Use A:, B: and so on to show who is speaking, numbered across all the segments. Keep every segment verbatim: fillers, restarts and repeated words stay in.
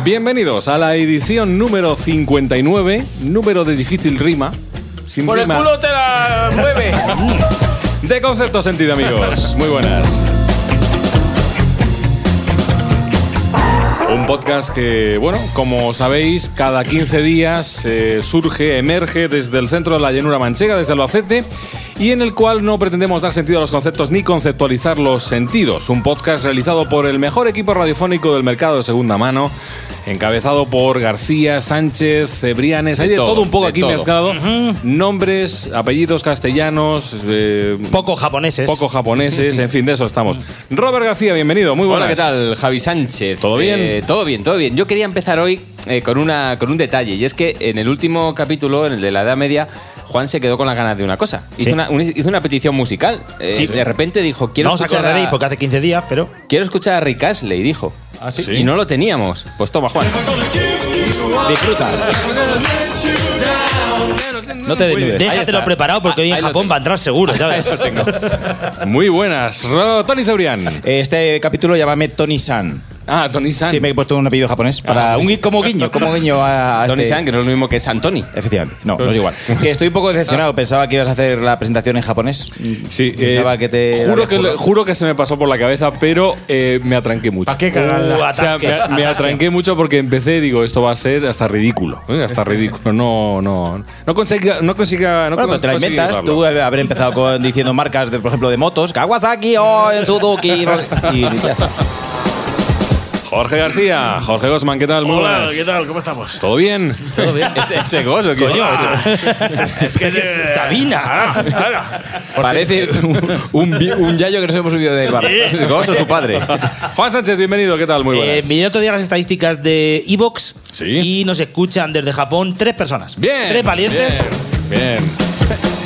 A: Bienvenidos a la edición número cincuenta y nueve, número de difícil rima. Sin
B: Por
A: rima,
B: el culo te la mueve.
A: de Concepto Sentido, amigos. Muy buenas. Un podcast que, bueno, como sabéis, cada quince días eh, surge, emerge desde el centro de la llanura manchega, desde Albacete, y en el cual no pretendemos dar sentido a los conceptos ni conceptualizar los sentidos. Un podcast realizado por el mejor equipo radiofónico del mercado de segunda mano, encabezado por García, Sánchez, Cebrianes, hay de todo, todo un poco aquí todo. Mezclado. Uh-huh. Nombres, apellidos castellanos, eh,
B: poco japoneses.
A: Poco japoneses, en fin, de eso estamos. Robert García, bienvenido, muy buenas.
C: Hola, ¿qué tal? Javi Sánchez.
A: ¿Todo bien?
C: Eh, todo bien, todo bien. Yo quería empezar hoy eh, con, una, con un detalle, y es que en el último capítulo, en el de la Edad Media, Juan se quedó con las ganas de una cosa. Hizo, sí. una, un, hizo una petición musical. Eh, sí. De repente dijo, quiero
B: no
C: escuchar
B: os acordaréis, a... porque hace quince días, pero...
C: Quiero escuchar a Rick Astley, dijo.
A: ¿Ah, sí?
C: Y no lo teníamos. Pues toma, Juan.
B: Disfruta.
C: No te desnudes.
B: Déjatelo preparado porque hoy en Japón va a entrar seguro, ¿sabes?
A: Muy buenas. Tony Cebrián.
D: Este capítulo llámame Tony-san.
A: Ah, Tony-san.
D: Sí, me he puesto un apellido japonés para ah, un como guiño, como guiño a, a
C: Tony-san,
D: este...
C: que no es lo mismo que Santoni.
D: Efectivamente. No, no es igual. Que estoy un poco decepcionado. Pensaba que ibas a hacer la presentación en japonés.
A: Sí.
D: Pensaba
A: eh,
D: que te...
A: Juro que, le, juro que se me pasó por la cabeza, pero eh, me atranqué mucho.
B: ¿Para qué cagarla?
A: Uh, o sea, me, me atranqué mucho porque empecé, digo, esto va a ser hasta ridículo. ¿eh? Hasta ridículo. No, no. No consiga... No consiga no
D: bueno, con, te la inventas. Tú haber empezado con, diciendo marcas, de, por ejemplo, de motos. Kawasaki o el Suzuki. Y ya está.
A: Jorge García, Jorge Gosman, ¿qué tal? Muy
E: Hola,
A: buenas.
E: ¿qué tal? ¿Cómo estamos?
A: ¿Todo bien?
D: ¿Todo bien?
C: Ese, ese gozo,
B: coño.
E: Es que
B: es Sabina.
D: Parece un, un, un yayo que nos hemos subido del bar.
C: El gozo, su padre.
A: Juan Sánchez, bienvenido, ¿qué tal? Muy buenas.
B: Eh, miré otro día las estadísticas de iVoox
A: ¿Sí?
B: Y nos escuchan desde Japón tres personas.
A: Bien.
B: Tres valientes.
A: Bien. bien.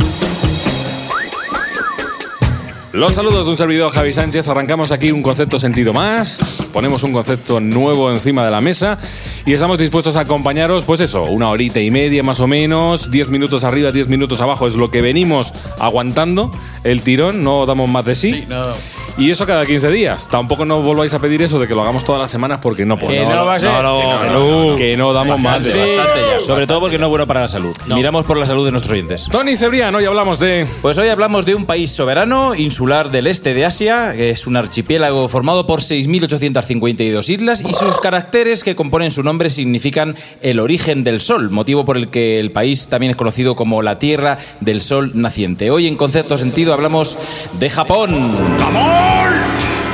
A: Los saludos de un servidor, Javi Sánchez. Arrancamos aquí un concepto sentido más. Ponemos un concepto nuevo encima de la mesa y estamos dispuestos a acompañaros, pues eso, una horita y media más o menos, diez minutos arriba, diez minutos abajo, es lo que venimos aguantando el tirón, no damos más de sí.
E: Sí, no.
A: Y eso cada quince días. Tampoco nos volváis a pedir eso de que lo hagamos todas las semanas porque no podemos.
B: Que no va a ser.
A: No, no, que no, que no damos
D: bastante,
A: más de
D: sí.
A: bastante ya.
D: Sobre todo porque no es bueno para la salud. No. Miramos por la salud de nuestros oyentes.
A: Tony Cebrián, hoy hablamos de...
D: Pues hoy hablamos de un país soberano, insular del este de Asia, que es un archipiélago formado por seis mil ochocientas cincuenta y dos islas y sus caracteres que componen su nombre significan el origen del sol, motivo por el que el país también es conocido como la tierra del sol naciente. Hoy en Concepto Sentido hablamos de Japón. ¡Japón!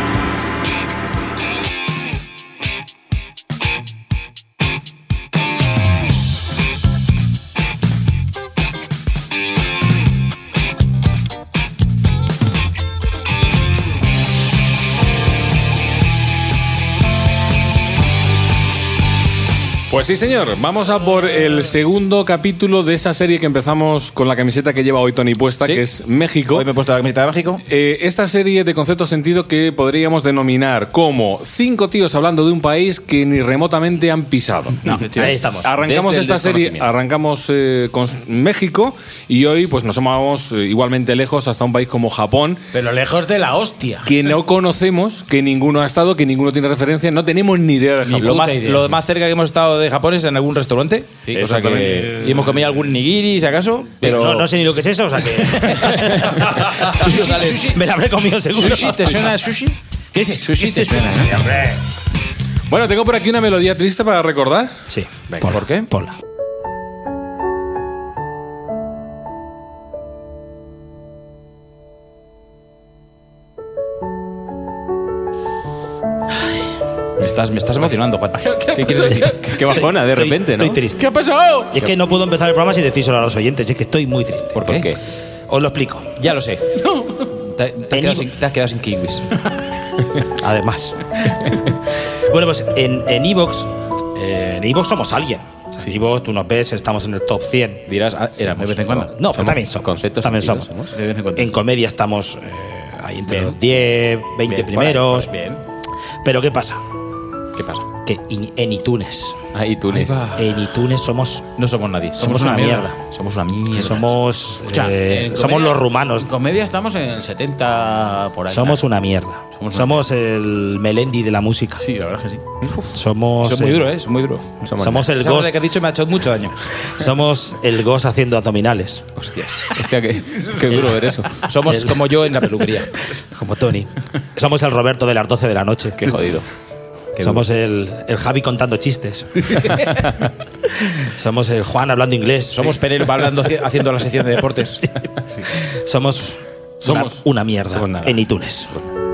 A: Pues sí, señor. Vamos a por el segundo capítulo de esa serie que empezamos con la camiseta que lleva hoy Tony puesta, ¿sí? Que es México.
D: Hoy me he puesto la camiseta de México.
A: Eh, esta serie de concepto sentido que podríamos denominar como cinco tíos hablando de un país que ni remotamente han pisado.
B: No, ahí estamos.
A: Arrancamos esta serie, arrancamos eh, con México y hoy pues nos vamos eh, igualmente lejos hasta un país como Japón.
E: Pero lejos de la hostia.
A: Que no conocemos, que ninguno ha estado, que ninguno tiene referencia, no tenemos ni idea de Japón.
D: Lo más, lo más cerca que hemos estado de Japón es en algún restaurante.
A: Sí,
D: o sea que, y hemos comido algún nigiri, si acaso. Pero
B: no, no sé ni lo que es eso, o sea que.
D: sushi, sushi.
B: Me la habré comido seguro.
D: ¿Sushi? ¿Te suena sushi?
B: ¿Qué es eso?
D: Sushi te suena.
A: Bueno, tengo por aquí una melodía triste para recordar.
B: Sí.
A: Venga.
D: ¿Por qué?
B: Ponla.
D: Me estás, me estás emocionando, Juan. ¿Qué quieres decir?
C: Qué bajona, de repente,
B: estoy,
C: ¿no?
B: Estoy triste.
E: ¿Qué ha pasado?
B: Y es que no puedo empezar el programa sin decírselo a los oyentes. Es que estoy muy triste.
D: ¿Por qué?
C: ¿Por qué?
B: Os lo explico.
D: Ya lo sé. No. Te, te, has, quedado sin, te has quedado sin kiwis.
B: Además. Bueno, pues en en iVoox, eh, en iVoox somos alguien. O sea, en iVoox tú nos ves, estamos en el top cien.
D: Dirás, ah, era de vez en cuando.
B: No, pero también somos.
C: Conceptos
B: también
C: sentidos,
B: somos.
C: somos.
D: De vez en cuando.
B: En comedia estamos eh, ahí entre
D: Bien.
B: los diez, veinte
D: Bien,
B: primeros.
D: por ahí, por ahí. Bien.
B: Pero ¿qué pasa?
D: ¿Qué pasa?
B: Que in- en iTunes,
C: Ah, iTunes.
B: en iTunes somos,
D: No somos nadie.
B: somos una mierda.
D: Somos una mierda.
B: Somos,
E: Escucha,
B: eh,
E: en
B: somos
E: comedia-
B: los rumanos.
E: En comedia estamos en el setenta por ahí.
B: Somos una mierda.
E: Somos
B: Somos,
E: una
B: el Melendi de la música.
E: Sí, la verdad es que sí.
B: Somos,
D: Eso es muy
B: el-
D: duro, ¿eh? Es muy duro.
B: somos el
D: Esa
B: Ghost.
D: frase que has dicho me ha hecho mucho daño.
B: Somos el Ghost haciendo abdominales.
C: Hostias. Hostia, qué, qué duro ver eso.
D: Somos como yo en la peluquería.
B: Como Tony. Somos el Roberto de las doce de la noche.
C: Qué jodido. Qué
B: Somos el, el Javi contando chistes. Somos el Juan hablando inglés.
D: Somos Penélope hablando, haciendo la sección de deportes.
B: Somos,
A: Somos-
B: una, una mierda
C: somos nada.
B: en iTunes.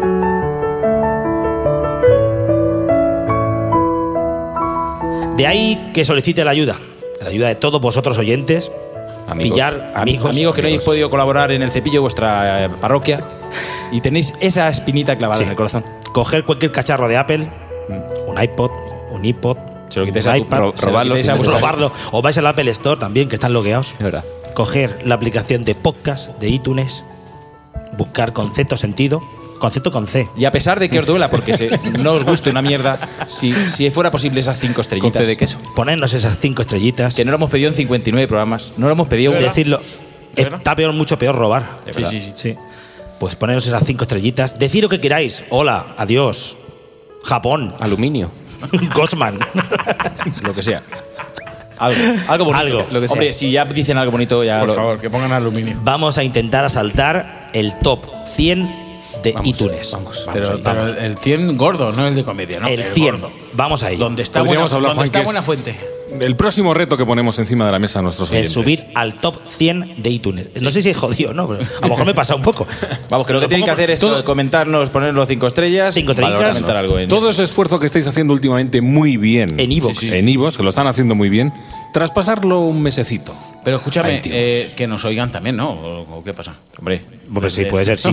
B: De ahí que solicite la ayuda. La ayuda de todos vosotros oyentes.
C: Amigos.
B: Pillar amigos.
D: Amigos que no habéis
C: amigos.
D: podido colaborar en el cepillo de vuestra eh, parroquia y tenéis esa espinita clavada
B: Sí.
D: en el corazón.
B: Coger cualquier cacharro de Apple. Un iPod, un iPod.
D: Se lo quitéis
B: un
D: a tu-
B: iPad,
D: ro-
B: se lo
D: robarlo
B: quitéis
D: sin
B: a
D: necesidad.
B: robarlo. O vais al Apple Store también, que están logueados.
C: Es verdad.
B: Coger la aplicación de podcast de iTunes. Buscar concepto sentido. Concepto con C.
D: Y a pesar de que os duela porque se- no os guste una mierda, si, si fuera posible esas cinco
C: Con
D: estrellitas.
C: C de queso.
B: Ponernos esas cinco estrellitas.
D: Que no lo hemos pedido en cincuenta y nueve programas. No lo hemos pedido una.
B: Decirlo. Está peor, mucho peor robar.
D: Es verdad. Sí, sí,
B: Sí. Pues poneros esas cinco estrellitas. Decid lo que queráis. Hola, adiós. Japón.
C: Aluminio.
B: Gosman.
D: Lo que sea. Algo, algo bonito.
B: Algo.
C: Lo que sea.
D: Hombre, si ya dicen algo bonito, ya
E: Por
D: lo.
E: favor, que pongan aluminio.
B: Vamos a intentar asaltar el top cien de
C: Vamos,
B: iTunes.
C: Vamos.
E: Pero,
B: ahí,
E: pero
B: vamos.
E: el cien gordo, no el de comedia, ¿no?
B: El cien.
E: gordo.
B: Vamos ahí.
E: Donde está, buena,
A: Podríamos hablar,
E: donde
A: Juan,
E: está
A: que es-
E: buena fuente.
A: El próximo reto que ponemos encima de la mesa a nuestros
B: Es
A: oyentes.
B: subir al top cien de iTunes. No sé si es jodido, ¿no? Pero a lo mejor me pasa un poco.
D: Vamos, que lo que tienen que hacer es
A: todo-
D: comentarnos, ponernos cinco estrellas.
B: Cinco estrellas.
D: valorar, comentar algo en-
A: Todo ese esfuerzo que estáis haciendo últimamente muy bien.
B: En iVoox.
A: En iVoox, que lo están haciendo muy bien. Traspasarlo un mesecito.
E: Pero escúchame,
A: Ahí, tíos.
E: eh, que nos oigan también, ¿no? ¿O, o qué pasa?
D: Hombre,
B: Pues sí, puede ser, sí.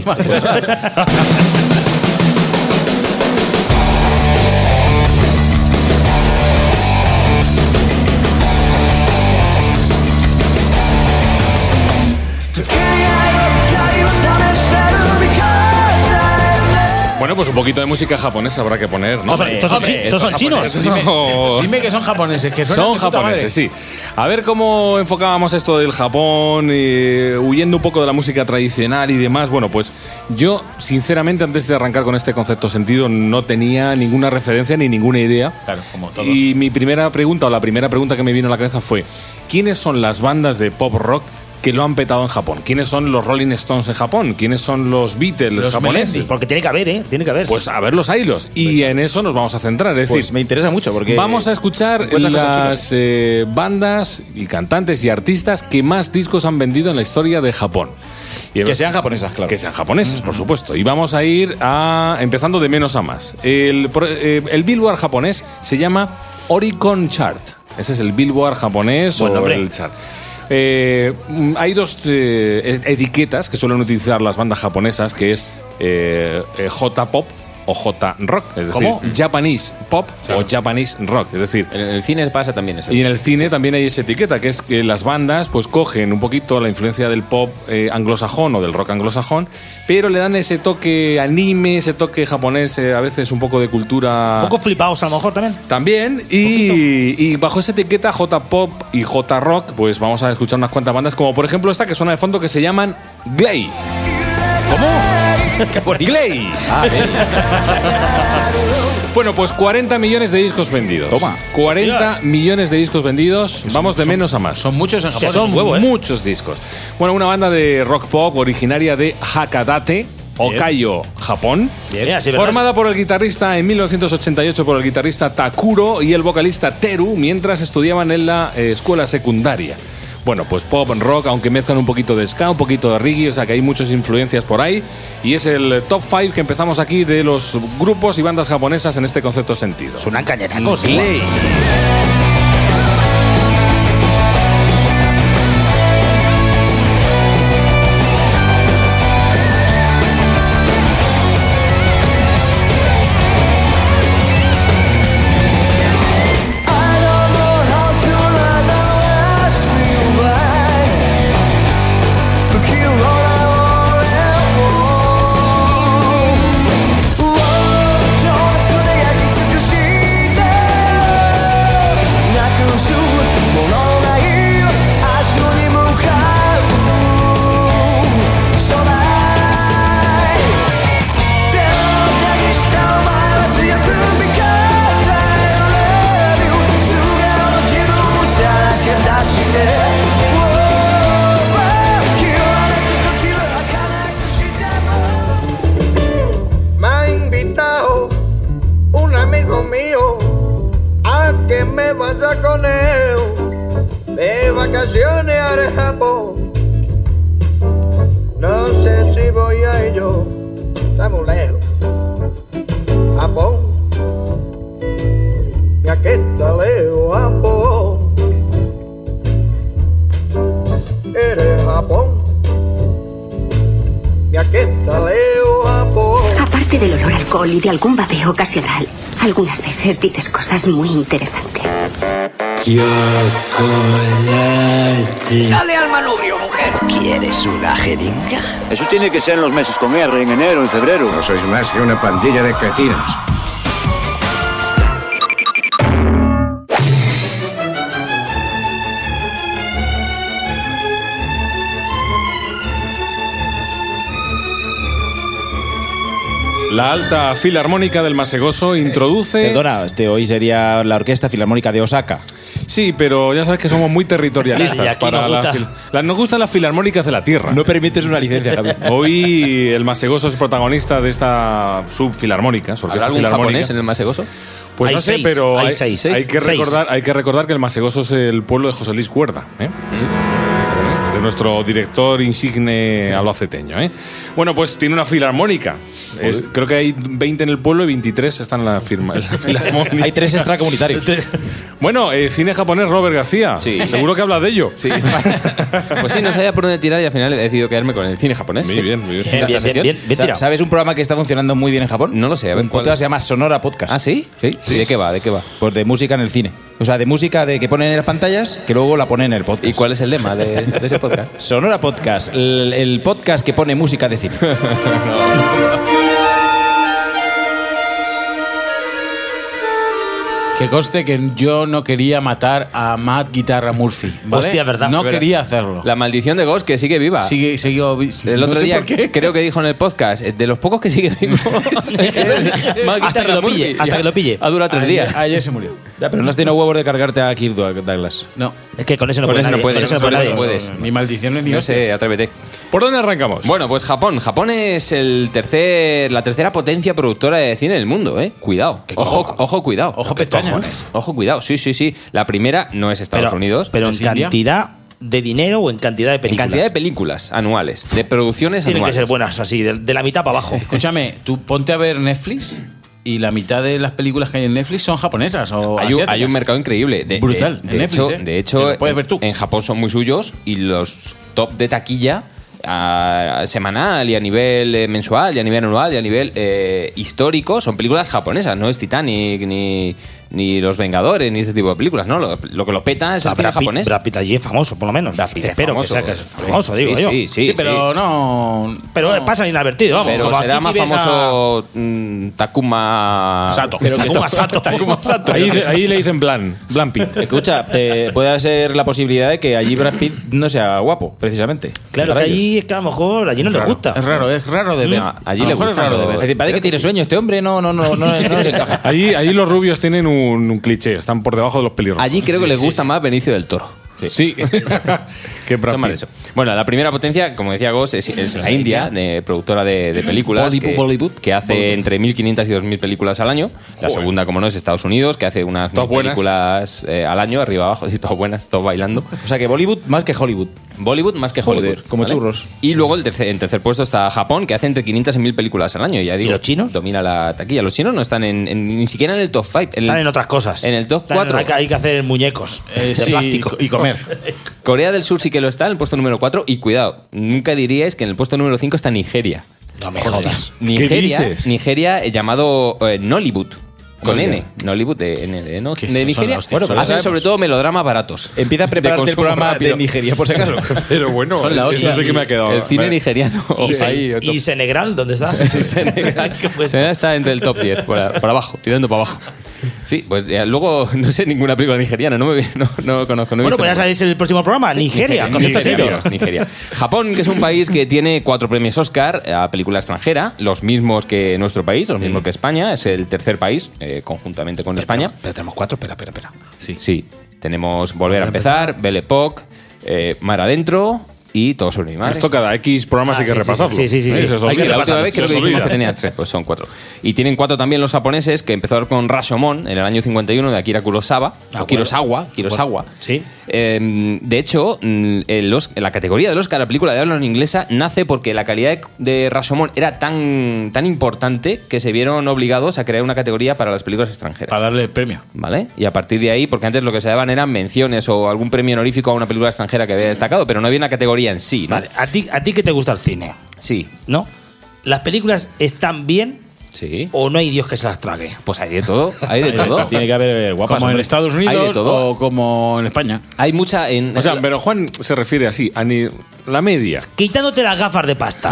A: Bueno, pues un poquito de música japonesa habrá que poner, ¿no?
B: Estos son- estos son chi- estos son chinos.
A: Eso-
E: Dime que son japoneses, que suenan
A: Son
E: de puta
A: japoneses,
E: madre.
A: sí. A ver cómo enfocábamos esto del Japón, eh, huyendo un poco de la música tradicional y demás. Bueno, pues yo, sinceramente, antes de arrancar con este concepto sentido, no tenía ninguna referencia ni ninguna idea.
E: Claro, como todos.
A: Y mi primera pregunta, o la primera pregunta que me vino a la cabeza fue: ¿quiénes son las bandas de pop rock que lo han petado en Japón? ¿Quiénes son los Rolling Stones en Japón? ¿Quiénes son los Beatles
E: Los
A: japoneses?
E: Melendi.
B: Porque tiene que haber, ¿eh? Tiene que haber.
A: Pues a ver los hilos. Y en eso nos vamos a centrar. Es decir,
D: pues me interesa mucho porque.
A: vamos a escuchar
D: encuentras cosas chulas.
A: las eh, bandas y cantantes y artistas que más discos han vendido en la historia de Japón. Y
D: Que sean japonesas, claro.
A: Que sean japoneses, por supuesto. Y vamos a ir a empezando de menos a más. El, pro- eh, el Billboard japonés se llama Oricon Chart. Ese es el Billboard japonés
B: Buen
A: o
B: nombre.
A: el chart. Eh, mm, hay dos eh, etiquetas que suelen utilizar las bandas japonesas, que es eh, eh, J-Pop o J-Rock, es decir,
B: ¿Cómo?
A: Japanese Pop o Japanese Rock, es decir,
C: En el cine pasa también eso.
A: y en el cine también hay esa etiqueta, que es que las bandas pues cogen un poquito la influencia del pop eh, anglosajón o del rock anglosajón, pero le dan ese toque anime, ese toque japonés, eh, a veces un poco de cultura...
B: Un poco flipados a lo mejor también.
A: También, y, y bajo esa etiqueta J-Pop y J-Rock, pues vamos a escuchar unas cuantas bandas, como por ejemplo esta que suena de fondo, que se llaman Glay.
B: ¿Cómo?
A: Glay.
D: Ah, bien.
A: Bueno, pues cuarenta millones de discos vendidos.
D: Toma.
A: cuarenta
B: Hostias.
A: millones de discos vendidos. Vamos de menos a más.
E: Son muchos en Japón.
A: Son
B: huevo, ¿eh?
A: muchos discos. Bueno, una banda de rock pop originaria de Hakadate, Hokkaido, Japón.
B: Bien, sí, ¿verdad?
A: Formada por el guitarrista en mil novecientos ochenta y ocho por el guitarrista Takuro y el vocalista Teru mientras estudiaban en la eh, escuela secundaria. Bueno, pues pop, rock, aunque mezclan un poquito de ska, un poquito de reggae, o sea que hay muchas influencias por ahí. Y es el top cinco que empezamos aquí de los grupos y bandas japonesas en este concepto sentido.
B: Suenan cañeracos. ¿eh?
A: Glay.
F: Don't pasa con él? De vacaciones al Japón. No sé si voy a ello, estamos lejos. Japón, y aquí está lejos, Japón. Eres Japón, y aquí está lejos, Japón.
G: Aparte del olor a alcohol y de algún babeo ocasional, algunas veces dices cosas muy interesantes.
F: Chocolate. Dale al manubrio, mujer.
H: ¿Quieres una jeringa?
I: Eso tiene que ser en los meses con R, en enero, en febrero.
J: No sois más que una pandilla de cretinos.
A: La Alta Filarmónica del Masegoso introduce...
D: Perdona, este hoy sería la Orquesta Filarmónica de Osaka.
A: Sí, pero ya sabes que somos muy territorialistas.
B: Y aquí
A: para
B: nos
A: la
B: gusta.
A: fil- la- nos gustan las filarmónicas de la tierra.
D: No permites una licencia, Javier.
A: Hoy el Masegoso es protagonista de esta subfilarmónica. su
C: ¿Habrá
A: orquesta
C: algún
A: filarmónica.
C: japonés en el Masegoso?
A: Pues
B: Hay
A: no sé,
B: seis,
A: pero
B: hay
A: hay,
B: seis.
A: hay que
B: Seis.
A: recordar, hay que recordar que el Masegoso es el pueblo de José Luis Cuerda, ¿eh? de nuestro director insigne albaceteño. ¿eh? Bueno, pues tiene una filarmónica. Es- creo que hay veinte en el pueblo y veintitrés están en la, firma, en la filarmónica.
D: Hay tres extracomunitarios.
A: Bueno, eh, cine japonés, Robert García.
C: Sí.
A: Seguro que habla de ello.
C: Sí. Pues sí, no sabía por dónde tirar y al final he decidido quedarme con el cine japonés.
A: Muy bien, muy bien.
B: Bien, bien, bien, bien, bien
D: O sea,
B: tirado.
D: ¿sabes un programa que está funcionando muy bien en Japón?
C: No lo sé, a ver
D: Un
C: cuál.
D: podcast se llama Sonora Podcast.
C: ¿Ah, sí?
D: Sí.
C: ¿Y de qué va? ¿De qué va?
D: Pues de música en el cine. O sea, de música de que ponen en las pantallas, que luego la ponen en el podcast.
C: ¿Y cuál es el lema de, de ese podcast?
D: Sonora Podcast, el, el podcast que pone música de cine.
E: Que conste que yo no quería matar a Matt Guitarra Murphy. ¿vale?
B: Hostia, verdad.
E: No
B: Verdad.
E: quería hacerlo.
C: La maldición de Ghost que sigue viva.
E: Sigue, siguió,
C: El
E: no
C: otro
E: sé
C: día
E: por qué.
C: creo que dijo en el podcast, eh, de los pocos que sigue vivo.
B: Hasta que lo pille, hasta que lo pille.
C: Ha durado tres
E: Ayer-
C: días.
E: Ayer se murió.
D: Ya, pero no has tenido huevos de cargarte a Kirk Douglas.
E: No.
B: Es que con eso no
C: Con
B: puede
C: eso no
B: nadie,
C: puedes,
B: con eso no
C: con
B: puede
C: eso
B: nadie.
C: no puedes.
E: Ni maldiciones ni
C: No sé,
E: hostias.
C: atrévete.
A: ¿Por dónde arrancamos?
C: Bueno, pues Japón. Japón es el tercer, la tercera potencia productora de cine del mundo, ¿eh? Cuidado. Ojo, ojo, cuidado.
E: Ojo pestañas.
C: Ojo, cuidado. Sí, sí, sí. La primera no es Estados
B: Pero,
C: Unidos.
B: pero en
E: ¿Es India?
B: cantidad de dinero o en cantidad de
C: en
B: películas.
C: cantidad de películas anuales, de producciones
B: Tienen
C: anuales.
B: que ser buenas así, de, de la mitad para abajo.
E: Escúchame, tú ponte a ver Netflix y la mitad de las películas que hay en Netflix son japonesas o
C: Hay un,
E: asiáticas.
C: hay un mercado increíble. De,
E: Brutal,
C: De,
E: en
C: de
E: Netflix,
C: hecho,
E: ¿eh?
C: de hecho
E: Que lo puedes ver tú.
C: en Japón son muy suyos y los top de taquilla a- semanal y a nivel eh, mensual y a nivel anual y a nivel eh, histórico son películas japonesas. No es Titanic ni, ni Los Vengadores ni ese tipo de películas. No, lo, lo que lo peta es
B: O sea,
C: el cine
B: Brad Pitt-
C: japonés.
B: Brad Pitt allí es famoso, por lo menos.
C: Brad Pitt es
B: Espero
C: famoso,
B: que sea que es
C: sí.
B: famoso, digo
C: Sí,
B: yo.
C: sí, sí,
E: Sí, pero no.
B: Pero
E: no.
B: pasa inadvertido, vamos.
C: Pero
B: como
C: será
B: aquí
C: más
B: si ves a-
C: famoso mm, Takuma
E: Sato.
B: Pero Takuma Sato.
C: Takuma Sato.
A: Ahí, ahí le dicen Blan, Blan Pitt.
D: Escucha, te- puede ser la posibilidad de que allí Brad Pitt no sea guapo, precisamente.
B: Claro, que
D: Para ellos.
B: allí es que a lo mejor allí no les gusta.
E: Es raro, es raro de ver.
C: No, allí
E: A lo
C: le
E: mejor
C: gusta,
E: es raro de
C: pero-
E: ver.
D: Es decir, parece que tiene sueño este hombre, no, no, no, no, no se encaja.
A: Ahí, ahí los rubios tienen un, un cliché, están por debajo de los pelirrojos.
C: Allí creo que les gusta más Benicio del Toro.
A: Sí. que Brad
C: Son más
A: Pitt.
C: eso. Bueno, la primera potencia, como decía Gos, es, es la India, de, productora de, de películas,
E: Bollywood,
C: que,
E: Bollywood.
C: que hace entre mil quinientas y dos mil películas al año. La segunda, como no, es Estados Unidos, que hace unas
A: Todas
C: mil
A: buenas.
C: películas eh, al año, arriba abajo, y todas buenas, todos bailando.
D: O sea que Bollywood más que Hollywood.
C: Bollywood más que
D: Joder,
C: Hollywood.
D: como churros.
C: Y luego el tercer, en tercer puesto está Japón, que hace entre quinientas y mil películas al año. Ya digo,
B: ¿Y los chinos?
C: Domina la taquilla. Los chinos no están en, en- ni siquiera en el top cinco.
B: Están en otras cosas.
C: En el top
B: Están-
C: cuatro.
B: Hay que, hay que hacer muñecos
E: Eh,
B: de
E: sí,
B: plástico.
E: y comer.
C: Corea del Sur sí que lo está en el puesto número cuatro. Y cuidado, nunca diríais que en el puesto número cinco está Nigeria.
B: No me jodas.
C: Nigeria,
A: dices?
C: Nigeria eh, llamado eh, Nollywood. Con
E: Hostia.
C: N. Nollywood de, N, de, no-
E: ¿Qué
C: de
E: son?
C: Nigeria.
E: Son- hostia,
C: Bueno,
E: son
C: hacen
E: las-
C: sobre todo melodramas baratos.
D: Empieza a
C: De
D: prepararte el
C: consumo
D: programa
C: rápido.
D: de Nigeria, por si acaso.
A: Pero bueno,
E: Son la
A: eso
E: hostia.
A: sí que me ha quedado.
C: El cine
A: Vale.
C: nigeriano.
B: ¿Y, Se-
C: ahí, top-
B: y Senegal dónde está?
C: Senegal.
B: ¿Qué puesto?
C: Senegal está entre el top diez, por, a- por abajo, tirando para abajo. Sí, pues ya, luego no sé ninguna película nigeriana, no, me, no, no conozco. No he
B: Bueno,
C: visto
B: pues ya
C: ninguna.
B: sabéis el próximo programa, Nigeria. con cierto
C: Nigeria,
B: sitio.
C: Nigeria. Japón, que es un país que tiene cuatro premios Oscar a película extranjera, los mismos que nuestro país, los mismos que España, es el tercer país, eh, conjuntamente con España.
B: Pero tenemos cuatro, espera, espera, espera.
C: Sí. Sí, tenemos Volver a empezar, Belle Époque, eh, Mar Adentro y Todo sobre mi madre.
A: Esto cada X programas
B: Ah,
A: hay que
B: sí, sí,
A: repasarlo.
B: sí, sí, sí, sí.
A: Se os
B: Hay que
A: olvida.
C: La última vez
A: Se
C: creo
A: os
C: que dijimos
A: olvida.
C: que tenía tres, pues son cuatro. Y tienen cuatro también los japoneses, que empezaron con Rashomon en el año cincuenta y uno de Akira Kurosawa. O Kurosawa, Kurosawa.
B: Sí.
C: Eh, de hecho, mm, el Os- la categoría del Oscar a película de habla no inglesa nace porque la calidad de, de Rashomon era tan, tan importante que se vieron obligados a crear una categoría para las películas extranjeras.
E: Para darle el premio.
C: ¿Vale? Y a partir de ahí, porque antes lo que se daban eran menciones o algún premio honorífico a una película extranjera que había destacado, pero no había una categoría en sí, ¿no?
B: Vale, ¿a ti, a ti que te gusta el cine,
C: Sí,
B: ¿no? ¿Las películas están bien
C: sí.
B: o no hay Dios que se las trague?
C: Pues hay de todo, hay de todo.
E: Tiene que haber guapas. Como en
C: hombre.
E: Estados
C: Hay de
E: Unidos
C: todo.
E: o como en España.
C: Hay mucha en...
A: O sea, pero Juan se refiere así, a ni la media.
B: Quitándote las gafas de pasta.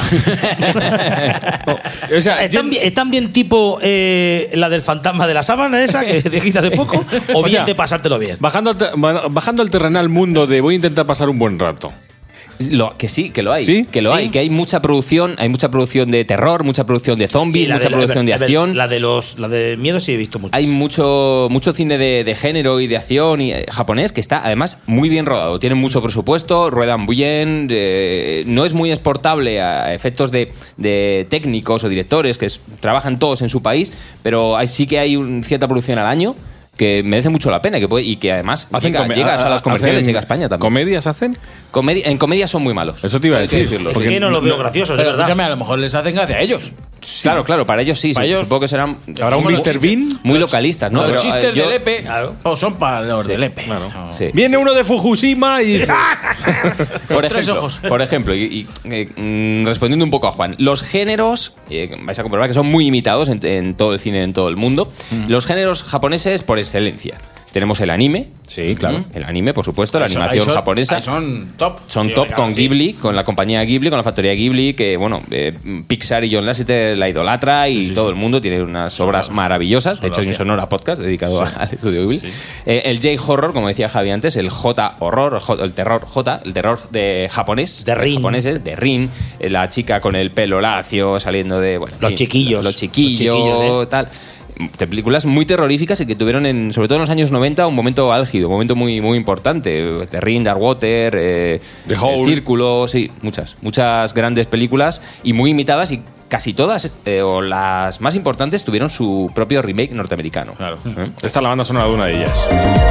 A: O sea,
B: ¿Están,
A: yo-
B: bien, ¿Están bien tipo eh, la del fantasma de la sábana esa que dijiste hace poco? ¿O,
A: O
B: bien
A: sea,
B: de pasártelo bien?
A: Bajando al, te- bajando al terrenal mundo de voy a intentar pasar un buen rato.
C: Lo, que sí, que lo hay.
A: ¿Sí?
C: Que lo
B: ¿Sí?
C: hay, que hay mucha producción, hay mucha producción de terror, mucha producción de zombies,
B: Sí, la
C: mucha
B: de-
C: producción de
B: la
C: acción.
B: La de los, la de miedo sí he visto mucho.
C: Hay mucho, mucho cine de, de género y de acción y, eh, japonés que está además muy bien rodado. Tienen mucho presupuesto, ruedan bien, eh, no es muy exportable a efectos de, de técnicos o directores que es- trabajan todos en su país, pero hay, sí que hay un- cierta producción al año que merece mucho la pena que puede- y que además llega,
A: come-
C: llega a salas comerciales,
A: hacen
C: llega a España también.
A: ¿Comedias hacen?
C: Comedia- en comedia son muy malos.
A: Eso te iba a
C: Hay que
A: decir.
C: decirlo.
B: ¿Por qué no los veo graciosos, de
E: Pero
B: verdad?
E: escúchame, a lo mejor les hacen gracia a ellos.
C: Claro, claro, para ellos sí.
E: Para
C: sí,
E: ellos-
C: supongo que serán
A: ¿Habrá un
E: Como los
A: mister Bean?
C: muy localistas, ¿no?
E: los
C: Pero,
E: chistes
C: eh, yo-
E: de Lepe o son para los de Lepe. Son-
C: Sí.
A: Viene uno de Fukushima y dice,
C: Por
E: Tres
C: ejemplo,
E: ojos.
C: por ejemplo, y, y, eh, mm, respondiendo un poco a Juan, los géneros, eh, vais a comprobar que son muy imitados en, en todo el cine, en todo el mundo. Los géneros japoneses por excelencia. Tenemos el anime.
E: Sí, claro.
C: El anime, por supuesto, la
E: Ahí son-
C: animación
E: ahí son-
C: japonesa.
E: ahí son top.
C: Son
B: Sí,
C: top
B: claro,
C: con
B: sí.
C: Ghibli, con la compañía Ghibli, con la factoría Ghibli, que bueno, eh, Pixar y John Lasseter la idolatra y todo el mundo tiene unas obras maravillosas. De hecho, hay un Sonora podcast dedicado a- al estudio Ghibli. Eh, el J-horror, como decía Javi antes, el J-horror, el J- el terror J, el terror de japonés,
B: De Rin.
C: japoneses, de Rin, eh, la chica con el pelo lacio saliendo de bueno, en
B: Los
C: fin,
B: chiquillos.
C: los chiquillos,
B: Los chiquillos, ¿eh?
C: tal. De películas muy terroríficas y que tuvieron, en, sobre todo en los años noventa, un momento álgido, un momento muy, muy importante. The Ring, Darkwater, eh,
A: The Hole.
C: El Círculo, sí, muchas. Muchas grandes películas y muy imitadas y casi todas, eh, o las más importantes, tuvieron su propio remake norteamericano.
A: Claro.
C: ¿Eh?
A: Esta es la banda sonora de una de ellas.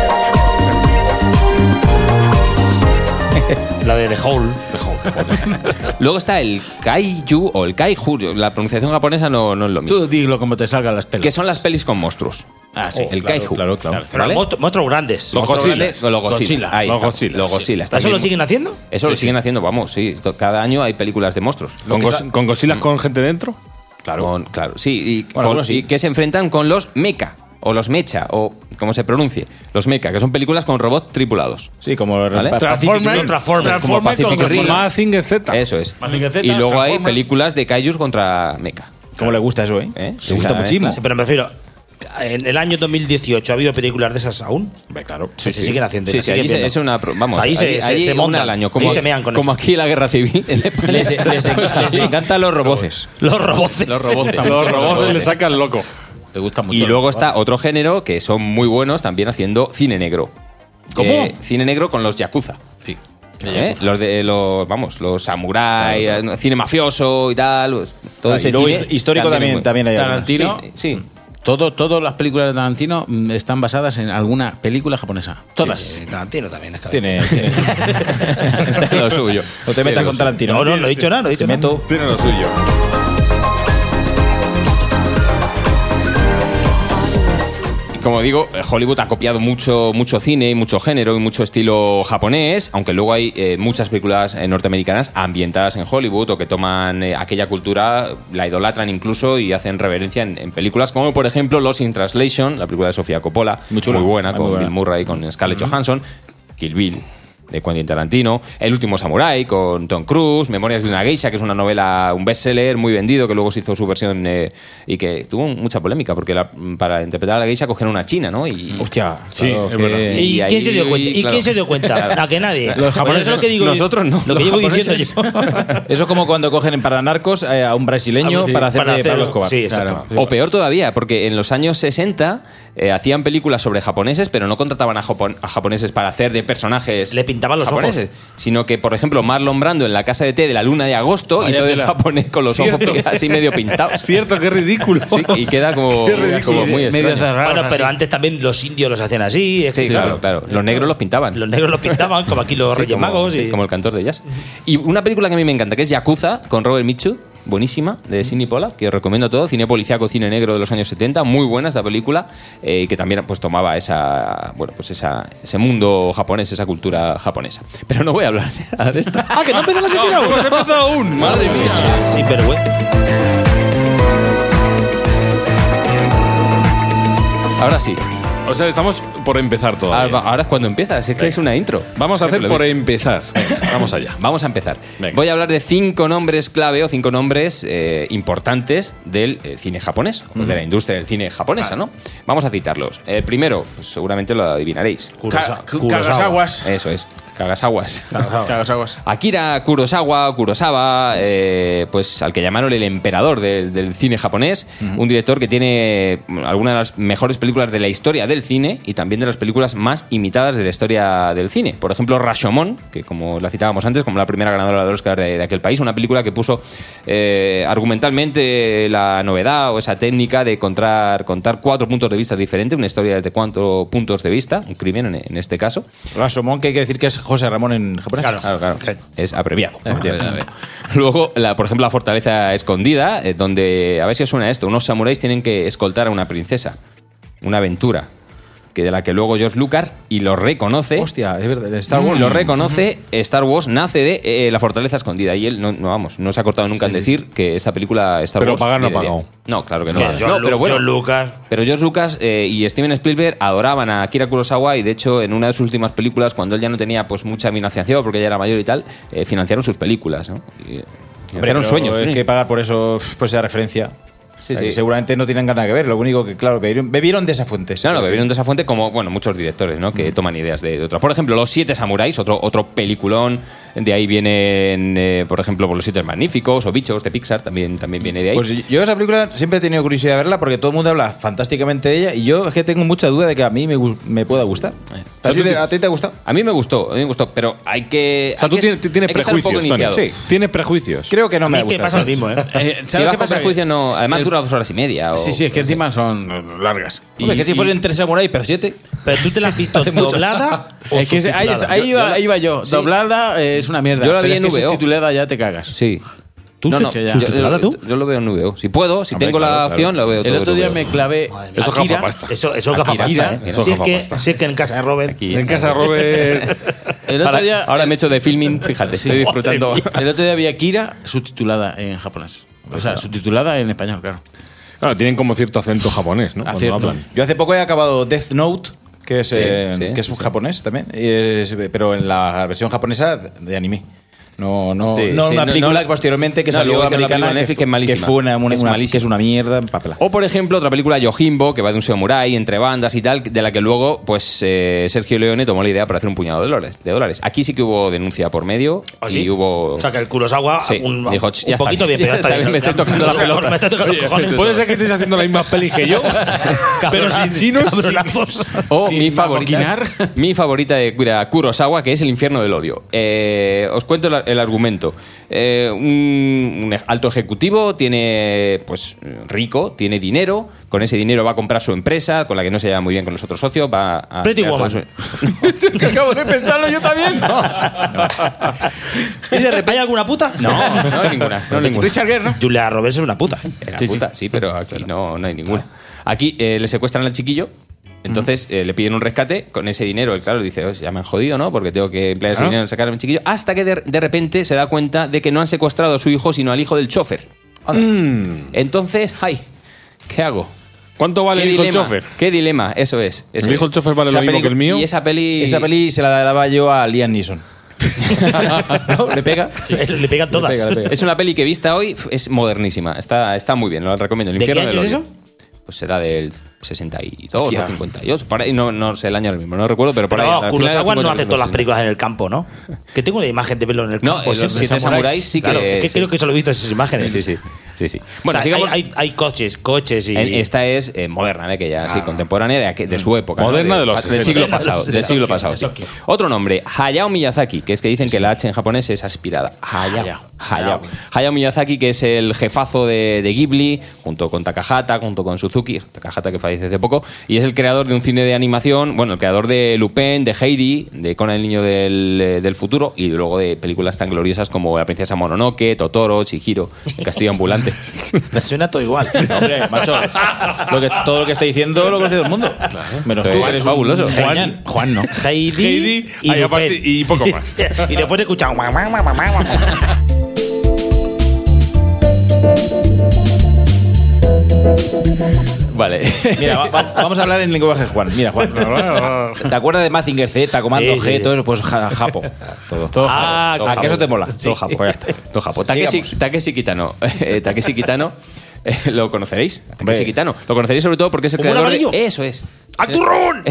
B: La de The Hole.
C: Luego está el Kaiju o el Kaiju, la pronunciación japonesa no, no es lo mismo.
E: Tú dilo como te salgan las pelas.
C: Que son las pelis con monstruos.
E: Ah, sí.
C: El
E: claro,
C: Kaiju.
E: Claro, claro.
B: Pero
C: ¿Vale?
B: monstruos, monstruos grandes.
A: Los
C: Monstruos
A: Godzilla.
C: grandes, Los Godzilla.
E: Godzilla.
C: Ahí
A: Los
C: está.
A: Godzilla,
C: Los
A: sí.
C: Godzilla.
B: ¿Eso
C: Está
B: lo
C: bien.
B: siguen haciendo?
C: Eso lo siguen haciendo, vamos, sí. To- Cada año hay películas de monstruos.
A: ¿Con,
E: que
A: Gos-
E: sa-
A: con Godzilla con gente dentro?
C: Claro. Con- claro, sí. Y,
E: Bueno,
C: con-
E: algunos sí.
C: y que se enfrentan con los mecha, o los mecha, o como se pronuncie. Los mecha, que son películas con robots tripulados.
E: Sí, como
C: ¿Vale?
E: Pa-
B: Transformer,
E: Pacific-
B: Transformer,
C: como Pacific
E: con
C: Rim.
E: Godzilla.
A: Mazinger Z.
C: Eso es.
E: Mazinger Z,
C: Y luego hay
E: Transformer.
C: películas de kaijus contra mecha.
E: ¿Cómo le gusta eso, eh?
C: ¿Eh?
E: Le gusta
C: Esa
E: muchísimo.
C: mezcla.
B: Sí, pero me refiero. En el año dos mil dieciocho ha habido películas de esas aún.
E: Hombre, claro.
B: Sí, se siguen haciendo.
C: Sí,
B: se
C: sí,
B: siguen
C: allí se-
B: viendo.
C: es una. pro- Vamos,
B: Ahí se-
C: allí-
B: se-
C: allí
B: se
C: una
B: montan.
C: al año. Como,
B: Ahí se mean con
C: como
B: eso.
C: aquí la guerra civil.
E: Les, les- les encantan los roboces.
B: Los robots.
C: Los robots.
A: Los robots le sacan loco.
E: Le gusta mucho.
C: Y luego está otro género que son muy buenos también haciendo cine negro.
B: ¿Cómo?
C: Eh, cine negro con los yakuza.
E: Sí.
C: ¿Eh? Los de los, vamos, los samuráis, eh, cine mafioso y tal. pues, Todo
E: Ah,
C: ese
E: y luego
C: cine
E: hist- histórico también,
C: muy-
E: también hay
C: Tarantino.
E: algunas.
C: Sí, sí.
E: Todo, todas las películas de Tarantino mm, están basadas en alguna película japonesa. Todas.
B: Sí, sí, Tarantino también. Es que-
E: Tiene, tiene.
C: Lo suyo.
E: No te metas con Tarantino.
B: No, no, no he dicho nada, no he dicho
E: Te
B: nada.
E: meto.
A: Tiene lo suyo.
C: Como digo, Hollywood ha copiado mucho, mucho cine y mucho género y mucho estilo japonés, aunque luego hay eh, muchas películas eh, norteamericanas ambientadas en Hollywood o que toman eh, aquella cultura, la idolatran incluso y hacen reverencia en, en películas como por ejemplo Lost in Translation, la película de Sofía Coppola,
E: Muy chula.
C: buena,
E: Muy
C: con
E: buena.
C: Bill Murray y con Scarlett Johansson, Kill Bill de Quentin Tarantino, El último samurái con Tom Cruise, Memorias de una geisha, que es una novela, un bestseller muy vendido, que luego se hizo su versión eh, y que tuvo mucha polémica, porque la- para interpretar a la geisha cogieron una china, ¿no? Y,
E: Hostia,
A: Sí,
E: claro,
A: es
E: que-
A: verdad.
B: ¿Y,
C: ahí-
B: quién se dio cuenta? ¿Y
C: claro.
B: quién se dio cuenta? A que nadie.
E: Los japoneses-
B: Eso es lo que digo yo-
C: nosotros no.
B: Lo que
C: Los
B: llevo
C: japoneses-
B: diciendo yo.
E: Eso es como cuando cogen para narcos eh, a un brasileño
B: Ah, sí,
E: para hacer
B: para
E: de
B: hacer-
E: Pablo Escobar.
B: sí, exacto.
E: Claro.
C: O peor todavía, porque en los años sesenta eh, hacían películas sobre japoneses, pero no contrataban a, japon- a japoneses para hacer de personajes
B: Le pintaban pintaban los
C: japoneses,
B: ojos.
C: sino que, por ejemplo, Marlon Brando en La casa de té de la luna de agosto
A: Vaya
C: hizo de
A: tela.
C: japonés con los ojos así medio pintados.
A: Cierto, qué ridículo.
C: Sí, y queda como,
A: Qué ridículo.
C: como muy
E: medio
C: extraño.
E: cerrado.
B: Bueno, pero antes también los indios los hacían así.
C: Sí, claro, claro. Los negros los pintaban.
B: Los negros los pintaban, como aquí los
C: Sí,
B: Reyes
C: como,
B: Magos.
C: sí,
B: y...
C: como el cantor de jazz. Y una película que a mí me encanta, que es Yakuza, con Robert Mitchum, buenísima, de Sidney Pollack, que os recomiendo todo, cine policíaco, cine negro de los años setenta, muy buena esta película, eh, que también pues tomaba esa, bueno, pues esa, ese mundo japonés, esa cultura japonesa. Pero no voy a hablar de esta.
B: ¡Ah, que no empezó la sección
A: No,
B: aún!
A: hemos empezado aún. Madre mía.
B: Sí, pero bueno.
C: Ahora sí.
A: O sea, estamos por empezar todavía.
C: Ahora, ahora es cuando empieza, es que es una intro.
A: Vamos a hacer
C: Lo
A: por
C: vi.
A: empezar. Vamos allá.
C: Vamos a empezar.
A: Venga.
C: Voy a hablar de cinco nombres clave o cinco nombres eh, importantes del eh, cine japonés, o de la industria del cine japonesa, ¿no? Vamos a citarlos. El primero, pues, seguramente lo adivinaréis.
B: Kurosa-
E: Ka-
B: Kurosawa.
E: Kagasawas.
C: Eso es, Kagasawas.
E: Kagasawas.
C: Akira Kurosawa, Kurosawa, eh, pues al que llamaron el emperador del, del cine japonés, un director que tiene algunas de las mejores películas de la historia del cine y también de las películas más imitadas de la historia del cine. Por ejemplo, Rashomon, que como la citábamos antes, como la primera ganadora del Oscar de, de aquel país, una película que puso eh, argumentalmente la novedad o esa técnica de contar, contar cuatro puntos de vista diferentes, una historia desde cuatro puntos de vista, un crimen en, en este caso.
D: Rashomon, que hay que decir que es José Ramón en japonés.
B: Claro.
C: Claro, claro.
B: Ok.
C: Es abreviado. Luego, la, por ejemplo, la fortaleza escondida, eh, donde, a ver si os suena esto, unos samuráis tienen que escoltar a una princesa. Una aventura. Que de la que luego George Lucas, y lo reconoce.
D: Hostia, es verdad. Star Wars.
C: Lo reconoce, Star Wars nace de eh, La fortaleza escondida. Y él, no, no, vamos, no se ha cortado nunca en decir que esa película Star
A: Pero
C: Wars.
A: pagar no ha
C: viene de-
A: pagado.
C: No, claro que no.
B: Que
C: No,
B: George Lu-
C: pero bueno.
B: George Lucas.
C: Pero George Lucas eh, y Steven Spielberg adoraban a Akira Kurosawa y de hecho en una de sus últimas películas, cuando él ya no tenía pues mucha financiación porque ya era mayor y tal, eh, financiaron sus películas, ¿no? Y, eh,
D: Hombre,
C: financiaron
D: pero
C: sueños.
D: Es
C: sí.
D: que pagar por eso, pues esa referencia.
C: Sí,
D: O sea, que
C: sí.
D: seguramente no tienen ganas que ver. Lo único que, claro, bebieron, bebieron de esa fuente.
C: Claro, bebieron de esa fuente como, bueno, muchos directores, ¿no? Que toman ideas de, de otras. Por ejemplo, Los Siete Samuráis, otro, otro peliculón. De ahí vienen, eh, por ejemplo, Los Siete Magníficos o Bichos de Pixar, también, también viene de ahí.
D: Pues yo esa película siempre he tenido curiosidad de verla porque todo el mundo habla fantásticamente de ella y yo es que tengo mucha duda de que a mí me, gu- me pueda gustar. ¿A ti, te, a ti te ha gustado?
C: A mí me gustó, a mí me gustó, pero hay que.
A: O sea,
C: hay
A: tú
C: que-
A: tienes, tienes
C: hay que estar un poco
A: prejuicios, Tony.
C: iniciado.
A: Sí. Tienes prejuicios.
D: Creo que no
B: A
D: me
B: mí
D: ha
B: es que
D: gustado.
B: pasa lo mismo, ¿eh?
E: Eh,
C: Si
E: ¿Sabes
C: vas
E: qué
C: con
E: pasa?
C: prejuicio, no. Además,
E: El-
C: dura dos horas y media. O,
E: Sí, sí, es que encima son largas.
D: Hombre,
E: Y-
D: que si
E: y-
D: fuesen tres samuráis, pero siete.
B: Pero tú te la has visto doblada o
E: Es que se- ahí,
B: subtitulada?
E: está- ahí iba, ahí iba yo.
C: Sí.
E: Doblada eh, es una mierda.
C: Yo la vi
E: pero
C: en
E: es que
C: V O.
E: subtitulada ya te cagas.
C: Sí.
B: ¿Tú
C: no,
B: se-
C: no,
B: subtitulada
C: yo,
B: tú?
C: yo lo veo en V O. Si puedo, si
E: Hombre,
C: tengo
E: claro,
C: la
E: claro.
C: opción, lo veo todo.
E: El otro
C: lo
E: día
C: veo.
E: me clavé
A: Eso es
E: Akira.
A: gafapasta.
B: Eso, eso es
C: Akira,
B: gafapasta, ¿eh?
C: eso
B: Si
C: es
B: es, que,
C: gafapasta.
B: si es que en casa de Robert...
C: Aquí.
A: En casa de Robert.
E: El otro
C: Ahora,
E: día,
C: ahora me he hecho de filming, fíjate, estoy disfrutando.
E: el otro día vi Akira subtitulada en japonés. O sea, subtitulada en español, claro.
A: Claro, tienen como cierto acento japonés, ¿no? Cuando
E: Acierto.
A: hablan.
D: Yo hace poco he acabado Death Note, que es, eh,
C: sí,
D: que es un
C: sí.
D: japonés también, y es- pero en la versión japonesa de anime. No, no,
C: Sí,
D: no
C: sí,
D: una
C: no,
D: película
C: no,
D: que posteriormente que
C: no,
D: salió
C: luego hicieron la
D: americana
C: película de Netflix, que es
D: que
C: malísima.
D: fue una, una-
C: Que es
D: una-
C: malísima.
D: que es una mierda. papela.
C: O, por ejemplo, otra película, Yojimbo, que va de un samurái entre bandas y tal, de la que luego pues eh, Sergio Leone tomó la idea para hacer un puñado de dólares. De dólares. Aquí sí que hubo denuncia por medio
B: ¿Ah, sí?
C: y hubo...
B: O sea, que el Kurosawa,
C: Sí,
B: un,
C: dijo,
B: un
C: "Ya está
B: poquito
C: bien,
B: bien, pero ya
C: ya
B: está
C: está
B: bien.
C: bien, me estoy tocando las pelotas".
B: Me estoy tocando los cojones.
A: Puede ser que estés haciendo las mismas pelis que yo, pero sin chinos.
B: Cabronazos.
C: O
A: Sin
C: mi favorita,
A: maquinar.
C: mi favorita de Kura- Kurosawa, que es El infierno del odio. Eh, os cuento el, el argumento. Eh, un, un alto ejecutivo tiene, pues, rico, tiene dinero. Con ese dinero va a comprar su empresa, con la que no se lleva muy bien con los otros socios. Va a
B: Pretty
C: crear
B: Woman.
C: todo su-
E: Que acabo de pensarlo yo también.
B: ¿Y de repente hay alguna puta?
C: No, no hay ninguna. No hay ninguna.
E: Richard Gere, ¿no?
B: Julia Roberts es una puta.
C: Era puta, sí, pero aquí no, no hay ninguna. Aquí eh, le secuestran al chiquillo. Entonces eh, le piden un rescate con ese dinero. Él, claro, dice, "Oh, ya me han jodido, ¿no? Porque tengo que emplear ese
D: Claro.
C: dinero en sacar a mi chiquillo". Hasta que de, de repente se da cuenta de que no han secuestrado a su hijo, sino al hijo del chofer. Entonces, ay, ¿qué hago?
A: ¿Cuánto vale
C: ¿Qué
A: el hijo del
C: dilema?
A: chofer?
C: ¿Qué dilema? Eso es. Eso
A: ¿El hijo
C: es.
A: del chofer vale
C: Esa
A: lo mismo
C: pelicu-
A: que el mío?
C: Y esa peli.
D: Esa peli se la daba yo a Liam Neeson.
B: ¿No? ¿Le pega? Le pegan todas.
D: pega, le pega.
C: Es una peli que vista hoy f- es modernísima. Está, está muy bien, lo recomiendo. El
B: ¿De qué
C: infierno
B: año
C: del
B: es
C: odio.
B: eso?
C: Pues será del sesenta y dos
D: Hostia.
C: o cincuenta y ocho. Por ahí, no, no sé el año ahora mismo, no recuerdo, pero por
B: Pero
C: ahí.
B: vamos,
C: al final de los
B: Kurosawa no
C: cincuenta,
B: hace todas las
C: sesenta.
B: películas en el campo, ¿no? Que tengo una imagen de verlo en el
C: No,
B: campo.
C: en los
B: siempre.
C: Siete Samuráis sí que-
B: Claro, es que
C: sí.
B: creo que solo he visto esas imágenes.
C: Sí, sí, sí. Sí, sí.
B: Bueno,
C: Bueno,
B: o sea,
C: sigamos.
B: hay, hay, hay coches, coches y...
C: En- Esta es eh, moderna, ¿eh? Que ya sí, contemporánea de, aqu- de su época.
A: Moderna
C: ¿no?
A: de los
C: del
A: sesenta.
C: siglo
B: Moderna de los
C: pasado. Del
B: sesenta.
C: siglo pasado, sí. Otro nombre, Hayao Miyazaki, que es que dicen que la H en japonés es aspirada. Hayao. Hayao. Hayao Miyazaki, que es el jefazo de, de Ghibli, junto con Takahata, junto con Suzuki, Takahata que falleció hace poco, y es el creador de un cine de animación, bueno, el creador de Lupin, de Heidi, de Conan el niño del, eh, del futuro, y luego de películas tan gloriosas como La princesa Mononoke, Totoro, Chihiro, El castillo ambulante.
B: Me suena todo igual.
D: Hombre, macho, lo que, todo lo que está diciendo lo conoce todo el mundo. Menos tú,
C: Juan,
D: que eres
C: fabuloso.
D: un Juan, Juan no.
B: Heidi,
A: Heidi,
B: y,
A: ahí aparte-
B: Lupin.
A: y poco más.
B: Y después he escuchado...
C: Vale.
D: Mira, va- va- vamos a hablar en lenguaje Juan. Mira, Juan. ¿Te acuerdas de Mazinger Z, Comando
B: Sí,
D: G,
B: sí.
D: todo eso? Pues ja- Japo. Todo. Todo
B: Ah,
D: Japo.
B: claro.
D: ¿A que eso te mola?
B: Sí.
D: Todo Japo. Pues ya está.
C: Todo Japón.
D: Sigamos.
C: Takeshi, Takeshi Kitano. Eh, Takeshi Kitano. eh, ¿Lo conoceréis? Takeshi
D: Hombre.
C: Kitano. Lo conoceréis sobre todo porque es el
B: ¿Humor
C: creador
B: amarillo?
C: de... Eso es.
B: ¡Al turrón!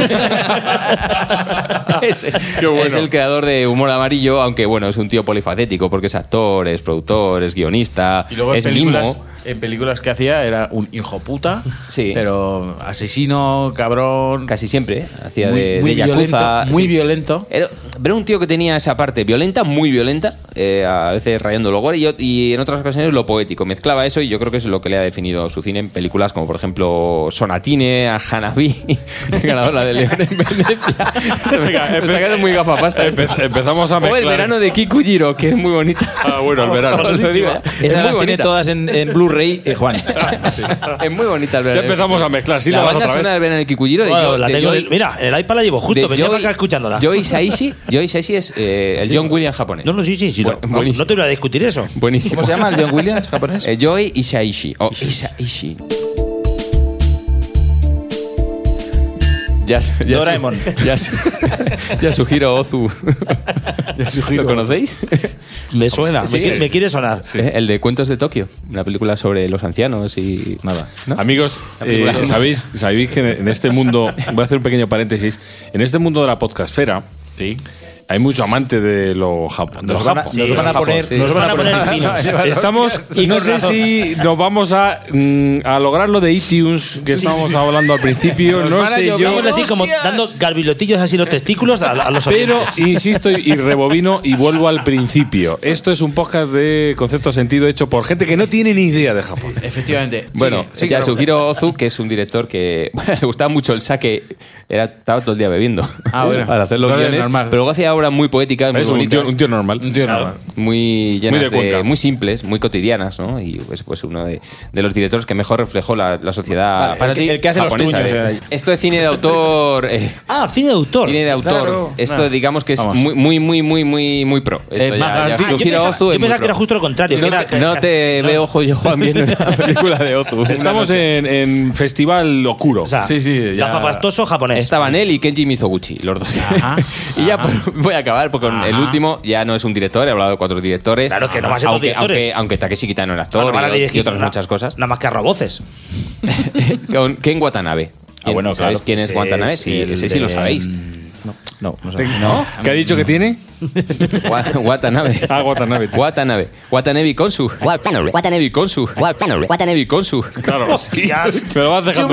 C: es,
A: Qué bueno.
C: es el creador de Humor Amarillo, aunque bueno, es un tío polifacético porque es actor, es productor, es guionista,
E: Y luego en
C: es
E: películas,
C: mimo.
E: en películas que hacía era un hijo puta,
C: Sí.
E: pero asesino, cabrón,
C: Casi siempre, ¿eh? Hacía
E: muy,
C: de,
E: muy
C: de Yakuza.
E: violento, muy
C: sí.
E: violento.
C: Era, pero un tío que tenía esa parte violenta, muy violenta, eh, a veces rayando lo gore y, y en otras ocasiones lo poético. Mezclaba eso y yo creo que es lo que le ha definido su cine en películas como por ejemplo Sonatine, Hanabi, ganadora de León en Venecia. Esto me, me está quedando muy gafapasta. esto.
A: Empe- empezamos a
C: O el
A: mezclar.
C: verano de Kikujiro, que es muy bonita.
A: Ah, bueno, el verano.
C: Os lo digo, ¿eh? Es
D: Esas
C: muy
D: las tiene
C: bonita.
D: todas en, en Blu-ray, eh, Juan.
C: Es muy bonita el
A: Ya
C: verano.
A: empezamos a mezclar, sí,
C: la
A: la vas
C: banda
A: otra
C: sonora
A: vez.
C: del verano de Kikujiro de,
B: Bueno,
C: Yo-
B: la
C: de
B: tengo
C: Joy-
B: en el- mira, en el iPad la llevo justo,
C: de
B: venía
C: Joy-
B: para acá escuchándola.
C: Joe Hisaishi. Joe Hisaishi es eh, el John Williams japonés.
B: No, no, sí, sí, sí.
C: Bu-
B: no,
C: buenísimo.
B: no te voy a discutir eso.
C: Buenísimo.
D: ¿Cómo se llama el John Williams japonés?
C: Eh, Joy Hisaishi. O Hisaishi. Yas- Yasu-
D: Doraemon.
C: Yas- Yasuhiro Ozu. ¿Lo conocéis?
B: Me suena,
C: Sí.
B: me, quiere, me quiere sonar.
C: Eh, El de Cuentos de Tokio, una película sobre los ancianos y nada. ¿no?
A: Amigos, eh, ¿sabéis, sabéis que en este mundo, voy a hacer un pequeño paréntesis, en este mundo de la podcastfera,
E: Sí.
A: hay mucho amante de lo japo- de
D: Nos
A: los
D: van a,
A: japos.
D: nos van a
C: Japón,
D: poner,
C: sí.
D: nos van a
B: Van a
D: poner
B: poner
D: finos.
A: Estamos,
D: Y
A: no
D: con
A: sé
D: razón.
A: si nos vamos a, mm, a lograr lo de iTunes que estábamos hablando al principio,
D: Nos
A: no
D: van a
A: sé
D: llover
A: yo.
B: Vamos así como dando garbilotillos así los testículos a, a los
A: Pero
B: oyentes.
A: insisto y rebobino y vuelvo al principio. Esto es un podcast de concepto sentido hecho por gente que no tiene ni idea de Japón.
E: Efectivamente.
C: Bueno,
E: Sí, sí,
C: Yasuhiro Ozu, que es un director que bueno, le gustaba mucho el sake, era, estaba todo el día bebiendo
E: Ah, bueno.
C: para hacer los
E: Entonces es
C: guiones,
E: normal.
C: pero luego hacía obras muy poéticas, muy
A: Es un
C: bonitas,
A: tío, un tío normal.
E: Un tío normal.
C: muy llenas
A: Muy de
C: de,
A: Cuenca.
C: muy simples, muy cotidianas, ¿no? Y pues, pues uno de, de los directores que mejor reflejó la, la sociedad
D: Vale, para
C: el
D: ti,
C: que-
D: el que hace los
C: japonesa,
D: tuños,
C: ¿eh?
D: eh.
C: Esto es cine de autor. eh,
B: Ah, cine de autor.
C: Cine de autor.
E: Claro.
C: Esto
E: Ah.
C: digamos que es
E: Vamos.
C: muy, muy, muy, muy, muy, muy pro. Esto
E: Es
C: ya-
E: más
C: ya
E: García.
B: Ah, yo
C: Yasuhiro
B: pensaba,
C: Ozu
B: yo
C: es muy
B: pensaba que
C: pro.
B: era justo lo contrario.
C: No,
B: que era-
C: no te veo ojo yo, Juan, viendo una película de Ozu.
A: Estamos
C: Una noche.
A: en, en festival oscuro.
B: O sea,
E: Sí, sí, ya-
B: gafapastoso japonés.
C: Estaban él y Kenji Mizoguchi, los dos.
E: Ajá,
C: y ya
E: ajá.
C: por- voy a acabar porque con el
E: Ajá.
C: último ya no es un director, he hablado de cuatro directores.
B: Claro, que no va a ser dos
C: aunque,
B: directores.
C: Aunque, aunque Takeshi Kitano era actor
B: Bueno, van a
C: y, y
B: dirigir
C: otras
B: nada-
C: muchas cosas.
B: Nada más que a roboces.
C: Con Ken Watanabe. ¿Quién-
D: bueno,
C: ¿Sabéis
D: claro.
C: quién es
B: Ese
C: Watanabe?
B: es
C: Sí,
B: el
C: ese sí lo
B: de-
C: sabéis.
D: No, no
A: ¿Te-
D: sé.
A: ¿No? ¿Qué ha dicho que tiene?
C: Wa- Watanabe.
A: Ah, Watanabe.
C: Watanabe. Watanabe Konsu. Watanabe. Watanabe Konsu. Watanabe. Watanabe Konsu.
A: Claro.
B: Hostias.
A: Me lo vas dejando.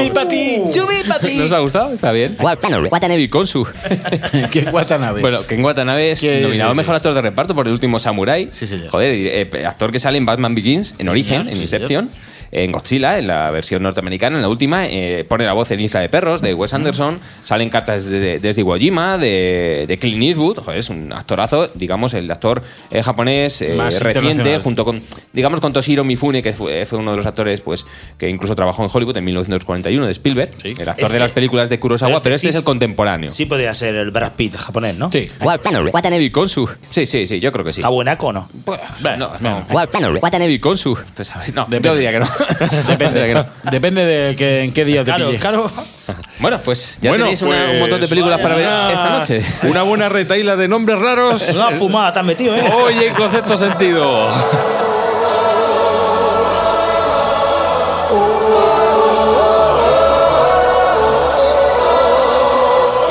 C: ¿No os ha gustado? Está bien. Watanabe. Watanabe Konsu.
E: ¿Qué Watanabe?
C: Bueno, Ken Watanabe es
E: ¿Qué es
C: nominado a
E: ese?
C: mejor actor de reparto por El último Samurai.
E: Sí, señor.
C: Joder, eh, actor que sale en Batman Begins, en
E: Sí,
C: Origen,
E: señor,
C: en
E: sí,
C: Inception, en Godzilla, en la versión norteamericana, en la última, eh, pone la voz en Isla de Perros, de Wes Anderson, salen cartas de- desde Iwo Jima, de, de Clint Eastwood, joder, es un actorazo, digamos, el actor eh, japonés eh,
E: Más
C: reciente,
E: internacional.
C: junto con, digamos, con Toshiro Mifune, que fue, fue uno de los actores, pues, que incluso trabajó en Hollywood en mil novecientos cuarenta y uno, de Spielberg, el actor
B: Es
C: de
B: que-
C: las películas de Kurosawa,
B: pero
C: pero,
B: que
C: este
B: sí
C: es el
B: es-
C: contemporáneo.
B: Sí podría ser el Brad Pitt japonés, ¿no?
E: Sí.
C: Watanabe. Watanabe Konsu. Sí, sí, sí, yo creo que sí.
B: ¿Está buenaco o no?
C: Pues,
E: Bueno,
C: no, no. Watanabe. Watanabe Konsu. ¿Tú sabes? No, yo diría que no.
E: Depende,
C: Diría que no.
E: Depende de que, en qué día te
B: Claro,
E: pille.
B: claro.
C: Bueno, pues ya
A: Bueno,
C: tenéis una-
A: pues,
C: un montón de películas para ver
A: Una-
C: esta noche.
A: Una buena retaíla de nombres raros.
B: Una fumada te has metido, ¿eh?
A: Oye, en concepto sentido.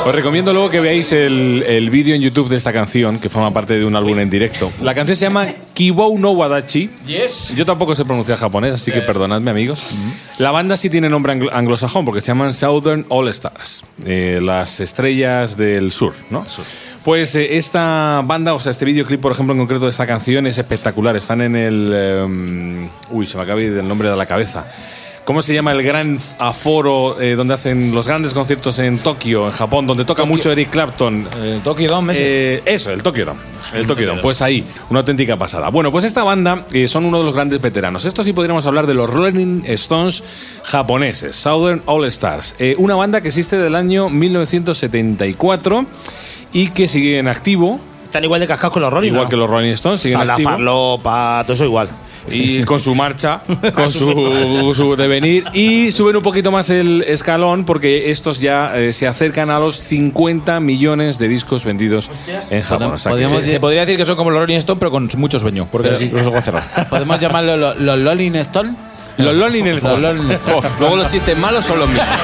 A: Os recomiendo luego que veáis el, el vídeo en YouTube de esta canción, que forma parte de un álbum en directo. La canción se llama Kibou no Wadachi.
E: Yes.
A: Yo tampoco sé pronunciar japonés, así que perdonadme, amigos. La banda sí tiene nombre anglo- anglosajón, porque se llaman Southern All Stars, eh, las estrellas del sur, ¿no? Pues eh, esta banda, o sea, este videoclip, por ejemplo, en concreto de esta canción es espectacular. Están en el... eh, uy, se me acaba de ir el nombre de la cabeza. ¿Cómo se llama el gran aforo eh, donde hacen los grandes conciertos en Tokio, en Japón, donde toca
D: Tokio.
A: mucho Eric Clapton?
D: Eh, Tokyo Dome, ese.
A: Eh, eso, el Tokyo Dome. El Tokyo Dome. Pues ahí, una auténtica pasada. Bueno, pues esta banda eh, son uno de los grandes veteranos. Esto sí podríamos hablar de los Rolling Stones japoneses, Southern All Stars. Eh, una banda que existe del año mil novecientos setenta y cuatro y que sigue en activo.
B: Están igual de cascados que los Rolling,
A: Igual
B: ¿no?
A: que los Rolling Stones,
B: O
A: siguen
B: sea, la
A: activo.
B: farlopa, todo eso igual.
A: Y con su marcha, con su, su devenir. Y suben un poquito más el escalón porque estos ya eh, se acercan a los cincuenta millones de discos vendidos en Japón. O sea, que
D: Podríamos-
A: se-
D: se podría decir que son como los Rolling Stones, pero con mucho sueño, porque
E: Pero-
D: los ojos cerrados.
E: ¿Podemos llamarlo lo- los Rolling Stone?
A: Los Rolling
E: Los Rolling Stone.
C: Luego los chistes malos son los mismos.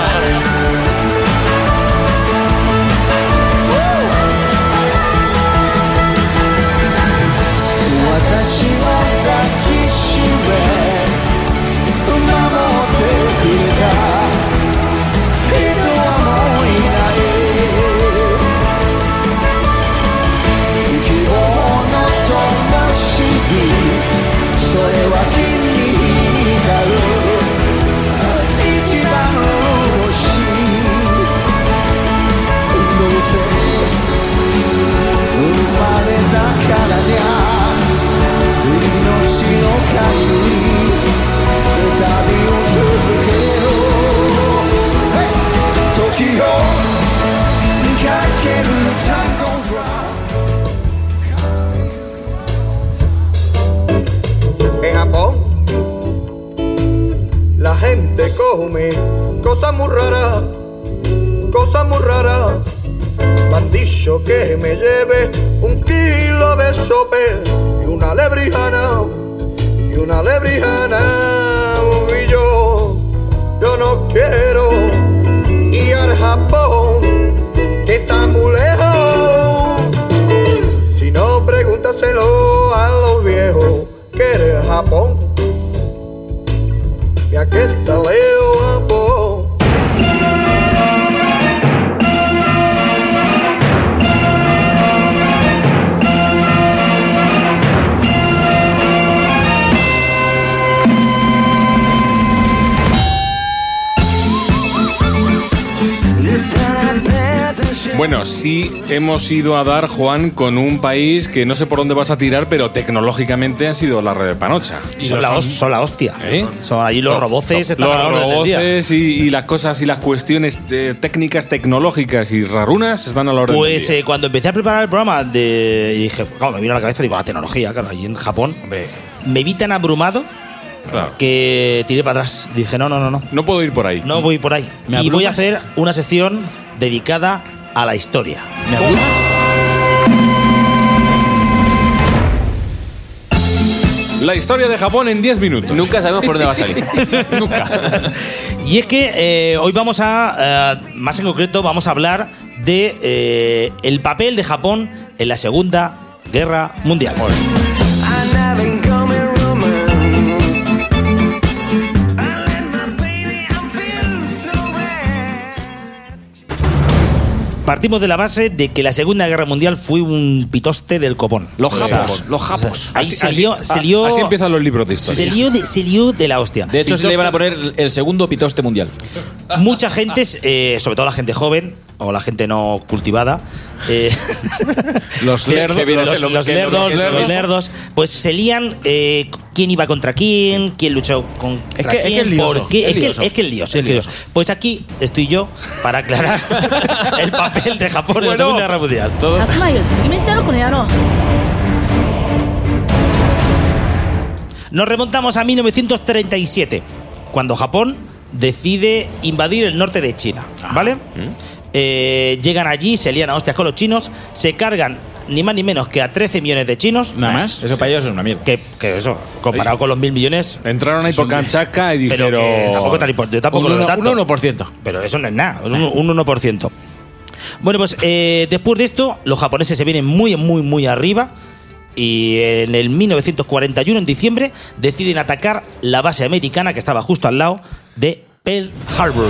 F: En Japón la gente come cosas muy raras, cosas muy raras. Me han dicho que me lleve un kilo de sope y una lebrijana, y una lebrijana. Y yo, yo no quiero ir al Japón, que está muy lejos. Si no, pregúntaselo a los viejos que eres Japón. Y aquí está Leo Japón.
A: Bueno, sí hemos ido a dar, Juan, con un país que no sé por dónde vas a tirar, pero tecnológicamente han sido la repanocha.
B: Y son, la, hos- son la hostia.
A: ¿Eh?
B: Son allí los roboces. están a la
A: Los
B: orden del día.
A: roboces y, y las cosas y las cuestiones eh, técnicas, tecnológicas y rarunas están a la orden
B: Pues
A: del día.
B: eh, cuando empecé a preparar el programa de, y dije, claro, me vino a la cabeza, digo, la tecnología, claro, allí en Japón,
A: Hombre,
B: me vi tan abrumado
A: claro.
B: que tiré para atrás. Dije, no, no, no, no,
A: No puedo ir por ahí.
B: no voy por ahí.
E: ¿Me
B: Y voy a
E: abrumas?
B: hacer una sección dedicada a la historia.
E: ¿Me abrumas?
A: La historia de Japón en diez minutos.
C: Nunca sabemos por dónde va a salir. Nunca.
B: Y es que eh, hoy vamos a, eh, más en concreto, vamos a hablar de eh, el papel de Japón en la Segunda Guerra Mundial. Partimos de la base de que la Segunda Guerra Mundial fue un pitoste del copón.
C: Los
B: O sea,
C: japos, los japos.
B: Ahí
A: Así-
B: se
A: así-
B: lió, se lió-
A: así empiezan los libros de historia.
B: se lió de, se lió de la hostia.
D: De hecho, se le iban a poner el segundo pitoste mundial.
B: Mucha gente, eh, sobre todo la gente joven o la gente no cultivada, eh,
D: Los
B: sí,
D: lerdos,
B: que viene
D: los-
B: a ser lo
D: los
B: mismo,
D: lerdos,
B: los
D: lerdos.
B: lerdos, pues se lían eh, quién iba contra quién, quién luchó contra
D: Es que- es
B: quién,
D: que es lioso,
B: por qué.
D: es
B: Es que
D: lioso.
B: es que es lioso, es que es lioso. Pues aquí estoy yo para aclarar el papel de Japón en la Segunda Guerra Mundial.
K: 白米より敵にしてやろうこの野郎
B: Nos remontamos a mil novecientos treinta y siete, cuando Japón decide invadir el norte de China, ¿vale? Eh, llegan allí, se lían a hostias con los chinos, se cargan ni más ni menos que a trece millones de chinos.
E: Nada más.
D: Eso para ellos es una mierda.
B: Que, que eso, comparado con los mil millones.
A: Entraron ahí por Kamchatka y
B: Pero
A: dijeron...
B: que tampoco tan importante. Yo tampoco
E: Un
B: lo veo
E: uno-
B: tanto.
E: un uno por ciento.
B: Pero eso no es nada, es un, un uno por ciento. Bueno, pues eh, después de esto, los japoneses se vienen muy, muy, muy arriba. Y en el mil novecientos cuarenta y uno, en diciembre, deciden atacar la base americana que estaba justo al lado de Pearl Harbor.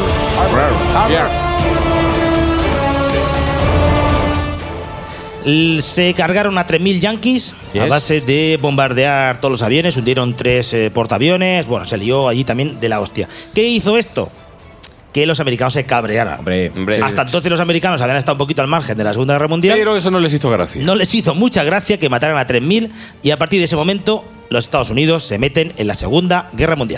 B: Se cargaron a tres mil yanquis yes. a base de bombardear todos los aviones, hundieron tres eh, portaaviones. Bueno, se lió allí también de la hostia. ¿Qué hizo esto? Que los americanos se cabrearan.
C: Hombre, hombre.
B: Hasta entonces los americanos habían estado un poquito al margen de la Segunda Guerra Mundial.
A: Pero eso no les hizo gracia.
B: No les hizo mucha gracia que mataran a tres mil y a partir de ese momento los Estados Unidos se meten en la Segunda Guerra Mundial.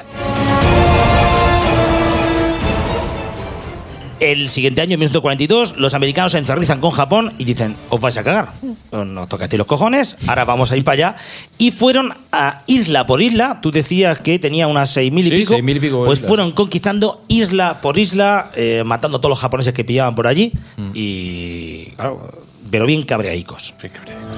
B: El siguiente año, en mil novecientos cuarenta y dos, los americanos se encerrizan con Japón y dicen, os vais a cagar, nos toca a ti los cojones, ahora vamos a ir para allá. Y fueron a isla por isla, tú decías que tenía unas seis mil y
D: sí,
B: pico,
D: seis mil y pico
B: pues
D: islas.
B: fueron conquistando isla por isla, eh, matando a todos los japoneses que pillaban por allí, mm. y claro, pero bien cabreaicos.
A: Bien cabreaicos.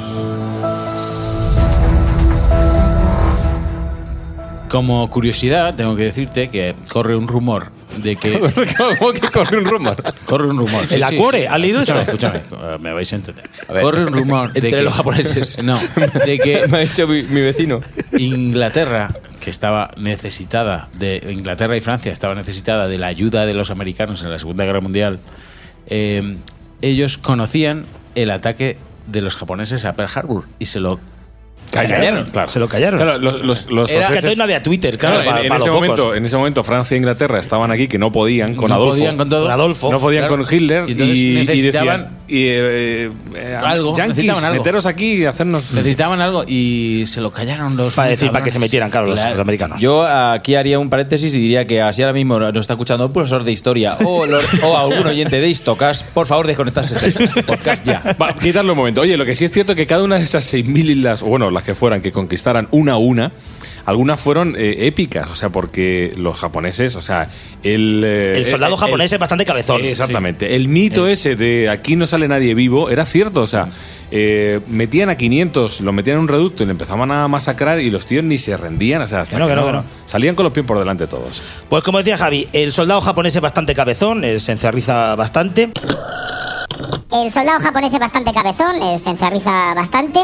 E: Como curiosidad, tengo que decirte que corre un rumor de que...
C: ¿Cómo que corre un rumor?
E: Corre un rumor.
B: ¿El Acuore? ¿Has leído esto?
E: Escúchame, escúchame, me vais a entender. A ver, corre un rumor de
D: entre
E: que,
D: los japoneses.
E: No, de que
C: me ha dicho mi, mi vecino.
E: Inglaterra, que estaba necesitada de Inglaterra y Francia estaba necesitada de la ayuda de los americanos en la Segunda Guerra Mundial, eh, ellos conocían el ataque de los japoneses a Pearl Harbor y se lo
B: Callaron,
A: claro.
B: Se lo callaron.
A: Claro, los, los, los
B: Era
A: franceses,
B: que todavía no había Twitter, claro,
A: claro
B: para,
A: en, en,
B: para
A: ese
B: los
A: momento,
B: pocos.
A: en ese momento Francia e Inglaterra estaban aquí que no podían con
E: no
A: Adolfo.
E: Podían con, todo.
B: Con Adolfo.
A: No podían
E: claro.
A: con Hitler
E: y, y necesitaban
A: decían, y, eh, eh,
E: algo,
A: yanquis,
E: necesitaban algo.
A: meteros aquí y hacernos...
E: Necesitaban algo y se lo callaron los...
B: Para decir, para que se metieran, claro, los,
E: Claro.
B: los americanos.
D: Yo aquí haría un paréntesis y diría que así ahora mismo nos está escuchando un profesor de historia o, los, o algún oyente de Histocast, por favor desconectarse este podcast ya.
A: Va, quitarlo un momento. Oye, lo que sí es cierto es que cada una de esas seis mil islas, o bueno, las que fueran, que conquistaran una a una, algunas fueron eh, épicas, o sea, porque los japoneses, o sea, el... Eh,
B: el soldado
A: el,
B: japonés
A: el,
B: es bastante cabezón.
A: Eh, exactamente. Sí. El mito es. ese de aquí no sale nadie vivo era cierto, o sea, eh, metían a quinientos, los metían en un reducto y le empezaban a masacrar y los tíos ni se rendían, o sea, hasta
B: que no,
A: que
B: que no,
A: no,
B: que no.
A: salían con los pies por delante todos.
B: Pues como decía Javi, el soldado japonés es bastante cabezón, eh, se encerriza bastante.
L: El soldado japonés es bastante cabezón, eh, se encerriza bastante.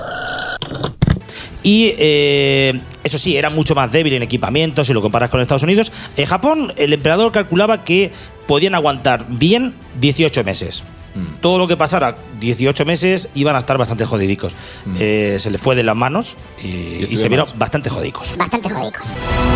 B: Y eh, eso sí, era mucho más débil en equipamiento si lo comparas con Estados Unidos. En Japón, el emperador calculaba que podían aguantar bien dieciocho meses. Mm. Todo lo que pasara dieciocho meses iban a estar bastante jodidicos. Mm. Eh, se les fue de las manos y, y se vieron más. bastante jodicos.
L: Bastante jodicos.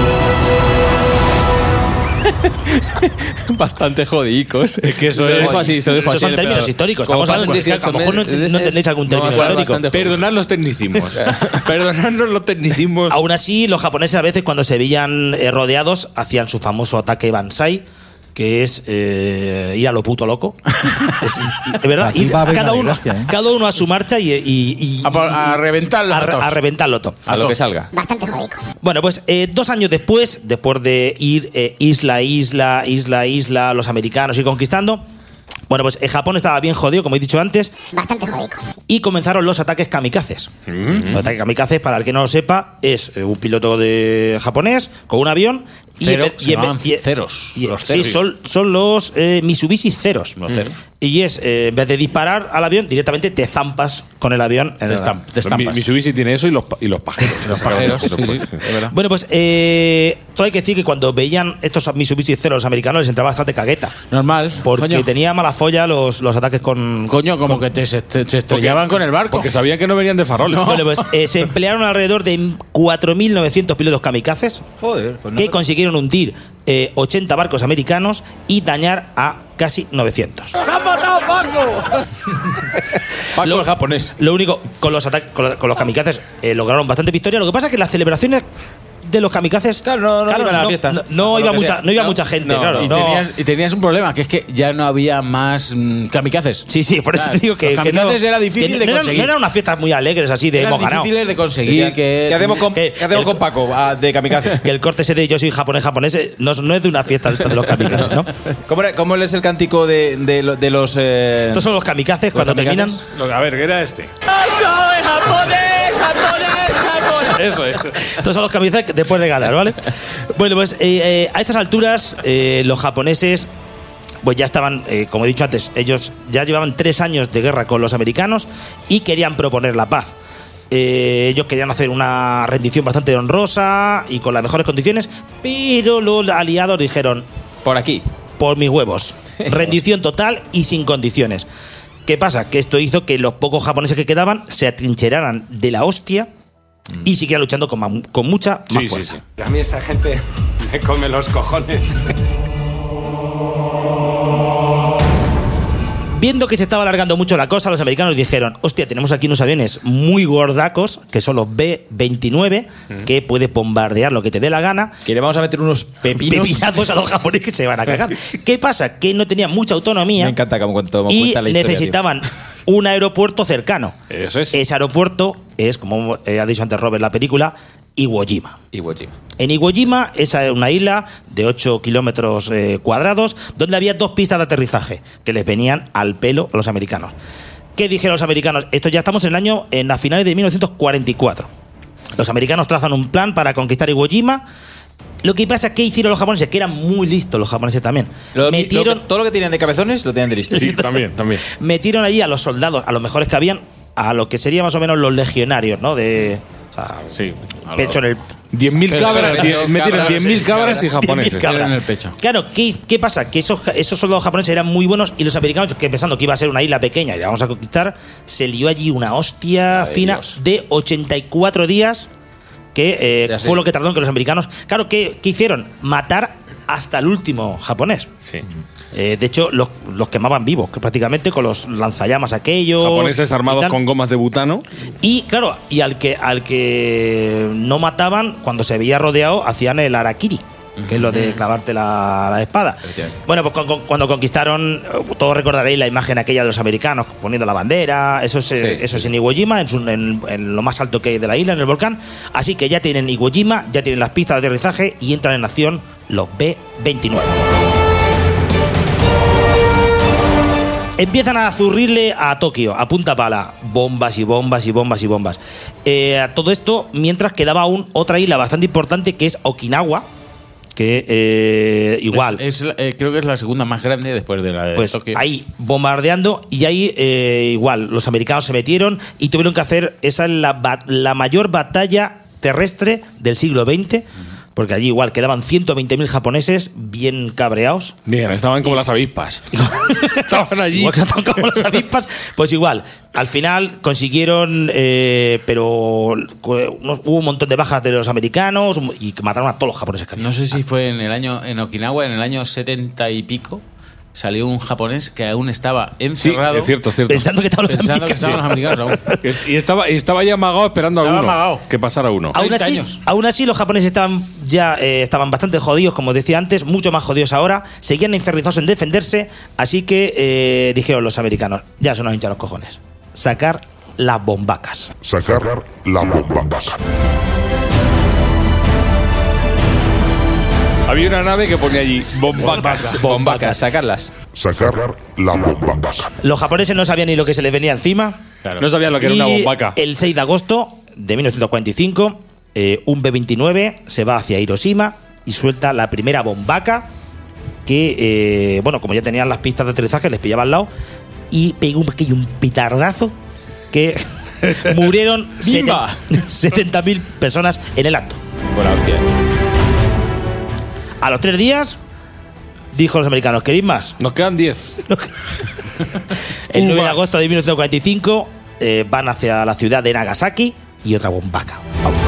C: Bastante jodicos.
A: Es que eso,
C: eso
A: es
C: dijo así, eso dijo
B: Esos
C: así,
B: son términos
C: pero,
B: históricos. Estamos hablando de que a lo mejor no, ent- no entendéis algún término
C: no,
B: histórico.
A: Perdonad los tecnicismos. Perdonadnos los tecnicismos.
B: Aún así, los japoneses a veces cuando se veían eh, rodeados hacían su famoso ataque Banzai, que es eh, ir a lo puto loco. Es, es verdad, ir cada uno, gracia, ¿eh? cada uno a su marcha y, y, y,
E: a, a reventarlo
B: a, a, a reventarlo todo.
C: A, a lo que salga.
L: Bastante jodicos.
B: Bueno, pues eh, dos años después, después de ir eh, isla a isla, isla a isla, los americanos ir conquistando, bueno, pues eh, Japón estaba bien jodido, como he dicho antes.
L: Bastante jodicos.
B: Y comenzaron los ataques kamikazes. Mm-hmm. Los ataques kamikazes, para el que no lo sepa, es eh, un piloto de japonés con un avión.
E: Cero,
B: y,
E: se
B: y,
E: llaman
B: y,
E: ceros.
B: Y,
E: los
B: sí, son, son los eh, Mitsubishi ceros.
E: Los ceros.
B: Y es, eh, en vez de disparar al avión, directamente te zampas con el avión.
E: Te, estamp, te estampas.
A: Mitsubishi tiene eso y los, y los pajeros.
E: Los pajeros, sí, sí,
B: bueno, pues eh, todo hay que decir que cuando veían estos Mitsubishi ceros los americanos les entraba bastante cagueta.
E: Normal.
B: Porque
E: coño.
B: tenía mala folla los, los ataques con...
E: Coño, como
B: con,
E: que te, se, te, se estrellaban
A: porque,
E: con el barco.
A: Porque sabían que no venían de farol.
B: No. Bueno, pues eh, se emplearon alrededor de cuatro mil novecientos pilotos kamikazes.
D: Joder, pues no
B: que
D: te...
B: consiguieron hundir eh, ochenta barcos americanos y dañar a casi novecientos.
F: ¡Se han matado Paco!
D: Paco el japonés.
B: Lo único, con los ataques, con los, con los kamikazes eh, lograron bastante victoria. Lo que pasa es que las celebraciones de los kamikazes,
D: claro, no, no,
B: claro,
D: iban a la
B: no,
D: fiesta.
B: no, no iba mucha,
D: sea.
B: no iba
D: no,
B: mucha gente,
D: no,
B: claro.
E: Y,
B: no.
E: tenías, y tenías un problema, que es que ya no había más mmm, kamikazes.
B: Sí, sí, por eso
E: claro,
B: te digo que,
E: los
B: que no,
E: kamikazes era difícil
B: que
E: de
B: no
E: conseguir.
B: Eran, no eran unas fiestas muy alegres así de
E: eran
B: hemos ganado.
E: difíciles de conseguir.
D: ¿Qué,
E: que,
D: ¿qué hacemos con,
B: que,
D: ¿qué hacemos
B: el,
D: con Paco ah, de kamikaze?
B: Que el corte ese de yo soy japonés japonés eh, no, no es de una fiesta de los kamikazes, ¿no?
D: ¿Cómo, era, ¿Cómo es el cántico de, de, de los... Eh,
B: Estos son los kamikazes cuando
D: kamikazes?
B: terminan.
A: A ver, ¿qué era este?
F: ¡Soy japonés, japonés, japonés!
A: Eso es.
B: Estos son los kamikazes después de ganar, ¿vale? Bueno, pues eh, eh, a estas alturas eh, los japoneses pues ya estaban, eh, como he dicho antes, ellos ya llevaban tres años de guerra con los americanos y querían proponer la paz. Eh, ellos querían hacer una rendición bastante honrosa y con las mejores condiciones, pero los aliados dijeron:
C: por aquí,
B: por mis huevos, rendición total y sin condiciones. ¿Qué pasa? Que esto hizo que los pocos japoneses que quedaban se atrincheraran de la hostia y siguieran luchando con, ma- con mucha más
M: Sí,
B: fuerza.
M: sí, sí. A mí esa gente me come los cojones.
B: Viendo que se estaba alargando mucho la cosa, los americanos dijeron: hostia, tenemos aquí unos aviones muy gordacos, que son los B veintinueve, mm. que puedes bombardear lo que te dé la gana.
D: Que le vamos a meter unos pepinos.
B: Pepinazos a los japoneses que se van a cagar. ¿Qué pasa? Que no tenían mucha autonomía.
D: Me encanta como cuento,
B: y
D: cuenta la historia,
B: necesitaban
D: tío.
B: un aeropuerto cercano.
A: Eso es.
B: Ese aeropuerto es, como ha dicho antes Robert, la película, Iwo Jima.
C: Iwo Jima.
B: En Iwo Jima, esa es una isla de ocho kilómetros eh, cuadrados, donde había dos pistas de aterrizaje que les venían al pelo a los americanos. ¿Qué dijeron los americanos? Esto ya estamos en el año, en las finales de mil novecientos cuarenta y cuatro. Los americanos trazan un plan para conquistar Iwo Jima. Lo que pasa es que hicieron los japoneses, que eran muy listos los japoneses también.
D: Lo,
B: metieron,
D: lo que, todo lo que tenían de cabezones lo tenían de listos.
A: Sí, también, también.
B: Metieron allí a los soldados, a los mejores que habían, a lo que serían más o menos los legionarios, ¿no? De... O sea,
A: sí,
B: pecho en el...
A: diez mil cabras,
C: diez-
A: metieron diez mil cabras y japoneses.
B: diez mil cabras.
E: en el pecho.
B: Claro, ¿qué, qué pasa? Que esos, esos soldados japoneses eran muy buenos y los americanos, que pensando que iba a ser una isla pequeña y la vamos a conquistar, se lió allí una hostia
C: Ay,
B: fina
C: Dios.
B: de ochenta y cuatro días, que eh,
C: Ya sé.
B: fue lo que tardó en que los americanos... Claro, ¿qué, qué hicieron? Matar hasta el último japonés.
A: Sí.
B: Eh, de hecho, los, los quemaban vivos, que prácticamente con los lanzallamas aquellos.
A: Japoneses
B: y
A: armados
B: tal.
A: con gomas de butano.
B: Y claro, y al que al que no mataban, cuando se veía rodeado, hacían el harakiri, que es lo de clavarte la, la espada. Bueno, pues con- con- cuando conquistaron, todos recordaréis la imagen aquella de los americanos poniendo la bandera. Eso es, eh,
C: Sí,
B: eso
C: sí,
B: es en Iwo Jima, en, su- en- en lo más alto que hay de la isla, en el volcán. Así que ya tienen Iwo Jima, ya tienen las pistas de aterrizaje y entran en acción los B veintinueve. Empiezan a zurrirle a Tokio, a punta pala, bombas y bombas y bombas y bombas. Eh, a todo esto, mientras quedaba aún otra isla bastante importante, que es Okinawa, que eh, igual,
E: Es, es la- eh, creo que es la segunda más grande después de la de
B: pues
E: Tokio.
B: ahí bombardeando, y ahí eh, igual los americanos se metieron y tuvieron que hacer, esa es la, ba- la mayor batalla terrestre del siglo veinte, porque allí igual quedaban ciento veinte mil japoneses bien cabreados.
A: Bien, estaban como las avispas. Estaban allí.
B: Igual que estaban como las avispas, pues igual. Al final consiguieron, eh, pero unos- hubo un montón de bajas de los americanos y que mataron a todos los japoneses que había.
E: No sé si fue en el año en Okinawa, en el año setenta y pico, salió un japonés que aún estaba
A: Sí,
E: encerrado.
A: es cierto, es cierto.
B: Pensando que estaban los
E: Pensando que
B: americanos.
E: estaban los americanos aún.
A: Y estaba, y estaba ya amagado esperando
E: Estaba
A: a uno.
E: amagado.
A: Que pasara uno.
B: Aún
E: treinta
B: así,
E: años.
B: aún así, los japoneses estaban ya eh, estaban bastante jodidos, como decía antes, mucho más jodidos ahora. Seguían encerrizados en defenderse, así que eh, dijeron los americanos: ya se nos hinchan los cojones. Sacar las bombacas.
N: Sacar las bombacas.
A: Había una nave que ponía allí bombacas.
C: Bombacas, sacarlas.
N: Sacar las bombacas.
B: Los japoneses no sabían ni lo que se les venía encima.
E: Claro.
A: No sabían lo que era una
B: Y
A: bombaca.
B: el seis de agosto de mil novecientos cuarenta y cinco, eh, un B veintinueve se va hacia Hiroshima y suelta la primera bombaca que, eh, bueno, como ya tenían las pistas de aterrizaje, les pillaba al lado y pegó un pequeño un pitardazo que murieron
C: ¡Bimba!
B: setenta mil personas en el acto.
C: Fue la hostia.
B: A los tres días, dijo los americanos: ¿queréis más?
A: Nos quedan diez.
B: El nueve de
A: más.
B: agosto de mil novecientos cuarenta y cinco eh, van hacia la ciudad de Nagasaki y otra bombaca.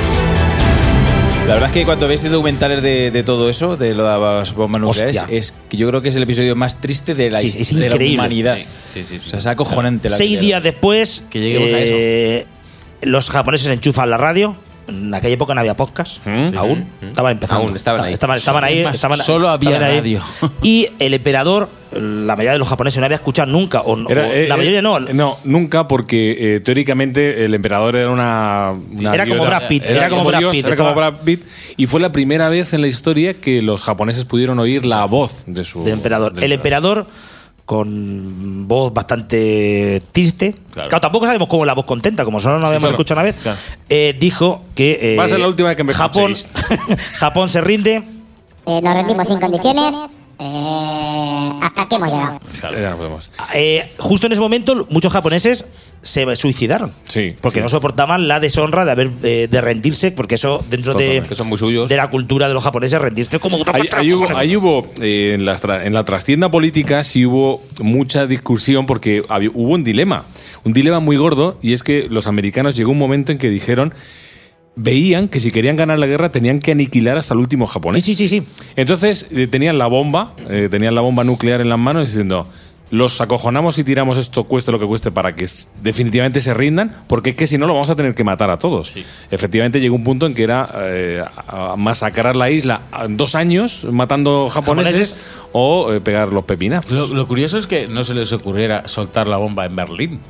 D: La verdad es que cuando veis documentales de, de todo eso, de las bombas nucleares,
B: Hostia.
D: es que yo creo que es el episodio más triste de la,
B: Sí,
D: his-
B: es
D: de la
B: increíble.
D: humanidad.
E: Sí, sí, sí.
D: O sea, es acojonante la
B: Seis
D: vida.
B: días después,
E: Que lleguemos a
B: eh, los japoneses enchufan la radio. En aquella época no había podcast,
A: ¿Mm?
B: aún. Estaban empezando.
C: Aún, estaban ahí.
B: Estaban, estaban ahí.
E: Más,
B: estaban-
E: solo había
B: estaban ahí.
E: radio.
B: Y el emperador, la mayoría de los japoneses no había escuchado nunca, o,
A: Era,
B: o
A: eh,
B: la mayoría
A: eh,
B: no.
A: No, nunca, porque eh, teóricamente el emperador era una. una
B: Era como
A: diosa-
B: Brad Pitt, era como Brad
A: Dios,
B: Pitt,
A: Era como
B: estaba-
A: Brad Pitt. Y fue la primera vez en la historia que los japoneses pudieron oír la voz de su.
B: Del emperador.
A: del
B: El emperador, con voz bastante triste.
E: Claro.
B: Claro, tampoco sabemos cómo la voz contenta, como solo no habíamos
A: claro.
B: escuchado una vez.
E: Claro.
B: eh, dijo que. eh,
A: Va a ser la última vez que me
B: Japón,
A: escuchéis.
B: Japón se rinde.
L: Eh, nos rendimos sin condiciones. Eh, ¿Hasta qué hemos llegado?
A: Ya no podemos.
B: Eh, justo en ese momento, muchos japoneses se suicidaron.
A: Sí.
B: Porque
A: sí.
B: no soportaban la deshonra de haber eh, de rendirse, porque eso dentro de,
C: que son muy suyos.
B: de la cultura de los japoneses, rendirse como una
A: Ahí, ahí hubo, ahí hubo eh, en, la, tra- en la trastienda política sí hubo mucha discusión porque había- hubo un dilema, un dilema muy gordo, y es que los americanos llegó un momento en que dijeron, veían que si querían ganar la guerra tenían que aniquilar hasta el último japonés.
B: Sí, sí, sí, sí.
A: Entonces eh, tenían la bomba, eh, tenían la bomba nuclear en las manos diciendo, los acojonamos y tiramos esto cueste lo que cueste para que s- definitivamente se rindan, porque es que si no lo vamos a tener que matar a todos. Efectivamente llegó un punto en que era eh, a- a masacrar la isla a- dos años matando japoneses, o eh, pegar los pepinazos.
E: Lo, lo curioso es que no se les ocurriera soltar la bomba en Berlín.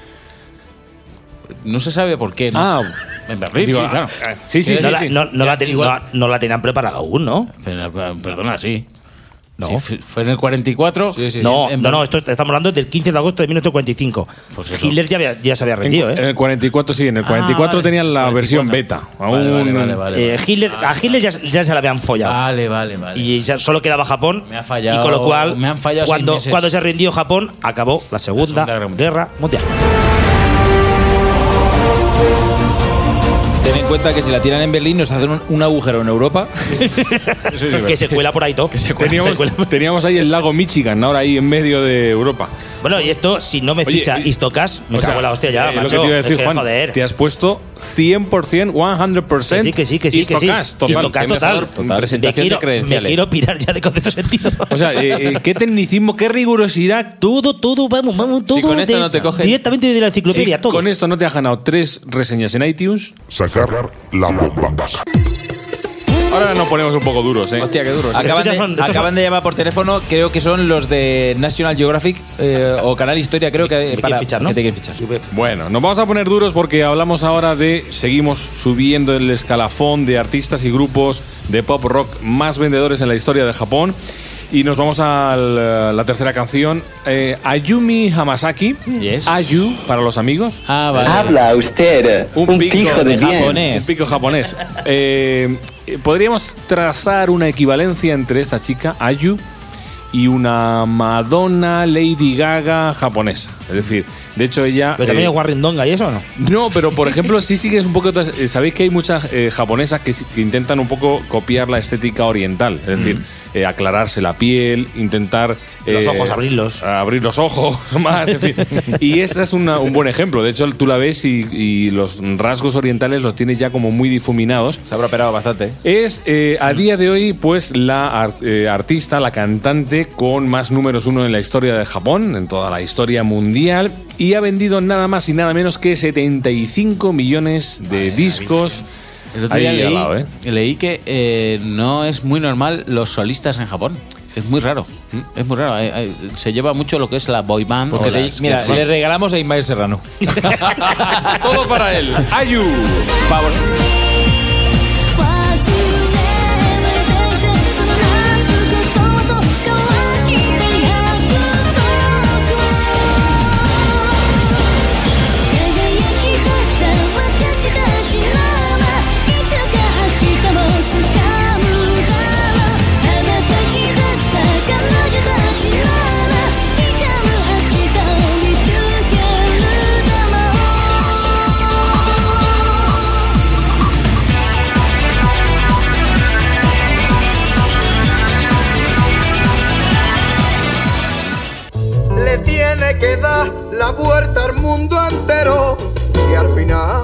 E: No se sabe por qué, ¿no?
A: Ah,
E: en Berlín,
A: digo,
E: sí, claro.
A: ah, sí, sí,
B: no,
A: sí,
B: la,
A: sí.
B: no- no la ten-
E: Igual-
B: no- no la tenían preparada aún, ¿no?
E: Pero, perdona, sí. No. Sí, fue- fue en el cuarenta y cuatro.
C: Sí, sí.
B: No,
E: En- en
B: no, no,
E: Berlín.
B: esto estamos hablando del quince de agosto de mil novecientos cuarenta y cinco.
E: Pues eso.
B: Hitler ya, había- ya se había
A: En,
B: rendido,
A: en
B: ¿eh?
A: el cuarenta y cuatro sí, en el cuarenta y cuatro
E: Ah, vale.
A: tenían la
E: cuarenta y
A: versión
E: cuatro.
A: beta.
E: Vale,
A: Aún-
E: vale, vale, vale.
B: Eh, Hitler, a Hitler ya, ya se la habían follado.
E: Vale, vale, vale.
B: Y ya solo quedaba Japón.
E: Me ha fallado-
B: y con lo cual,
E: me han fallado
B: cuando,
E: seis meses.
B: cuando se rindió Japón, acabó la Segunda,
E: La Segunda Guerra
B: Guerra Mundial.
D: Ten en cuenta que si la tiran en Berlín nos hacen un, un agujero en Europa.
B: que se cuela por ahí todo.
A: Teníamos,
B: Se cuela.
A: teníamos ahí el lago Michigan, ahora ahí en medio de Europa.
B: Bueno, y esto, si no me
A: Oye,
B: ficha
A: y-
B: Istocas, me
A: O sea,
B: cago en la hostia ya,
A: eh, lo
B: macho.
A: que te iba a decir,
B: Es que,
A: Juan,
B: joder.
A: te has puesto cien por ciento, cien por ciento
B: Que sí, que sí, que sí, que sí.
A: Istocas, total.
B: Istocas
A: Qué
B: total.
A: mejor.
C: Total,
B: Me
C: presentación
B: quiero,
C: de credenciales.
B: me quiero pirar ya de concepto sentido.
A: O sea, eh, eh, qué tecnicismo, qué rigurosidad.
B: todo, todo, vamos, vamos, todo.
C: con esto
B: de-
C: no te cogen-
B: directamente de la enciclopedia,
A: Si
B: todo.
A: con esto no te has ganado tres reseñas en iTunes,
N: Sacar la bombataza.
A: ahora nos ponemos un poco duros, ¿eh?
C: Hostia, qué duro. sí.
D: Acaban,
B: Estos ya
D: de,
B: son- estos
D: acaban
B: son-
D: de llamar por teléfono, creo que son los de National Geographic eh, o Canal Historia, creo que
B: Me quieren
D: para
B: fichar, ¿no?
D: que te quieren fichar.
A: Bueno, nos vamos a poner duros porque hablamos ahora de, seguimos subiendo el escalafón de artistas y grupos de pop rock más vendedores en la historia de Japón. Y nos vamos a la, la tercera canción, eh, Ayumi Hamasaki,
E: Yes.
A: Ayu para los amigos.
E: Ah, vale.
H: Habla usted, un,
A: pico
H: pijo de bien.
D: japonés.
A: Un pico japonés. Eh, eh, Podríamos trazar una equivalencia entre esta chica, Ayu, y una Madonna Lady Gaga japonesa. Es decir, de hecho ella...
B: Pero también
A: eh,
B: es Warringdonga y eso, ¿o no?
A: no, pero por ejemplo, sí sí que es un poco. eh, Sabéis que hay muchas eh, japonesas que, sí- que intentan un poco copiar la estética oriental, es decir, eh, aclararse la piel, intentar.
B: Los
A: eh,
B: ojos, abrirlos.
A: Abrir los ojos más, en fin. Y esta es una- un buen ejemplo. De hecho, tú la ves y, y los rasgos orientales los tienes ya como muy difuminados.
D: Se habrá operado bastante.
A: Es eh, a día de hoy, pues, la ar- eh, artista, la cantante con más números uno en la historia de Japón, en toda la historia mundial, y ha vendido nada más y nada menos que setenta y cinco millones de discos.
E: El otro
A: Ahí
E: día
A: al
E: leí,
A: lado, ¿eh?
E: leí que eh, no es muy normal los solistas en Japón. Es muy raro. Es muy raro. Hay- hay- se lleva mucho lo que es la boy band.
D: Porque
E: o
D: se-
E: las-
D: mira,
E: que-
D: le regalamos a Ismael Serrano.
A: Todo para él. Ayu.
D: Pablo.
F: Le tiene que dar la vuelta al mundo entero y al final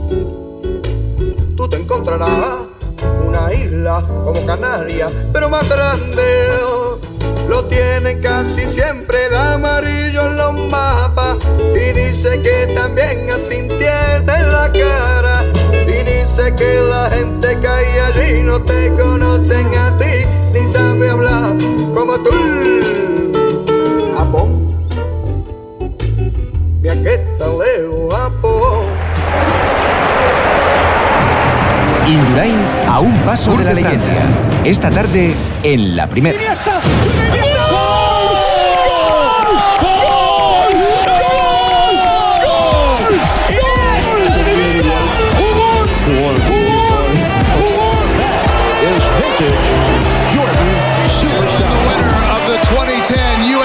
F: tú te encontrarás una isla como Canarias, pero más grande. Lo tiene casi siempre de amarillo en los mapas y dice que también así tiene la cara y dice que la gente que hay allí no te conocen a ti ni sabe hablar como tú. Japón, mira que tal leo Japón.
O: Indurain a un paso de la leyenda. Esta tarde en la primera.
P: Jordan, the winner of the twenty ten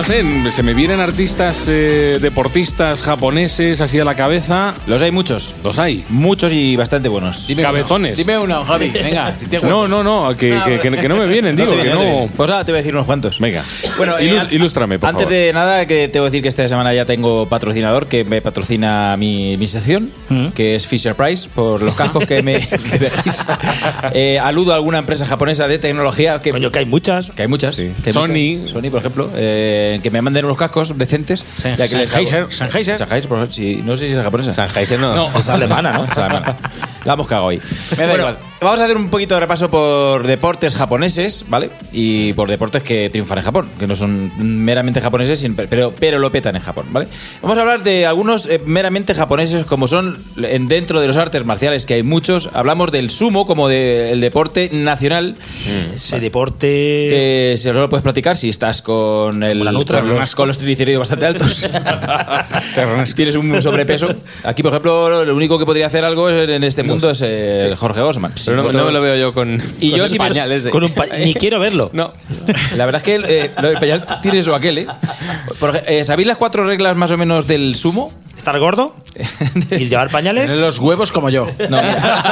A: sé, se me vienen artistas, eh, deportistas japoneses así a la cabeza.
D: Los hay muchos.
A: Los hay.
D: Muchos y bastante buenos.
A: Dime Cabezones.
E: Uno. Dime uno, Javi. Venga. Si te
A: no, no, no, que, no, que, que, que no me vienen, digo,
D: no
A: que
D: viene,
A: no.
D: No pues ahora te voy a decir unos cuantos.
A: Venga.
D: Bueno,
A: Ilus,
D: eh,
A: ilústrame, por
D: antes
A: favor.
D: de nada, que te voy a decir que esta semana ya tengo patrocinador que me patrocina mi, mi sección, ¿Mm? que es Fisher Price, por los cascos que me que dejéis. Eh, aludo a alguna empresa japonesa de tecnología que,
B: Coño, que hay muchas.
D: Que hay muchas.
A: Sí.
D: Que hay
A: Sony.
D: Muchas. Sony, por ejemplo. Eh, que me manden unos cascos decentes.
E: San,
D: ya que les hago-
E: Sennheiser. Sennheiser.
D: Sennheiser, por ejemplo, sí, no sé si es japonesa.
C: Sennheiser no.
B: No, es alemana, ¿no?
D: Es alemana. La hemos cagado hoy.
E: Me da
D: Bueno,
E: igual.
D: vamos a hacer un poquito de repaso por deportes japoneses, ¿vale? Y por deportes que triunfan en Japón, que no son meramente japoneses, pero, pero lo petan en Japón, ¿vale? Vamos a hablar de algunos eh, meramente japoneses, como son en, dentro de los artes marciales, que hay muchos. Hablamos del sumo como de, el deporte nacional.
B: Mm. Ese vale. deporte...
D: Que se lo puedes practicar si estás con, el,
B: la nutra,
D: con, los, con los triglicéridos bastante altos. Tienes un sobrepeso. Aquí, por ejemplo, lo único que podría hacer algo en este mundo es el Jorge Osman.
C: Pero no, no me lo veo yo con,
D: y
C: con
D: yo
C: el
D: sí me-
C: pañal ese.
B: Con un pa- Ni quiero verlo.
D: No, la verdad es que eh, lo del pañal tiene eso aquel, ¿eh? Por ej- eh, ¿Sabéis las cuatro reglas más o menos del sumo?
B: ¿Estar gordo? ¿Y llevar pañales?
E: Tener los huevos como yo.
D: No.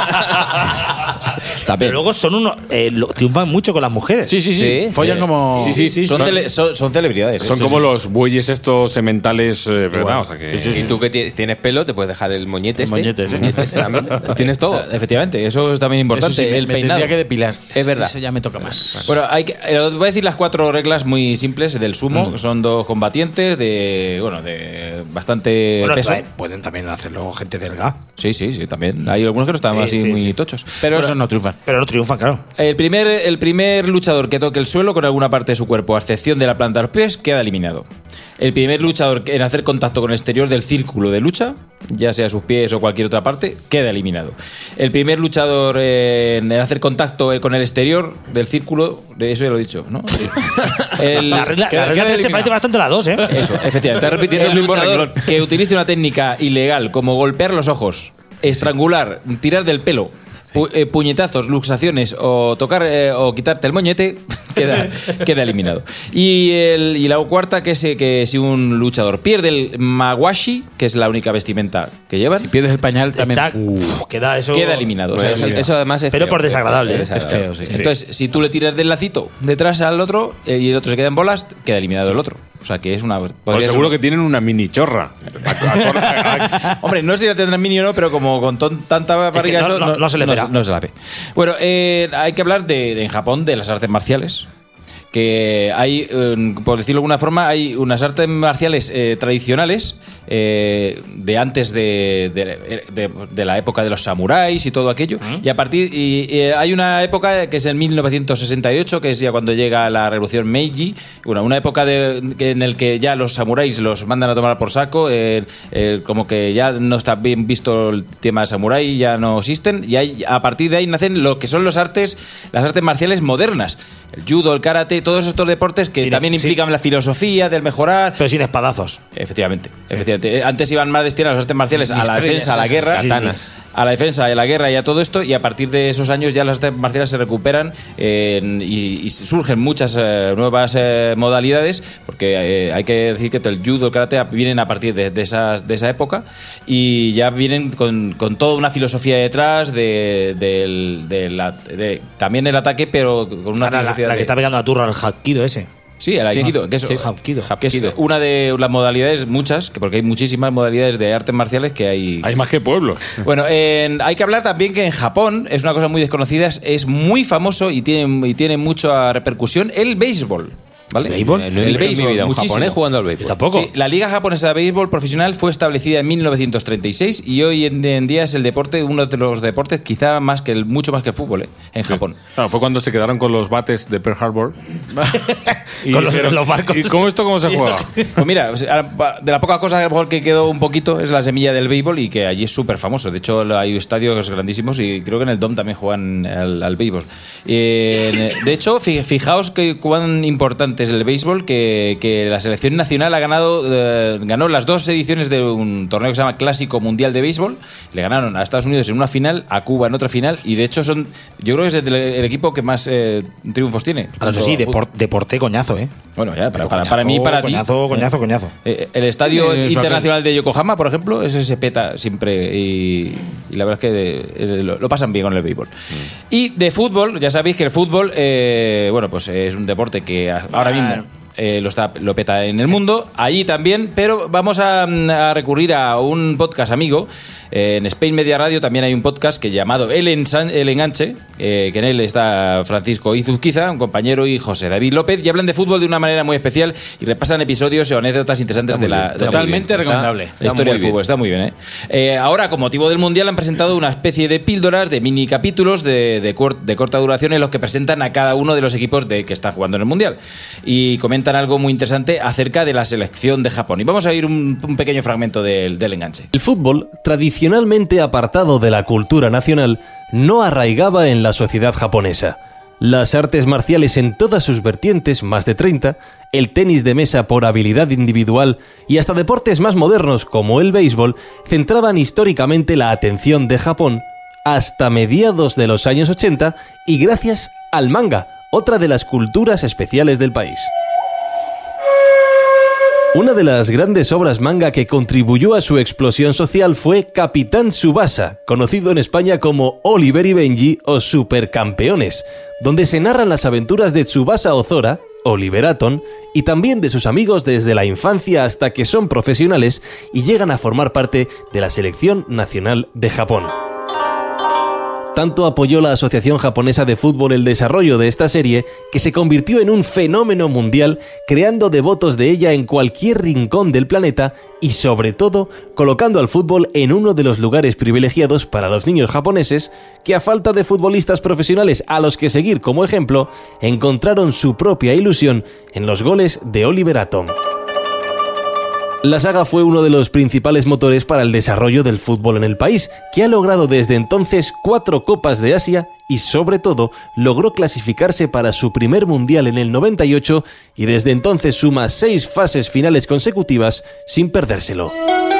B: Pero luego son unos... Eh, lo- triunfan mucho con las mujeres.
E: Sí, sí, sí.
C: Sí,
E: Follan
C: sí.
E: como...
A: Sí, sí, sí.
D: Son,
A: Son,
D: cele- son- son celebridades. ¿eh?
A: son
D: Sí,
A: como
D: sí.
A: los bueyes estos sementales, eh, ¿verdad?
D: Igual.
A: O sea que...
C: Y tú que ti- tienes pelo, te puedes dejar el moñete
E: El
C: este.
E: moñete, sí.
C: este también. Tienes todo.
D: Efectivamente, eso es también importante.
E: Eso sí, me-
D: el
E: me
D: peinado.
E: tendría que depilar.
C: Es verdad.
E: Eso ya me toca más.
D: Bueno, hay que, eh, os voy a decir las cuatro reglas muy simples del sumo. que Son dos combatientes de, bueno, de bastante
B: Bueno,
D: peso.
B: trae- pueden también hacerlo gente delgada.
D: Sí, sí, sí, también. Hay algunos que no están
B: Sí,
D: así
B: sí,
D: muy
B: sí.
D: tochos.
E: Pero
D: Bueno,
E: esos no triunfan.
B: Pero no triunfan, claro.
D: El primer, el primer luchador que toque el suelo con alguna parte de su cuerpo, a excepción de la planta de los pies, queda eliminado. El primer luchador en hacer contacto con el exterior del círculo de lucha, ya sea sus pies o cualquier otra parte, queda eliminado. El primer luchador eh, en hacer contacto con el exterior del círculo, de eso ya lo he dicho, ¿no? Sí. El-
B: La regla,
D: queda-
B: la regla
D: queda
B: se
D: eliminado.
B: parece bastante a la dos, ¿eh?
D: Eso, efectivamente.
C: Está repitiendo
D: el
C: el mismo
D: luchador
C: renglón.
D: que utilice una técnica ilegal como golpear los ojos, estrangular, tirar del pelo, pu- eh, puñetazos, luxaciones o tocar eh, o quitarte el moñete, queda, queda eliminado. Y, el, y la cuarta, que es eh, que si un luchador pierde el mawashi, que es la única vestimenta que llevan,
E: Si pierdes el pañal también...
B: Está- Uf, queda eso...
D: queda eliminado. O sea,
C: Bueno,
D: es-
C: eso además es
B: Pero
C: feo.
B: por desagradable, ¿eh?
C: Es
E: Es feo, sí.
D: entonces, si tú le tiras del lacito detrás al otro eh, y el otro se queda en bolas, queda eliminado el otro. O sea, que es una...
A: Pues
D: podría ser
A: seguro
D: una-
A: que tienen una mini chorra.
D: Hombre, no sé si la tendrán mini o no, pero como con ton- tanta barriga
B: no-
D: eso,
B: no- no se le verá.
D: no se la ve. Bueno, eh, hay que hablar de, de en Japón de las artes marciales. Que hay, eh, por decirlo de alguna forma, hay unas artes marciales eh, tradicionales eh, de antes de, de- de- de la época de los samuráis y todo aquello. Y a partir y, y hay una época que es en mil novecientos sesenta y ocho, que es ya cuando llega la revolución Meiji, bueno, una época de, que- en el que ya los samuráis los mandan a tomar por saco, eh, eh, como que ya no está bien visto el tema de samurái, ya no existen, y hay, a partir de ahí nacen lo que son los artes, las artes marciales modernas, el judo, el karate, todos estos deportes que
B: Sin-
D: también
B: sí.
D: implican la filosofía del mejorar.
B: Pero sin espadazos.
D: Efectivamente, efectivamente. Antes iban más destinados a las artes marciales a la
E: Estrellas,
D: defensa, a la
E: esas,
D: guerra,
C: katanas.
D: a la defensa, a la guerra y a todo esto, y a partir de esos años ya las artes marciales se recuperan eh, y, y surgen muchas eh, nuevas eh, modalidades, porque eh, hay que decir que el judo, el karate vienen a partir de, de, esa, de esa época y ya vienen con, con toda una filosofía detrás de, del- de la- de- también el ataque, pero con una
B: Ahora, la,
D: filosofía
B: la
D: de-
B: que está pegando a turra al Hapkido ese.
D: Sí, el Aikido, que es,
B: Sí, Hapkido.
D: que es una de las modalidades, muchas, que porque hay muchísimas modalidades de artes marciales que hay.
A: Hay más que pueblos.
D: Bueno, en- hay que hablar también que en Japón es una cosa muy desconocida, es, es muy famoso y tiene, y tiene mucha repercusión el béisbol. ¿Vale?
B: ¿Béisbol?
C: Eh, no he visto en mi vida un
D: muchísimo.
C: japonés jugando al béisbol.
B: Tampoco.
D: Sí, la Liga Japonesa de Béisbol Profesional fue establecida en mil novecientos treinta y seis y hoy en, en día es el deporte, uno de los deportes quizá más que el, mucho más que el fútbol, ¿eh? En Japón.
A: Claro, fue cuando se quedaron con los bates de Pearl Harbor. Y
B: Con los-
A: dijeron,
B: los barcos.
A: ¿y cómo esto cómo se juega?
D: Pues mira, de las pocas cosas a lo mejor que quedó un poquito es la semilla del béisbol y que allí es súper famoso. De hecho, hay estadios grandísimos y creo que en el Dom también juegan al, al béisbol. Eh, de hecho, fi- fijaos que cuán importante antes del béisbol, que, que la selección nacional ha ganado eh, ganó las dos ediciones de un torneo que se llama Clásico Mundial de Béisbol. Le ganaron a Estados Unidos en una final, a Cuba en otra final, y de hecho son, yo creo que es el, el equipo que más eh, triunfos tiene.
B: Ahora, eso sí, depor, deporte coñazo, ¿eh?
D: Bueno, ya, para, para,
B: coñazo,
D: para mí y para
B: coñazo,
D: ti.
B: Coñazo, coñazo,
D: eh, El Estadio eh, Internacional de Yokohama, por ejemplo, ese se peta siempre y, y la verdad es que eh, lo, lo pasan bien con el béisbol. Mm. Y de fútbol, ya sabéis que el fútbol, eh, bueno, pues es un deporte que ahora mismo eh, lo, está, lo peta en el mundo, allí también, pero vamos a, a recurrir a un podcast amigo. Eh, en Spain Media Radio también hay un podcast que llamado El, Ensan, El Enganche, eh, que en él está Francisco Izuzquiza, un compañero, y José David López, y hablan de fútbol de una manera muy especial y repasan episodios o anécdotas interesantes de la, de
E: totalmente
D: la
E: recomendable.
D: Está, la historia del fútbol. Está muy bien, ¿eh? Eh, ahora, con motivo del Mundial, han presentado una especie de píldoras, de mini capítulos de, de, cort, de corta duración en los que presentan a cada uno de los equipos de que están jugando en el Mundial y comentan algo muy interesante acerca de la selección de Japón. Y vamos a ir un, un pequeño fragmento del, del enganche.
P: El fútbol, tradicionalmente apartado de la cultura nacional, no arraigaba en la sociedad japonesa. Las artes marciales en todas sus vertientes, más de treinta, el tenis de mesa por habilidad individual y hasta deportes más modernos como el béisbol, centraban históricamente la atención de Japón hasta mediados de los años ochenta y gracias al manga, otra de las culturas especiales del país. Una de las grandes obras manga que contribuyó a su explosión social fue Capitán Tsubasa, conocido en España como Oliver y Benji o Supercampeones, donde se narran las aventuras de Tsubasa Ozora, Oliver Atom, y también de sus amigos desde la infancia hasta que son profesionales y llegan a formar parte de la selección nacional de Japón. Tanto apoyó la Asociación Japonesa de Fútbol el desarrollo de esta serie que se convirtió en un fenómeno mundial, creando devotos de ella en cualquier rincón del planeta y, sobre todo, colocando al fútbol en uno de los lugares privilegiados para los niños japoneses que, a falta de futbolistas profesionales a los que seguir como ejemplo, encontraron su propia ilusión en los goles de Oliver Atom. La saga fue uno de los principales motores para el desarrollo del fútbol en el país, que ha logrado desde entonces cuatro Copas de Asia y, sobre todo, logró clasificarse para su primer Mundial en el noventa y ocho y desde entonces suma seis fases finales consecutivas sin perdérselo.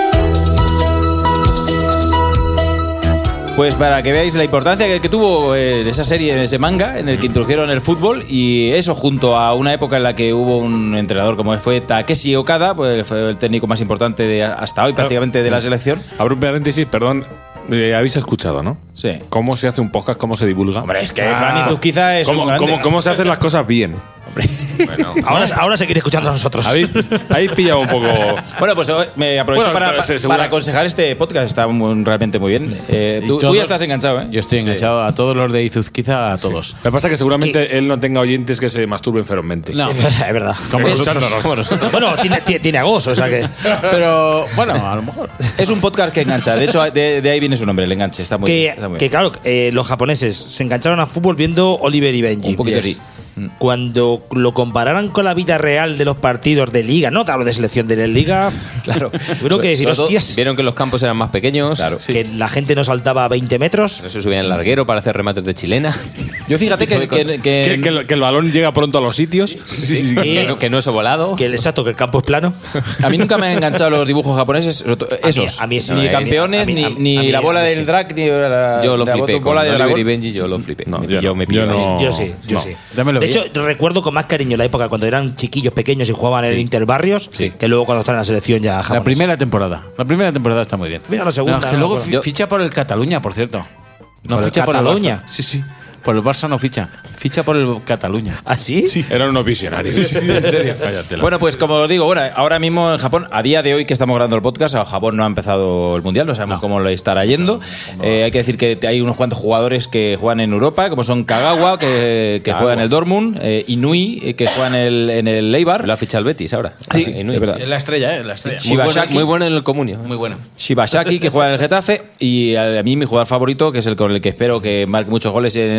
D: Pues para que veáis la importancia que, que tuvo eh, esa serie, en ese manga, en el que introdujeron el fútbol, y eso junto a una época en la que hubo un entrenador como fue Takeshi Okada, pues fue el técnico más importante de hasta hoy prácticamente de la selección.
A: Abro un paréntesis, perdón. Eh, habéis escuchado, ¿no?
D: Sí.
A: ¿Cómo se hace un podcast? ¿Cómo se divulga?
D: Hombre, es que ah, Fran Izuzquiza es
A: ¿cómo,
D: un grande.
A: ¿cómo, ¿Cómo se hacen las cosas bien?
B: Bueno, ahora, ahora seguir escuchando a nosotros.
A: Habéis, habéis pillado un poco.
D: Bueno, pues me aprovecho bueno, para, para, para aconsejar este podcast. Está muy, realmente muy bien. Eh, tú, todos, tú ya estás enganchado, ¿eh?
E: Yo estoy enganchado sí. a todos los de Izuzquiza, a todos.
A: Sí. Lo que pasa es que seguramente sí. él no tenga oyentes que se masturben ferozmente.
B: No, es verdad.
A: Como nosotros. Como nosotros.
B: Bueno, tiene, tiene, tiene agos, o sea que.
E: Pero bueno, a lo mejor.
D: Es un podcast que engancha. De hecho, de, de ahí viene su nombre, el enganche. Está muy
B: que,
D: bien. Está muy
B: que
D: bien.
B: claro, eh, los japoneses se engancharon a fútbol viendo Oliver y Benji.
D: Un poquito así.
B: Cuando lo compararan con la vida real de los partidos de liga, no te hablo de selección de la liga,
D: claro,
B: creo que decir, hostias,
C: vieron que los campos eran más pequeños,
D: claro,
B: que sí. la gente no saltaba a veinte metros,
C: no se subía en el larguero para hacer remates de chilena.
D: Yo fíjate que, que, que,
A: que, que, el, que el balón llega pronto a los sitios,
C: sí, sí, que, que, no, que no es ovalado,
B: que el exacto, que el campo es plano.
D: A mí nunca me han enganchado los dibujos japoneses, esos, a mí, a mí sí, ni no, campeones, mí, a, ni, a, ni a la bola del sí. drag, ni la,
C: yo lo
D: la
C: flipé,
D: bola
C: con
D: de
C: Oliver y Benji, yo lo flipé.
A: No,
C: me
A: yo,
C: pilló,
A: no,
C: me pilló,
A: yo, no,
B: yo sí, yo
A: no.
B: sí.
E: Dámelo
B: de
E: bien.
B: hecho, recuerdo con más cariño la época cuando eran chiquillos pequeños y jugaban sí. en el Interbarrios sí. que luego cuando están en la selección ya japonesa.
E: La primera temporada. La primera temporada está muy bien.
B: Mira la segunda.
E: No, es que
B: no,
E: luego
B: no,
E: ficha por el Cataluña, por cierto. No
B: ¿Por
E: ficha
B: el
E: por
B: Cataluña?
E: el Barça. Sí, sí. Por el Barça no ficha. Ficha por el Cataluña.
B: ¿Ah, sí?
A: Sí. Eran unos visionarios. Sí, sí, en serio. Cállatela.
D: Bueno, pues como os digo, bueno, ahora mismo en Japón, a día de hoy que estamos grabando el podcast, a Japón no ha empezado el Mundial, no sabemos no. cómo le estará yendo. No, no, eh, hay que decir que hay unos cuantos jugadores que juegan en Europa, como son Kagawa, que, que juega en el Dortmund, eh, Inui, que juega en el, en el Eibar.
C: Lo ha fichado el Betis ahora.
D: Sí, sí, Inui,
E: es verdad. Es la estrella, ¿eh? La estrella.
C: Muy, bueno, muy bueno en el comunio.
E: Muy bueno.
D: Shibashaki, que juega en el Getafe, y a, a mí mi jugador favorito, que es el con el que espero que marque muchos goles en,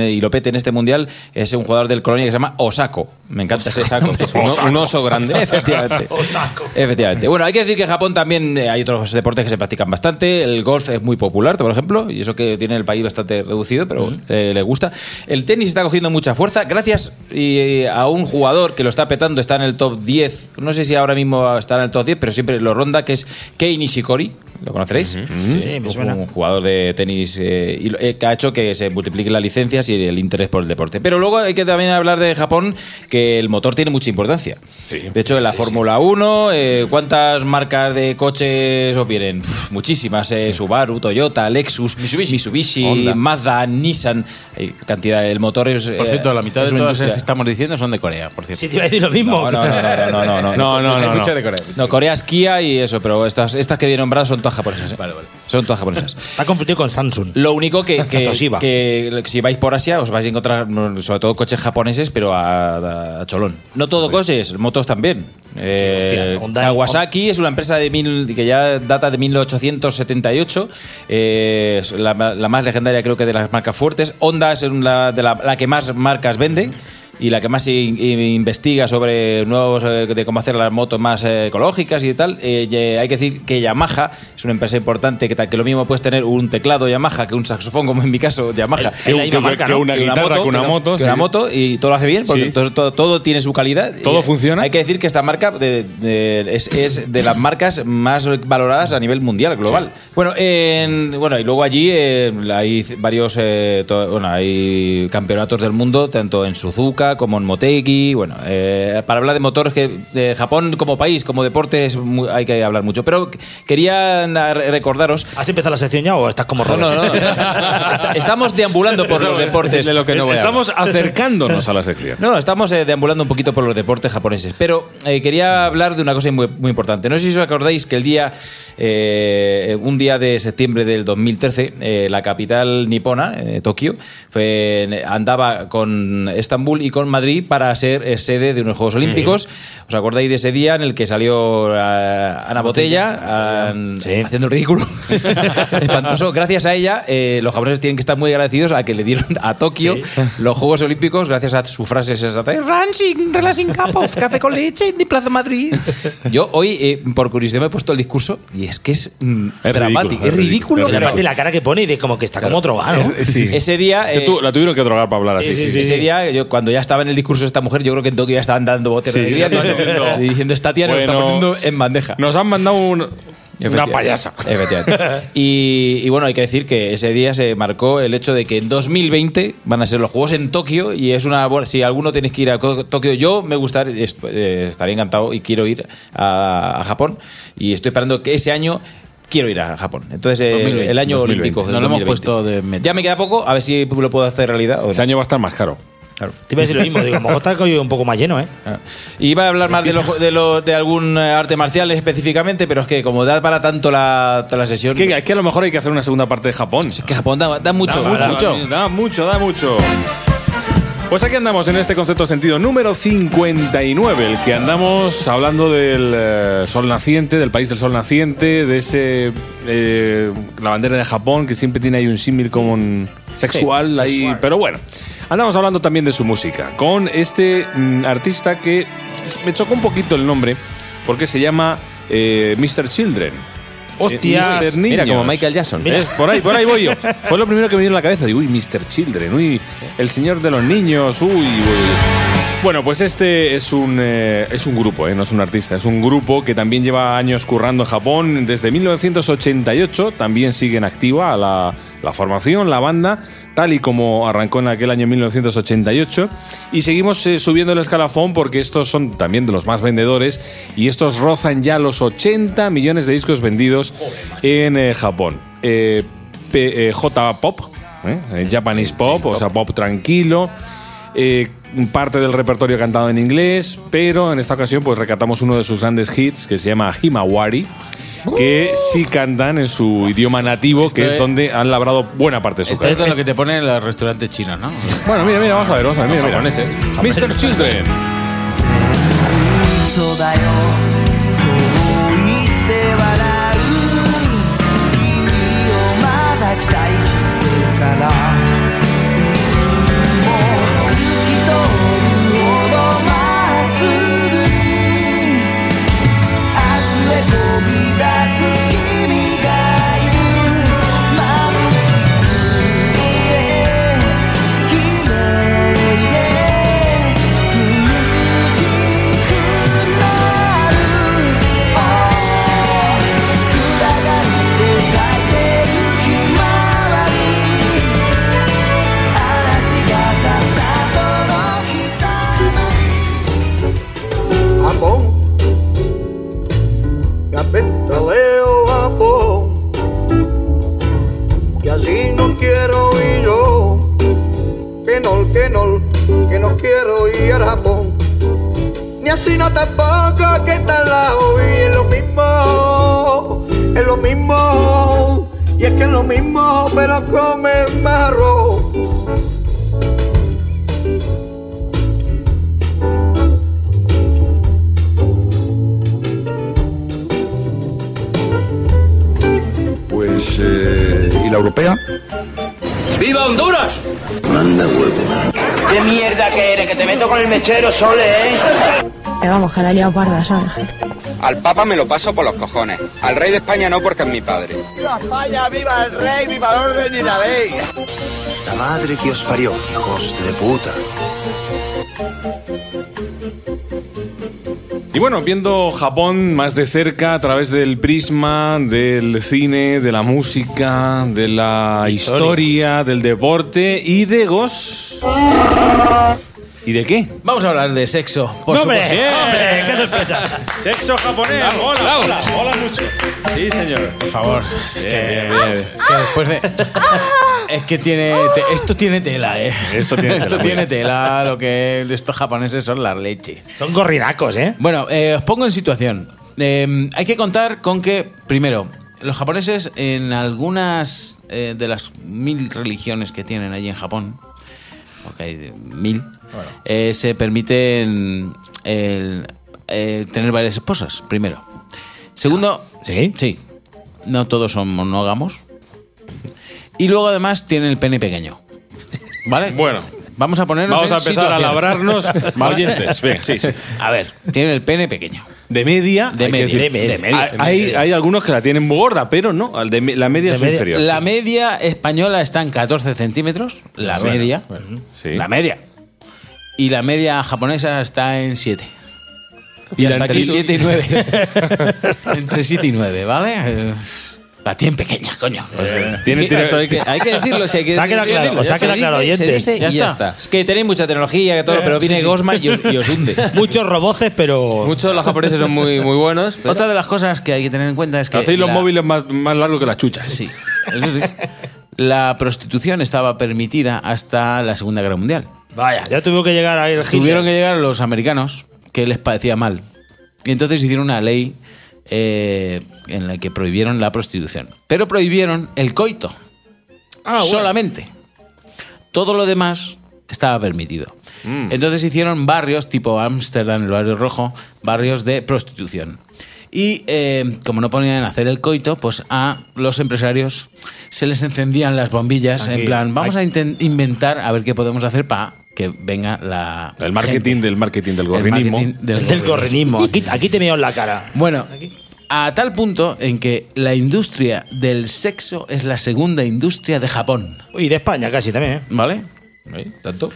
D: eh, y lo pete en este mundial es un jugador del Colonia que se llama Osako. Me encanta ese Osako. Un, un oso grande. Efectivamente.
B: Osako.
D: Efectivamente. Bueno, hay que decir que en Japón también eh, hay otros deportes que se practican bastante. El golf es muy popular, por ejemplo, y eso que tiene el país bastante reducido, pero uh-huh. eh, le gusta. El tenis está cogiendo mucha fuerza gracias y, a un jugador que lo está petando, está en el top diez. No sé si ahora mismo está en el top diez, pero siempre lo ronda, que es Kei Nishikori. ¿Lo conoceréis?
B: Uh-huh. Sí, me suena.
D: Un jugador de tenis eh, y, eh, que ha hecho que se multipliquen las licencias y el interés por el deporte. Pero luego hay que también hablar de Japón, que el motor tiene mucha importancia. Sí. De hecho, en la Fórmula uno, eh, ¿cuántas marcas de coches os vienen? Uf, muchísimas. Eh, Subaru, Toyota, Lexus, Mitsubishi, Mitsubishi Mazda, Nissan. Hay cantidad. El motor es...
E: Por cierto, la mitad
D: eh,
E: de todas
D: industria.
E: las que estamos diciendo son de Corea, por cierto.
B: Sí, te iba a decir lo mismo.
D: No, no, no, no, no, no, no,
A: no, no, no,
E: no. de Corea.
D: No, Corea es Kia y eso, pero estas, estas que he nombrado son todas japonesas. ¿eh? Vale, vale. Son todas japonesas.
B: Está confundido con Samsung.
D: Lo único que, que, que, que si vais por Asia os vais a encontrar sobre todo coches japoneses, pero a, a cholón. No todo coches, motos también. Eh, Hostia, Kawasaki es una empresa de mil, que ya data de mil ochocientos setenta y ocho. Eh, es la, la más legendaria, creo que, de las marcas fuertes. Honda es la, de la, la que más marcas vende y la que más in, in, investiga sobre nuevos eh, de cómo hacer las motos más eh, ecológicas y tal. Eh, hay que decir que Yamaha es una empresa importante, que, que lo mismo puedes tener un teclado Yamaha que un saxofón, como en mi caso Yamaha,
A: que, que, que, marca, que ¿no? una que guitarra, una moto, que una moto,
D: que una moto, y todo lo hace bien porque sí. todo, todo, todo tiene su calidad.
A: Todo
D: y
A: funciona.
D: Hay que decir que esta marca de, de, es, es de las marcas más valoradas a nivel mundial, global. Sí. Bueno, en, bueno, y luego allí eh, hay varios, eh, to, bueno, hay campeonatos del mundo, tanto en Suzuka como en Motegi. Bueno, eh, para hablar de motores, que de Japón como país, como deporte, es muy, hay que hablar mucho. Pero quería recordaros.
B: ¿Has empezado la sección ya o estás como Robert?
D: No, no, no. Está, estamos deambulando por los deportes.
A: De lo que no voy a estamos hablar. Acercándonos a la sección.
D: No, estamos eh, deambulando un poquito por los deportes japoneses. Pero eh, quería hablar de una cosa muy, muy importante. No sé si os acordáis que el día, eh, un día de septiembre del dos mil trece, eh, la capital nipona, eh, Tokio, fue, andaba con Estambul y con Madrid para ser sede de unos Juegos Olímpicos. Sí. ¿Os acordáis de ese día en el que salió uh, Ana Botella uh, sí. haciendo el ridículo? Espantoso. Gracias a ella, eh, los japoneses tienen que estar muy agradecidos a que le dieron a Tokio sí. los Juegos Olímpicos, gracias a su frase sensata: Ranching, Relaxing Cup of Café con Leche en Plaza Madrid. Yo hoy, eh, por curiosidad, me he puesto el discurso y es que es, mm, es dramático. Es ridículo.
B: Pero aparte la cara que pone y de como que está claro. como drogado, ¿no?
D: Sí. Ese día...
A: Eh, la tuvieron que drogar para hablar
D: sí,
A: así.
D: Sí, sí, ese sí. día, yo, cuando ya estaba en el discurso de esta mujer, yo creo que en Tokio ya estaban dando botes sí, de sí, no, no. diciendo, esta tía nos bueno, está poniendo en bandeja.
A: Nos han mandado un... Una payasa.
D: Efectivamente. Y, y bueno, hay que decir que ese día se marcó el hecho de que en dos mil veinte van a ser los Juegos en Tokio y es una... Si alguno tenéis que ir a Tokio, yo me gustaría, estaría encantado y quiero ir a, a Japón y estoy esperando que ese año... Quiero ir a Japón. Entonces, eh, el año dos mil veinte, olímpico.
E: Nos lo hemos puesto de meta.
D: Ya me queda poco, a ver si lo puedo hacer realidad.
A: Ese año va a estar más caro.
B: Claro. Te iba a decir lo mismo, digo, a lo mejor está un poco más lleno, ¿eh?
D: Ah. Iba a hablar más de, lo, de, lo, de algún arte marcial específicamente, pero es que como da para tanto la, toda la sesión...
A: Que, es que a lo mejor hay que hacer una segunda parte de Japón.
D: Es que Japón da, da mucho.
A: Da,
D: da
A: mucho,
D: mucho.
A: Da mucho, da mucho. Pues aquí andamos en este concepto sentido número cincuenta y nueve, el que andamos hablando del eh, sol naciente, del país del sol naciente, de ese eh, la bandera de Japón, que siempre tiene ahí un símil como un sexual, sí, ahí, sexual. Pero bueno, andamos hablando también de su música, con este mm, artista que me chocó un poquito el nombre, porque se llama eh, mister Children.
B: ¡Hostias!
C: Eh, Mira, como Michael Jackson.
A: ¿Ves? Por ahí, por ahí voy yo. Fue lo primero que me dio en la cabeza. Digo, uy, mister Children, uy, el señor de los niños, uy, uy. Bueno, pues este es un, eh, es un grupo, eh, no es un artista, es un grupo que también lleva años currando en Japón. Desde mil novecientos ochenta y ocho también sigue en activa la, la formación, la banda, tal y como arrancó en aquel año mil novecientos ochenta y ocho. Y seguimos eh, subiendo el escalafón porque estos son también de los más vendedores y estos rozan ya los ochenta millones de discos vendidos en eh, Japón. Eh, P, eh, J-Pop, eh, Japanese Pop, o sea, pop tranquilo. Eh, parte del repertorio cantado en inglés, pero en esta ocasión pues recatamos uno de sus grandes hits que se llama Himawari, que sí cantan en su idioma nativo, esto que es, es donde han labrado buena parte de su
E: carrera. Esto es lo que te ponen en los restaurantes chinos, ¿no?
A: Bueno, mira, mira, vamos a ver, vamos a ver, mira, mira. Japoneses. mister Children.
F: quiero ir a Japón. Ni así no tampoco que está al lado y es lo mismo, es lo mismo. Y es que es lo mismo, pero comen más arroz.
J: Pues, eh, ¿y la europea?
H: ¡Viva Honduras!
J: Manda huevo.
H: ¿Qué mierda que eres? Que te meto con el mechero, Sole, ¿eh?
Q: Pero vamos, que la he liado parda, ¿sabes?
R: Al Papa me lo paso por los cojones. Al rey de España no, porque es mi padre.
H: ¡Viva España! ¡Viva el rey! ¡Viva el orden y la ley!
S: La madre que os parió, hijos de puta.
A: Y bueno, viendo Japón más de cerca a través del prisma del cine, de la música, de la historia, historia del deporte y de Gos. ¿Y de qué?
E: Vamos a hablar de sexo, por
B: ¡No, hombre!
E: supuesto.
B: ¡Hombre! ¡Qué sorpresa!
A: Sexo japonés.
E: Bravo,
A: hola,
E: bravo.
A: hola, hola mucho. Sí, señor.
E: Por favor. Es
A: Bien,
E: que,
A: bien, bien.
E: es que después de... Es que tiene... te- esto tiene tela, ¿eh?
A: Esto tiene tela,
E: Esto
A: muy
E: tiene
A: bien.
E: tela. Lo que estos japoneses son la leche.
B: Son gorrinacos, ¿eh?
E: Bueno, eh, os pongo en situación. Eh, hay que contar con que, primero, los japoneses en algunas eh, de las mil religiones que tienen allí en Japón, porque hay de mil, eh, se permiten el, eh, tener varias esposas, primero. Segundo,
B: ¿Sí?
E: sí, no todos son monógamos. Y luego además tienen el pene pequeño. ¿Vale?
A: Bueno.
E: Vamos a ponernos
A: Vamos
E: en
A: a empezar a
E: situación.
A: labrarnos
E: ¿Vale?
A: oyentes. Venga, sí, sí.
E: A ver, tienen el pene pequeño.
A: De media.
E: De
A: hay que
E: media,
A: decir-
E: de media, de media.
A: Hay, hay algunos que la tienen muy gorda, pero no. al de me- la media
B: De
A: es
B: media.
A: inferior.
E: La
A: sí.
E: media española está en catorce centímetros. La
A: Bueno,
E: media.
A: Sí.
E: La media. Y la media japonesa está en siete.
A: Y la
E: entre
A: aquí-
E: siete y nueve. Entre siete y nueve, ¿vale? Eh, La tienen pequeña, coño.
A: Tiene-
C: Sí,
A: tiene-
C: hay, que, hay que decirlo, si hay que
B: Se ha quedado
C: decirlo,
B: claro, se ha
C: se
B: quedado
C: dice,
B: claro,
C: se
B: oyentes.
C: dice
E: Ya
C: y ya
E: está.
C: está.
D: Es que tenéis mucha tecnología y todo, pero viene
E: Sí, sí.
D: Gosman y os, y os hunde.
B: Muchos roboces, pero...
C: Muchos los japoneses son muy, muy buenos. pero-
E: Otra de las cosas que hay que tener en cuenta es que.
A: Hacéis los
E: la-
A: móviles más, más largos que las chuchas.
E: Sí, eso sí. La prostitución estaba permitida hasta la Segunda Guerra Mundial.
B: Vaya, ya tuvo que llegar ahí el Hitler.
E: Tuvieron que llegar los americanos, que les parecía mal. Y entonces hicieron una ley eh, en la que prohibieron la prostitución. Pero prohibieron el coito.
B: Ah, bueno.
E: Solamente. Todo lo demás estaba permitido.
A: Mm.
E: Entonces hicieron barrios tipo Ámsterdam, el barrio rojo, barrios de prostitución. Y eh, como no ponían a hacer el coito, pues a los empresarios se les encendían las bombillas
B: Aquí,
E: en plan, vamos
B: aquí.
E: a inten- inventar a ver qué podemos hacer para que venga la
A: El marketing
E: gente.
A: del marketing del
E: El
A: gorrinismo.
E: marketing del
B: Del gorrinismo. Aquí, aquí te veo en la cara.
E: Bueno, a tal punto en que la industria del sexo es la segunda industria de Japón.
B: Y de España casi también, ¿eh?
E: ¿Vale?
D: ¿Tanto?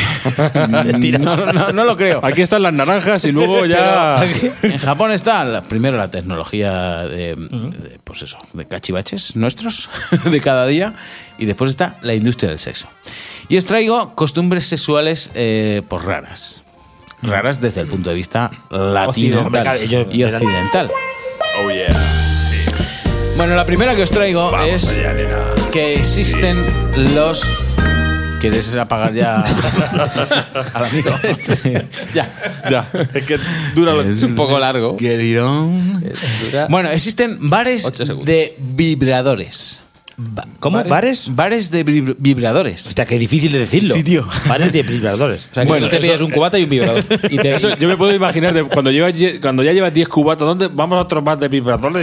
B: Mentira.
E: No, no, no lo creo.
A: Aquí están las naranjas y luego ya.
E: En Japón está la- primero la tecnología de, de, pues eso, de cachivaches nuestros de cada día y después está la industria del sexo. Y os traigo costumbres sexuales eh, pues raras. Raras desde el punto de vista latino
B: Hombre, claro, yo-
E: y occidental.
A: Oh, yeah.
E: Bueno, la primera que os traigo
A: Vamos
E: es
A: allá, nena.
E: que existen los... ¿Quieres apagar ya al amigo? Ya.
A: Ya. Es que dura lo-
C: Es un poco largo.
E: Get it on.
C: Dura-
E: Bueno, existen bares
C: Ocho segundos.
E: de vibradores.
B: ¿Cómo? ¿Bares?
E: Bares de vib- vibradores.
B: Hostia, qué difícil de decirlo.
E: Sí, tío.
B: Bares de vibradores.
D: O sea, que
E: Bueno,
D: tú te
E: eso-
D: pillas un cubata y un vibrador. Y te,
A: Eso yo me puedo imaginar de cuando, llevas, ye- cuando ya llevas diez cubatas, ¿dónde vamos a otro bar de vibradores?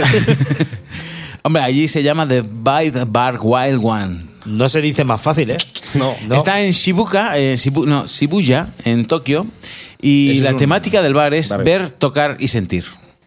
E: Hombre, allí se llama The Vibe Bar Wild One.
B: No se dice más fácil, ¿eh?
A: No.
E: Está en Shibuya, eh, Shibu- no, Shibuya, en Tokio. Y
D: Eso
E: la
D: es un
E: temática del bar es
D: bar.
E: ver, tocar y sentir.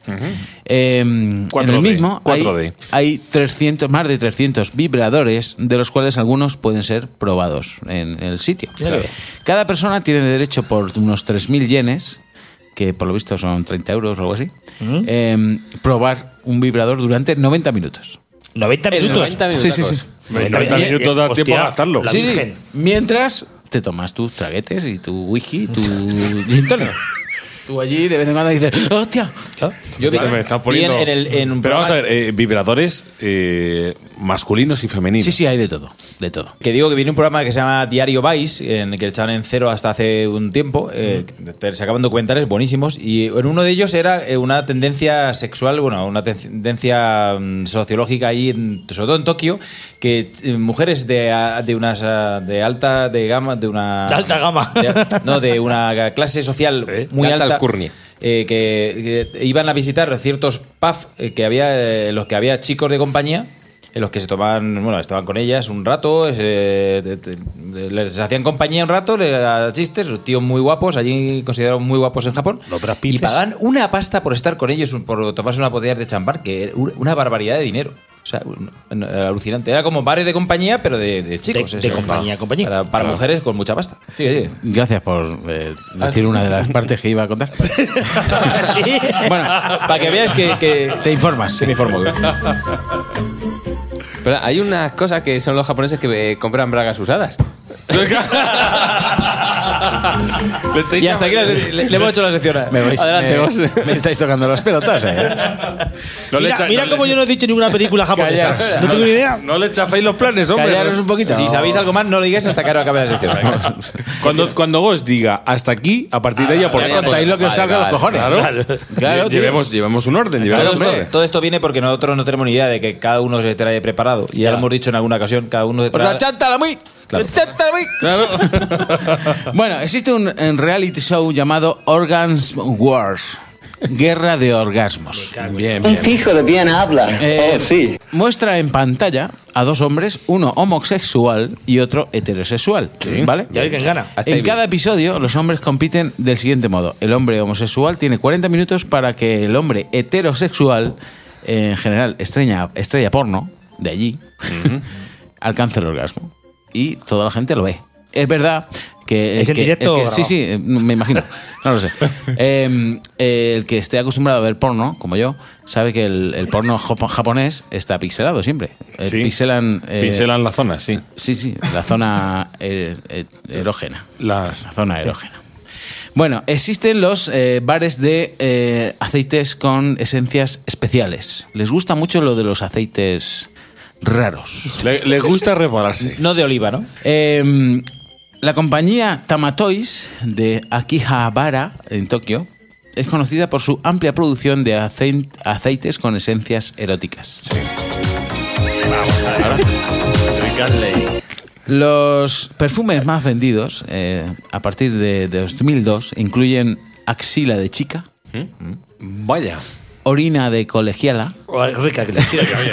E: Eh, en
A: cuatro
E: el
A: D,
E: mismo
A: cuatro
E: hay,
A: D.
E: hay trescientos, más de trescientos vibradores, de los cuales algunos pueden ser probados en el sitio.
B: Claro.
E: Cada persona tiene derecho por unos tres mil yenes, que por lo visto son treinta euros o algo así, eh, probar un vibrador durante noventa minutos.
B: ¿noventa minutos?
C: noventa minutos.
E: Sí, sí, sí.
A: noventa
B: Y- y-
A: minutos da
B: hostia,
A: tiempo a gastarlo.
B: la
E: Sí, sí.
B: Virgen.
E: Mientras te tomas tus traguetes y tu whisky y tu gin tonic. Tú allí de vez en cuando dices, ¡hostia!
A: Yo me está poniendo...
D: en el, en un
A: Pero
D: programa-
A: vamos a ver, eh, vibradores eh, masculinos y femeninos.
E: Sí, sí, hay de todo. De todo.
D: Que digo que viene un programa que se llama Diario Vice, en el que echaban en cero hasta hace un tiempo. Eh, te sacaban documentales buenísimos. Y en uno de ellos era eh, una tendencia sexual, bueno, una tendencia mm, sociológica ahí, en- sobre todo en Tokio, que eh, mujeres de, a- de unas ah, de alta de gama, de una
B: De alta gama.
D: de- no, de una clase social muy
C: de alta
D: alta.
C: alcurnia.
D: eh, que, que iban a visitar ciertos pubs eh, que había eh, en los que había chicos de compañía en los que se tomaban, bueno, estaban con ellas un rato, eh, te- te- les hacían compañía un rato, les daban chistes, tíos muy guapos, allí considerados muy guapos en Japón, y pagaban una pasta por estar con ellos, por tomarse una botella de champán, que era una barbaridad de dinero. O sea, un- un- alucinante. Era como bares de compañía, pero de, de chicos.
B: De- de
D: eso,
B: compañía,
D: para,
B: compañía.
D: Para, para
B: Claro.
D: mujeres con mucha pasta. Sí, sí.
E: Gracias por eh, decir una de las partes que iba a contar. Bueno,
D: para que veas que, que
E: te informas.
D: Sí, me informo.
C: Pero hay unas cosas que son los japoneses que eh, compran bragas usadas.
D: Y hasta aquí la se- le, le hemos hecho la sección.
E: Me vais-
D: Adelante,
E: me-
D: vos.
E: me estáis tocando los pelotas, ¿eh?
A: No le
B: mira
A: echa-
B: mira
A: no
B: cómo
A: le-
B: yo no he dicho ninguna película japonesa.
E: Callaros.
B: No tengo ni idea.
A: No le chaféis los planes, hombre.
E: Callaros un poquito.
D: Si sabéis algo más, no lo digáis hasta que no acabe la sección.
A: Cuando, cuando Ghost diga hasta aquí, a partir de ahí ya por
E: Ya contáis lo que os salga a los cojones.
A: Claro,
E: Claro, tío.
A: llevemos, llevemos un orden.
D: Todo
A: Llevemos un
D: esto,
A: orden.
D: todo esto viene porque nosotros no tenemos ni idea de que cada uno se trae preparado. Y ya lo hemos dicho en alguna ocasión, cada uno se
E: Pues
D: trae...
E: la chántala muy.
D: Claro.
E: Chántala muy. Bueno, existe un, un reality show llamado Organs Wars. Guerra de orgasmos.
A: Bien,
H: Un
A: bien.
H: fijo de bien habla.
E: Eh,
H: Oh, sí.
E: Muestra en pantalla a dos hombres, uno homosexual y otro heterosexual. ¿Vale?
B: Ya ver quién gana.
C: Hasta ahí
E: En
C: bien.
E: cada episodio los hombres compiten del siguiente modo. El hombre homosexual tiene cuarenta minutos para que el hombre heterosexual, en general estrella, estrella porno, de allí, alcance el orgasmo. Y toda la gente lo ve. Es verdad que... el
B: ¿Es en
E: que-
B: directo
E: el
B: o
E: que- Sí,
B: grabado?
E: sí, eh, me imagino. No lo sé. Eh, eh, el que esté acostumbrado a ver porno, como yo, sabe que el, el porno japo- japonés está pixelado siempre. Eh,
A: Sí.
E: Pixelan... eh,
A: Pincelan la zona, sí.
E: Sí, sí, la zona eh, eh, erógena.
A: Las...
E: La zona erógena. Bueno, existen los eh, bares de eh, aceites con esencias especiales. Les gusta mucho lo de los aceites raros.
A: Le, le gusta repararse.
D: No de oliva, ¿no?
E: Eh, la compañía Tamatoys de Akihabara, en Tokio, es conocida por su amplia producción de acei- aceites con esencias eróticas. Los perfumes más vendidos eh, a partir de dos mil dos incluyen axila de chica,
A: Vaya.
E: orina de colegiala,
B: Oh, rica que le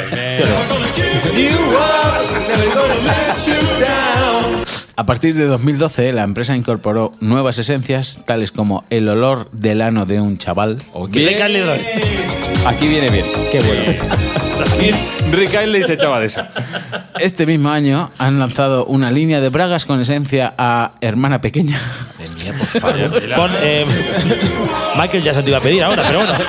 E: A partir de dos mil doce, la empresa incorporó nuevas esencias, tales como el olor del ano de un chaval.
B: Rica otra vez.
C: Aquí viene bien.
E: Qué bueno.
A: Rick Astley se echaba de esa.
E: Este mismo año han lanzado una línea de bragas con esencia a hermana pequeña.
B: Pon, eh, Michael ya se te iba a pedir ahora, pero bueno.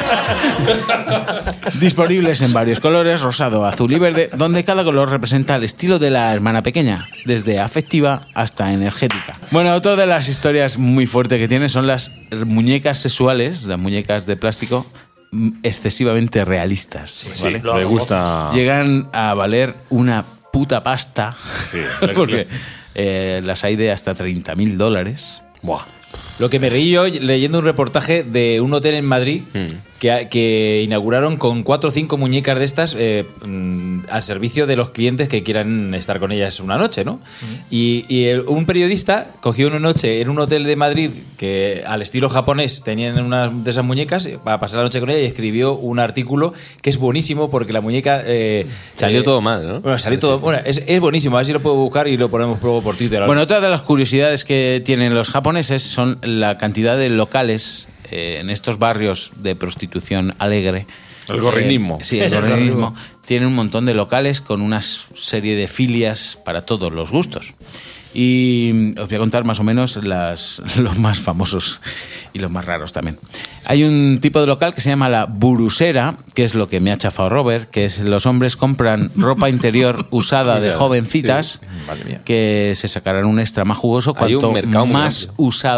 E: Disponibles en varios colores, rosado, azul y verde, donde cada color representa el estilo de la hermana pequeña, desde afectiva hasta energética. Bueno, otra de las historias muy fuertes que tiene son las muñecas sexuales, las muñecas de plástico, mm, excesivamente realistas.
A: Sí,
E: ¿vale?
A: le gusta.
E: Llegan a valer una puta pasta,
A: Sí,
E: porque eh, las hay de hasta treinta mil dólares.
A: Buah.
D: Lo que me reí yo leyendo un reportaje de un hotel en Madrid que, que inauguraron con cuatro o cinco muñecas de estas eh, mm, al servicio de los clientes que quieran estar con ellas una noche, ¿no? Y, y el- un periodista cogió una noche en un hotel de Madrid que al estilo japonés tenían una de esas muñecas para pasar la noche con ella y escribió un artículo que es buenísimo porque la muñeca... eh,
C: Salió
D: eh,
C: todo mal, ¿no?
D: Bueno, salió todo... Bueno, es, es buenísimo, a ver si lo puedo buscar y lo ponemos luego por Twitter.
E: Bueno, otra de las curiosidades que tienen los japoneses son la cantidad de locales eh, en estos barrios de prostitución alegre.
A: El gorrinismo.
E: Eh, sí, el gorrinismo. Tienen un montón de locales con una serie de filias para todos los gustos. Y os voy a contar más o menos las, los más famosos y los más raros también. Hay un tipo de local que se llama la burusera, que es lo que me ha chafado Robert, que es los hombres compran ropa interior usada de jovencitas
C: Madre mía.
E: que se sacarán un extra más jugoso
C: Hay un
E: cuanto
C: mercado muy
E: más
C: amplio.
E: usado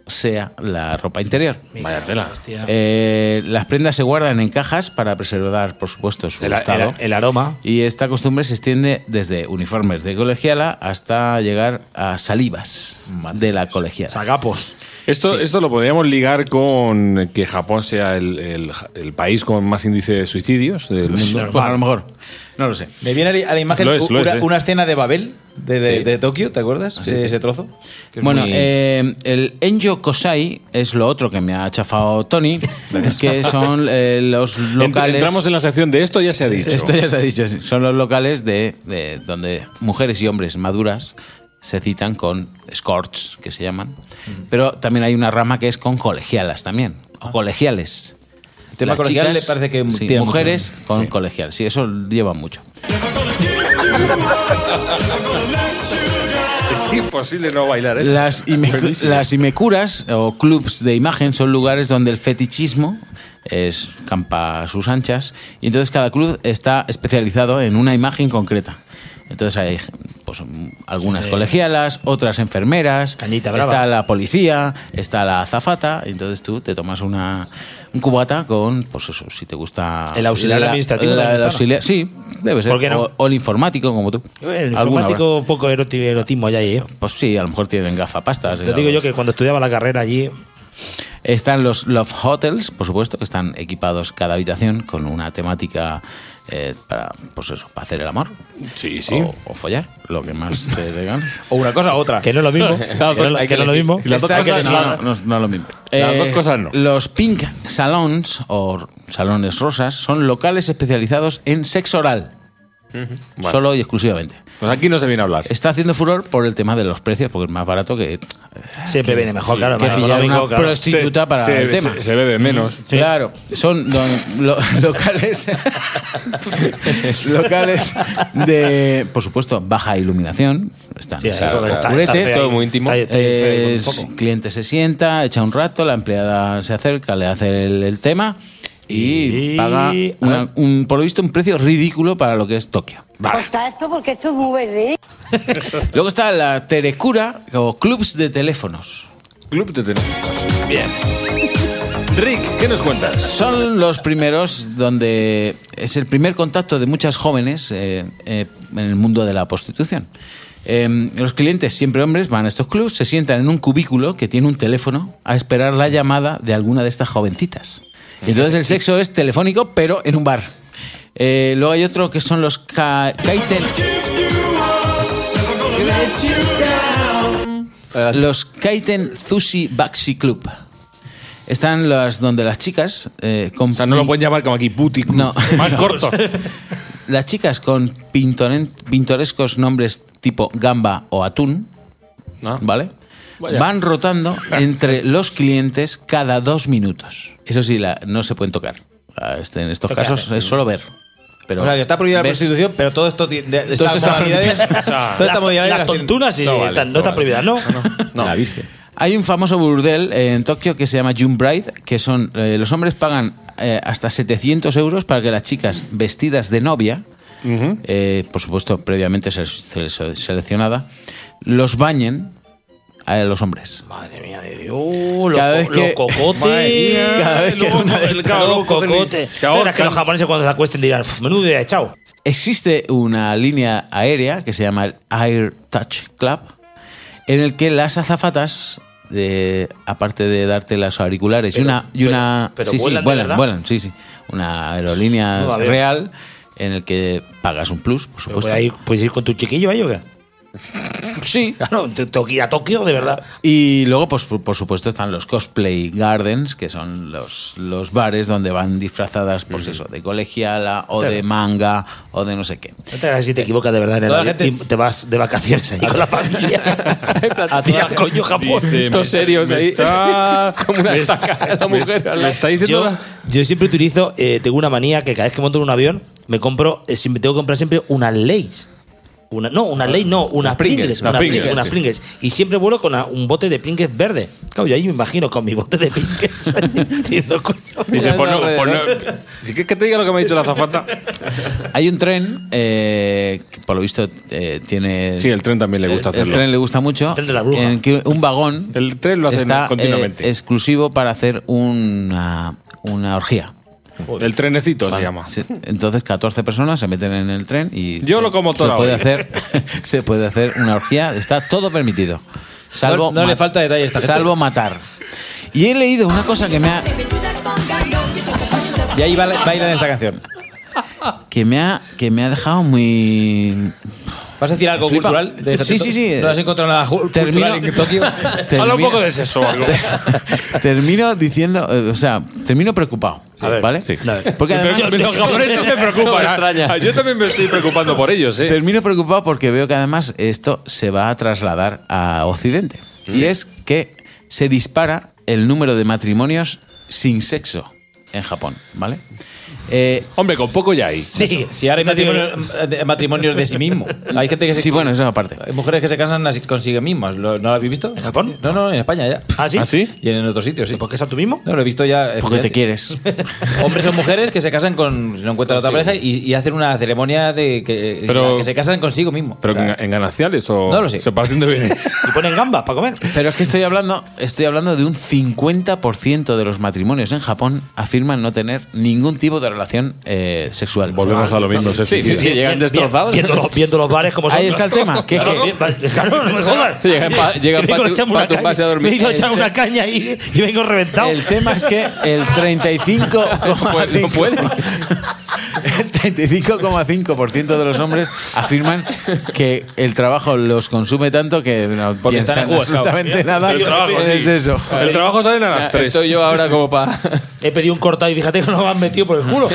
E: sea la ropa interior.
A: Vaya tela.
E: Eh, las prendas se guardan en cajas para preservar, por supuesto, su
B: El,
E: estado.
B: el, el aroma.
E: Y esta costumbre se extiende desde uniformes de colegiala hasta llegar a salivas de la colegiala.
B: Sagapos.
A: Esto,
E: Sí.
A: esto lo podríamos ligar con que Japón sea el, el- el país con más índice de suicidios del mundo.
E: Bueno, a lo mejor. No lo sé.
D: Me viene a la, a la imagen
A: Lo es, lo
D: una,
A: es, eh.
D: una escena de Babel, de, de,
A: Sí.
D: de Tokio, ¿te acuerdas?
A: sí,
D: ese,
A: sí.
D: ese trozo.
A: Que es
E: Bueno,
A: muy-
E: eh, el Enjo Kosai es lo otro que me ha chafado Tony, que son eh, los
A: Ent-
E: locales...
A: Entramos en la sección de esto ya se ha dicho.
E: Esto ya se ha dicho, sí. Son los locales de, de donde mujeres y hombres maduras se citan con escorts, que se llaman. Pero también hay una rama que es con colegialas también, o colegiales.
D: El tema
E: Las
D: colegial
E: chicas,
D: le parece que
E: sí,
D: tiene
E: mujeres
D: mucho.
E: con
D: Sí.
E: colegial, sí, eso lleva mucho.
A: Es imposible no bailar eso.
E: Las, imecu- las imekuras o clubs de imagen son lugares donde el fetichismo es campa a sus anchas y entonces cada club está especializado en una imagen concreta. Entonces hay pues, algunas
B: Eh,
E: colegialas, otras enfermeras,
B: Cañita brava.
E: está la policía, está la azafata, y entonces tú te tomas una, un cubata con, pues eso, si te gusta...
B: El auxiliar administrativo
E: la-
B: también
E: el
B: está, ¿no?
E: auxiliar- sí, debe ser.
B: ¿Por qué no?
E: O, o el informático, como tú.
B: El
E: Alguna
B: informático, poco eroti- erotismo ya ahí, ¿eh?
E: Pues sí, a lo mejor tienen gafapastas.
B: Te digo yo que cuando estudiaba la carrera allí,
E: Están los Love Hotels, por supuesto, que están equipados cada habitación con una temática eh, para, pues eso, para hacer el amor.
A: Sí, sí.
E: O, o follar, lo que más te digan.
D: O una cosa u otra.
B: que no es lo mismo. que no,
A: Hay
B: que
A: que
B: no es lo
A: elegir.
B: mismo.
A: Y las dos
E: Está-
A: cosas
E: no,
A: no.
E: no, no, no es lo mismo.
A: Las dos cosas no.
E: Los Pink Salons o salones rosas son locales especializados en sexo oral.
A: Bueno.
E: Solo y exclusivamente.
A: Pues aquí no se viene a hablar.
E: Está haciendo furor por el tema de los precios, porque es más barato que,
B: Siempre viene mejor, claro.
E: que
B: más
E: pillar
B: económico,
E: una
B: claro.
E: prostituta para
A: se,
E: el tema.
A: Se, se bebe menos.
E: Claro, son don- lo- locales locales de, por supuesto, baja iluminación. Están
B: Sí,
E: claro,
B: está- está
E: oscuretes,
B: feo
C: todo
B: ahí.
C: muy íntimo.
B: Está- está feo ahí con un
E: es-
B: poco.
E: cliente se sienta, echa un rato, la empleada se acerca, le hace el, el tema y,
B: Y-
E: paga una- un, por lo visto un precio ridículo para lo que es Tokio.
Q: Corta esto porque esto es muy verde.
E: Luego está la Terecura o clubs de teléfonos.
A: Club de teléfonos. Bien. Rick, ¿qué nos cuentas?
E: Son los primeros donde es el primer contacto de muchas jóvenes eh, eh, en el mundo de la prostitución. Eh, los clientes, siempre hombres, van a estos clubs, se sientan en un cubículo que tiene un teléfono a esperar la llamada de alguna de estas jovencitas. Y entonces el sexo es telefónico, pero en un bar. Eh, luego hay otro que son los ka- Kaiten. Los Kaiten Sushi Baxi Club. Están las donde las chicas eh, con
A: O sea, no lo pueden llamar como aquí puti.
E: No.
A: Más corto.
E: Las chicas con pintoren- pintorescos nombres tipo gamba o atún,
A: ¿No?
E: ¿vale?
A: Vaya.
E: Van rotando entre los clientes cada dos minutos. Eso sí, la- no se pueden tocar. Ah, este- en estos
B: ¿Esto qué
E: casos
B: hace?
E: es solo ver. Pero
D: O sea, que está prohibida la
E: ¿ves?
D: prostitución, pero todo esto tiene. de-
E: Todo
D: estas
E: esto está
D: modalidades.
E: prohibido.
D: todas estas
B: Las,
D: modalidades
B: las
D: las-
B: tontunas sí,
A: No vale,
B: están- no
A: no
B: están
A: vale.
B: prohibidas, ¿no?
A: No.
E: La Virgen. Hay un famoso burdel en Tokio que se llama June Bride, que son eh, los hombres pagan eh, hasta setecientos euros para que las chicas vestidas de novia, eh, por supuesto previamente se- se- se- seleccionada, los bañen a los hombres.
B: Madre mía de Dios. Uh, los,
E: Cada vez
B: co-
E: que-
B: los cocotes.
E: Madre mía. Cada vez que
B: Luego,
E: una de
B: el-
E: estas-
B: claro, los
A: luego cogen y
B: cocotes.
A: se
B: Tú verás
A: ahorcan.
B: que los japoneses cuando se acuesten dirán, "Uf, menudo idea, chao".
E: Existe una línea aérea que se llama el Air Touch Club, en el que las azafatas, eh, aparte de darte los auriculares y
B: Pero-
E: una... Y una
B: pero- pero
E: sí, sí,
B: ¿vuelan de
E: vuelan,
B: verdad?
E: vuelan, sí, sí. Una aerolínea
B: No, a ver.
E: real en el que pagas un plus, por
B: Pero
E: supuesto.
B: puedes ir, puedes ir con tu chiquillo ahí o qué?
E: Sí.
B: Claro, te- tengo que ir a Tokio, de verdad.
E: Y luego, pues por por supuesto, están los cosplay gardens, que son los, los bares donde van disfrazadas, pues eso, de colegiala o de manga o de no sé qué.
B: No te hagas si te equivocas de verdad en el
D: Toda la
B: avión
D: gente-
B: y te vas de vacaciones allí con la familia. a ti al coño Japón.
A: Dice,
C: Todos
A: me-
C: serios
A: me
C: ahí.
A: está-
C: Como una
A: me-
C: estaca la
A: me-
C: mujer.
A: me está diciendo
B: Yo,
A: la-
B: yo siempre utilizo, eh, tengo una manía que cada vez que monto en un avión, me compro, eh, si me tengo que comprar siempre unas Lay's. Una, no, una ley no, una Pringles, una Pringles, Pringles, una sí. Pringles. Y siempre vuelo con una, un bote de Pringles verde. Claro, yo ahí me imagino con mi bote de Pringles. Diciendo, coño.
A: Dice, pues no, pues no. Si quieres que te diga lo que me ha dicho la azafata.
E: Hay un tren eh, que por lo visto eh, tiene...
A: Sí, el tren también le gusta
E: el,
A: hacerlo.
E: El tren le gusta mucho.
B: El tren de la bruja.
E: En que un vagón
A: el tren lo hace
E: está
A: continuamente.
E: Eh, exclusivo para hacer una, una orgía.
A: El trenecito vale. se llama.
E: Sí. Entonces catorce personas se meten en el tren y
A: yo lo como toda
E: se puede hacer se puede hacer una orgía, está todo permitido. Salvo
D: no, no le falta detalle a esta gente.
E: Salvo matar. Y he leído una cosa que me ha
D: y ahí bailan esta canción.
E: Que me ha que me ha dejado muy
D: ¿Vas a decir algo
E: Flipa.
D: cultural? De
E: sí, sí, sí.
D: ¿No has encontrado nada
E: termino,
D: cultural en Tokio?
A: Habla un poco de sexo algo.
E: Termino diciendo, o sea, termino preocupado. Sí, a ver, ¿vale? Sí.
A: Porque además, yo, los japoneses me preocupan. No extraña. Yo también me estoy preocupando por ellos. ¿eh?
E: Termino preocupado porque veo que además esto se va a trasladar a Occidente. Sí. Y es que se dispara el número de matrimonios sin sexo en Japón, ¿vale?
A: Eh, Hombre, con poco ya hay.
D: Sí, si ahora hay matrimonios, matrimonios de sí mismo. Hay gente que se
E: sí, bueno, eso aparte.
D: Hay mujeres que se casan así consigo mismas. ¿No lo habéis visto?
B: ¿En Japón?
D: No, no, en España ya.
B: ¿Ah, sí?
A: ¿Ah, sí?
D: Y en otros sitios, sí.
B: ¿Por qué es a tú mismo?
D: No, lo he visto ya.
E: Porque fíjate. Te quieres.
D: Hombres o mujeres que se casan con. No encuentran otra sí. pareja y, y hacen una ceremonia de que, pero, que se casan consigo mismo.
A: ¿Pero
D: o sea,
A: en gananciales o.?
D: No lo sé.
A: Se parten de bien.
B: Y ponen gambas para comer.
E: Pero es que estoy hablando, estoy hablando de un cincuenta por ciento de los matrimonios en Japón afirman no tener ningún tipo de relación eh, sexual.
A: Volvemos ah, a lo mismo. Sí, sí, sí, sí, sí,
B: llegan destrozados. Viendo los, viendo los bares como son.
E: Ahí está el tema. ¿Qué,
B: claro,
E: qué?
B: Claro, no me jodas.
A: Llegan para sí, pa tu, pa tu pase a dormir.
B: Me he ido a echar una caña y, y vengo reventado.
E: El tema es que el treinta y cinco coma cinco por ciento el treinta y cinco coma cinco por ciento de los hombres afirman que el trabajo los consume tanto que no
D: porque
E: piensan
D: están
E: absolutamente nada.
A: El trabajo,
E: es
A: sí.
E: eso.
A: El trabajo sale a las tres.
C: Estoy yo ahora como para...
B: He pedido un cortado y fíjate que no me han metido por el culo.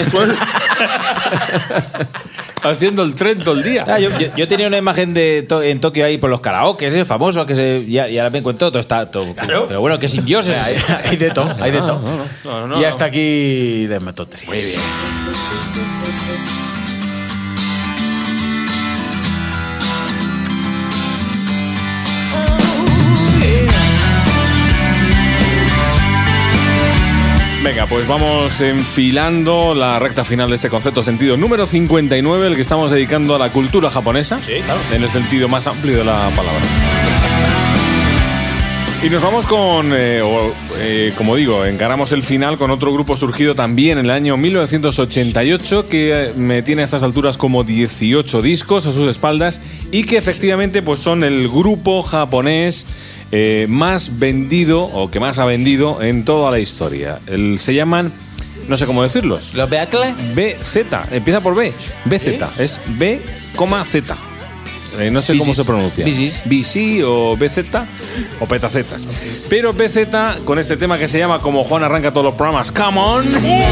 A: Haciendo el tren todo el día.
D: Ah, yo, yo, yo tenía una imagen de to, en Tokio ahí por los karaoke, ese famoso que se y ahora me encuentro todo está todo. Claro. Pero bueno, que sin dioses.
E: hay, hay de todo, hay de todo. No, no, no, no, y hasta aquí les meto tres.
B: Muy bien.
A: Venga, pues vamos enfilando la recta final de este concepto sentido número cincuenta y nueve, el que estamos dedicando a la cultura japonesa,
B: sí, claro,
A: en el sentido más amplio de la palabra. Y nos vamos con, eh, o, eh, como digo, encaramos el final con otro grupo surgido también en el año mil novecientos ochenta y ocho, que eh, me tiene a estas alturas como dieciocho discos a sus espaldas y que efectivamente pues son el grupo japonés Eh, más vendido o que más ha vendido en toda la historia. El, se llaman, no sé cómo decirlos.
E: ¿Los Beatles?
A: B Z, empieza por B. B Z, ¿sí? Es B, Z. Eh, no sé
E: Bicis.
A: cómo se pronuncia.
E: Bicis.
A: B C o B Z o petacetas. Pero B Z con este tema que se llama, como Juan arranca todos los programas, Come On.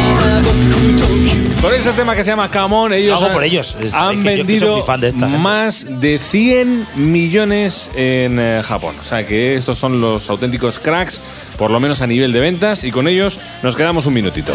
A: Con este tema que se llama Come On, ellos han,
B: por ellos. Es,
A: han
B: es
A: vendido
B: yo, de esta
A: más de cien millones en eh, Japón. O sea que estos son los auténticos cracks, por lo menos a nivel de ventas, y con ellos nos quedamos un minutito.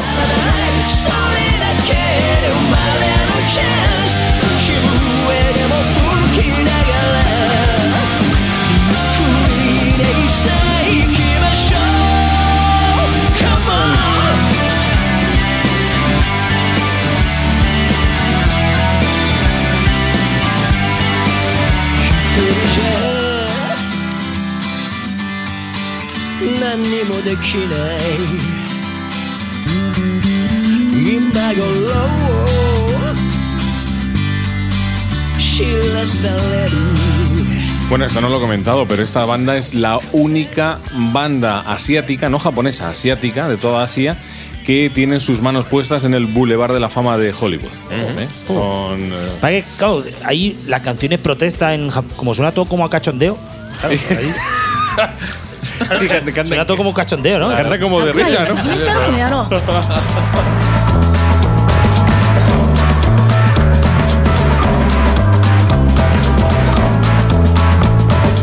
A: Bueno, esto no lo he comentado, pero esta banda es la única banda asiática, no japonesa, asiática, de toda Asia, que tienen sus manos puestas en el Boulevard de la Fama de Hollywood. Uh-huh. ¿Eh? Son, uh...
B: que, claro, ahí las canciones protesta en como suena todo como a cachondeo. Claro, ahí.
A: Sí, canta, canta,
B: suena todo como cachondeo, ¿no?
A: Canta como de risa, ¿no? Bueno,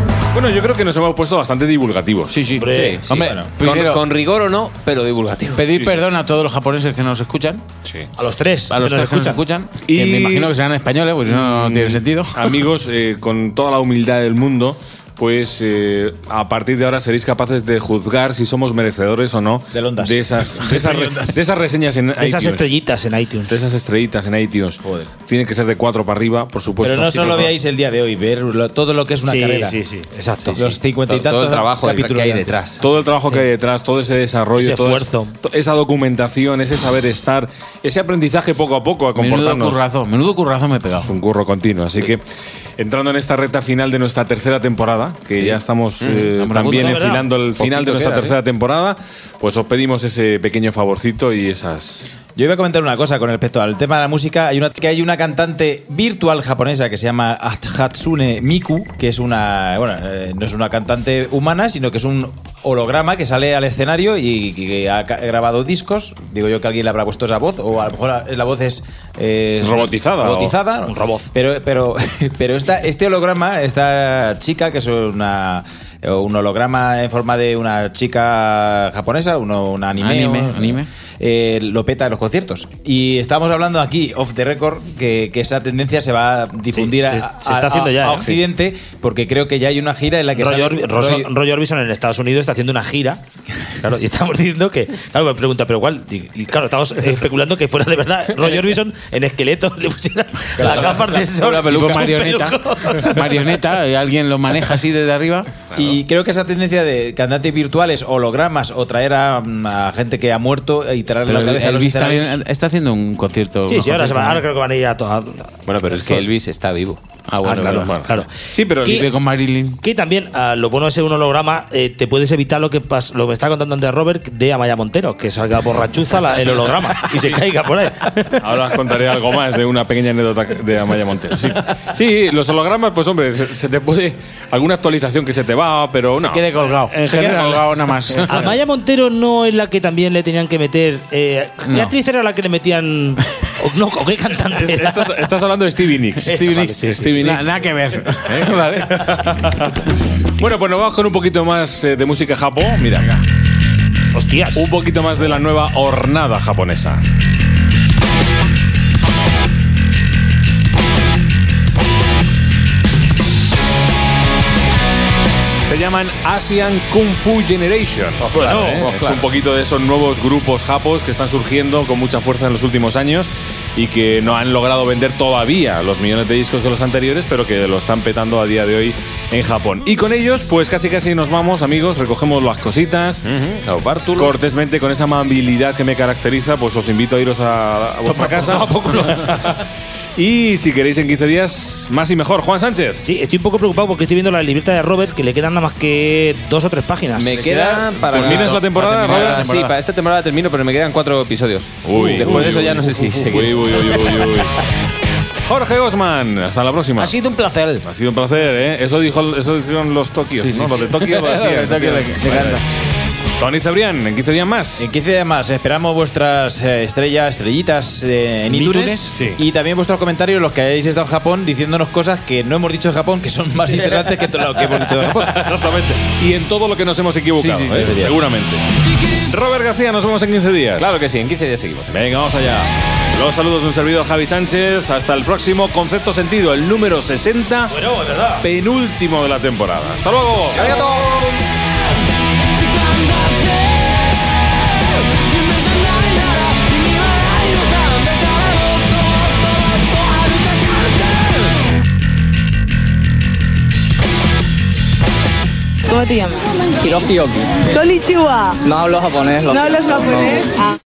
A: Bueno, yo creo que nos hemos puesto bastante divulgativos.
E: Sí, sí.
C: Hombre,
E: sí,
C: sí,
E: Hombre,
C: bueno.
E: primero,
C: con, con rigor o no, pero divulgativo.
E: pedir
A: Sí,
E: perdón a todos los japoneses que nos escuchan.
A: Sí.
B: A los tres.
E: A los
B: que
E: tres que nos escuchan.
A: Y-
E: Que me imagino que serán españoles, pues no, no tiene sentido.
A: Amigos, eh, con toda la humildad del mundo, pues eh, a partir de ahora seréis capaces de juzgar si somos merecedores o no
D: Del Ondas.
A: de esas, de esas, re- de esas reseñas en
B: De
A: iTunes.
B: esas estrellitas en iTunes.
A: De esas estrellitas en iTunes.
D: Joder.
A: Tienen que ser de cuatro para arriba, por supuesto.
D: Pero no
A: Sí,
D: solo
A: por favor.
D: veáis el día de hoy, ver lo- todo lo que es una
B: sí,
D: carrera.
B: sí, sí, exacto.
D: Los cincuenta y
C: Todo- todo
D: tantos
C: el trabajo
D: capítulos
C: que hay
D: de antes.
C: detrás.
A: Todo el trabajo que hay detrás, todo ese desarrollo,
B: Ese
A: todo
B: esfuerzo.
A: es- to- esa documentación, ese saber estar, ese aprendizaje poco a poco a
E: Menudo
A: comportarnos.
E: currazo, menudo currazo me he pegado.
A: Es un curro continuo. Así que, entrando en esta recta final de nuestra tercera temporada, que ya estamos eh,
E: estamos a
A: también
E: punto,
A: enfilando el final
C: Poquito
A: de nuestra
C: queda,
A: tercera temporada, pues os pedimos ese pequeño favorcito y esas.
D: Yo iba a comentar una cosa con respecto al tema de la música. Hay una, que hay una cantante virtual japonesa que se llama Hatsune Miku, que es una. Bueno, eh, no es una cantante humana, sino que es un holograma que sale al escenario y que ha ca- grabado discos. Digo yo que alguien le habrá puesto esa voz, o a lo mejor la, la voz es. eh,
A: Robotizada,
D: Robotizada.
B: o- un robot.
D: Pero, pero, pero esta, este holograma, esta chica, que es una. Un holograma en forma de una chica japonesa, uno, un anime,
E: Anime,
D: o-
E: anime.
D: eh, lo peta en los conciertos. Y estábamos hablando aquí, off the record, que, que esa tendencia se va a difundir
B: Sí,
D: a,
B: se- se está
D: a-
B: haciendo
D: a-
B: ya,
D: a
B: ¿eh?
D: Occidente, porque creo que ya hay una gira en la que
B: Roy,
D: sale-
B: Orbi- Roy-
D: Roy-
B: Roy Orbison en Estados Unidos está haciendo una gira. Claro, y estamos diciendo que. Claro, me pregunta, ¿pero cuál? Y, y claro, estamos especulando que fuera de verdad Roy Orbison en esqueleto le pusiera las gafas de sol.
E: Una peluca
B: con
E: marioneta.
B: peluco.
E: Marioneta, y alguien lo maneja así desde arriba.
D: Y creo que esa tendencia de cantantes virtuales, hologramas, o traer a, a gente que ha muerto y traerle
E: Pero
D: la cabeza a los
E: Elvis
D: escenarios.
E: también está haciendo un concierto.
B: Sí,
E: unos
B: sí, ahora, se va-
E: conciertos.
B: ahora creo que van a ir a todas.
C: Bueno, pero es que Elvis está vivo.
E: Ah, bueno,
B: Ah, claro,
E: bueno.
B: claro.
A: Sí, pero.
B: ¿Qué?
E: Vive con Marilyn.
B: Que también, ah, lo bueno de ser un holograma, eh, te puedes evitar lo que pas- lo que me está contando antes Robert de Amaya Montero, que salga borrachuza la- el holograma y se caiga por ahí.
A: Ahora os contaré algo más de una pequeña anécdota de Amaya Montero. Sí, sí, los hologramas, pues hombre, se, se te puede. Alguna actualización que se te va, pero no.
E: Se quede colgado.
A: En
E: Se quede
A: general.
E: colgado nada más.
B: Amaya Montero no es la que también le tenían que meter. Eh, ¿Qué
E: No.
B: actriz era la que le metían? O, no, ¿o qué cantante era?
A: Estás, estás hablando de Stevie Nicks.
B: Esa,
A: Stevie
B: vale,
A: Nicks.
B: sí, sí,
A: Stevie
B: sí.
A: Nicks.
E: Na- nada que ver.
A: ¿Eh? Vale. Bueno, pues nos vamos con un poquito más eh, de música japón. Mira acá.
B: Hostias.
A: Un poquito más de la nueva hornada japonesa. Se llaman Asian Kung Fu Generation.
B: Bueno,
A: ¿Eh? Es un poquito de esos nuevos grupos japos que están surgiendo con mucha fuerza en los últimos años y que no han logrado vender todavía los millones de discos que los anteriores, pero que lo están petando a día de hoy en Japón. Y con ellos, pues casi casi nos vamos, amigos, recogemos las cositas.
C: Los bártulos.
A: Cortésmente, con esa amabilidad que me caracteriza, pues os invito a iros a, a vuestra casa. Y si queréis en quince días, más y mejor. Juan Sánchez.
B: Sí, estoy un poco preocupado porque estoy viendo la libreta de Robert que le quedan nada más que dos o tres páginas.
C: Me queda para.
A: ¿Terminas la temporada,
C: para-
A: Robert?
C: Sí, para esta temporada termino, pero me quedan cuatro episodios.
A: Uy,
C: Después
A: uy,
C: de eso
A: uy,
C: ya no sé si
A: uy,
C: seguir.
A: uy, uy, uy, uy, uy. Jorge Osman, hasta la próxima.
D: Ha sido un placer.
A: Ha sido un placer, ¿eh? Eso dijo, eso dijeron los Tokios,
D: Sí, sí,
A: ¿no? Los de Tokio lo
D: Los de
A: decían.
D: Tokio le- le
A: Vale.
D: encanta.
A: Tony Cebrián, en quince días más.
D: En quince días más esperamos vuestras eh, estrellas, estrellitas eh, en iTunes,
A: iTunes, sí.
D: y también vuestros comentarios, los que hayáis estado en Japón, diciéndonos cosas que no hemos dicho de Japón, que son más interesantes que todo lo que hemos dicho de Japón.
A: Exactamente. Y en todo lo que nos hemos equivocado,
D: Sí, sí, sí,
A: ¿eh?
D: sí.
A: Seguramente. Robert García, nos vemos en quince días.
C: Claro que sí, en quince días seguimos.
A: Venga, vamos allá. Los saludos de un servidor, Javi Sánchez. Hasta el próximo Concepto Sentido, el número sesenta,
B: Bueno, es verdad.
A: penúltimo de la temporada. Hasta luego.
T: ¿Cómo te llamas?
U: Hiroshi Yoki.
T: Konnichiwa.
U: No hablo japonés. lo
T: ¿No hablas
U: siento,
T: japonés? Ah.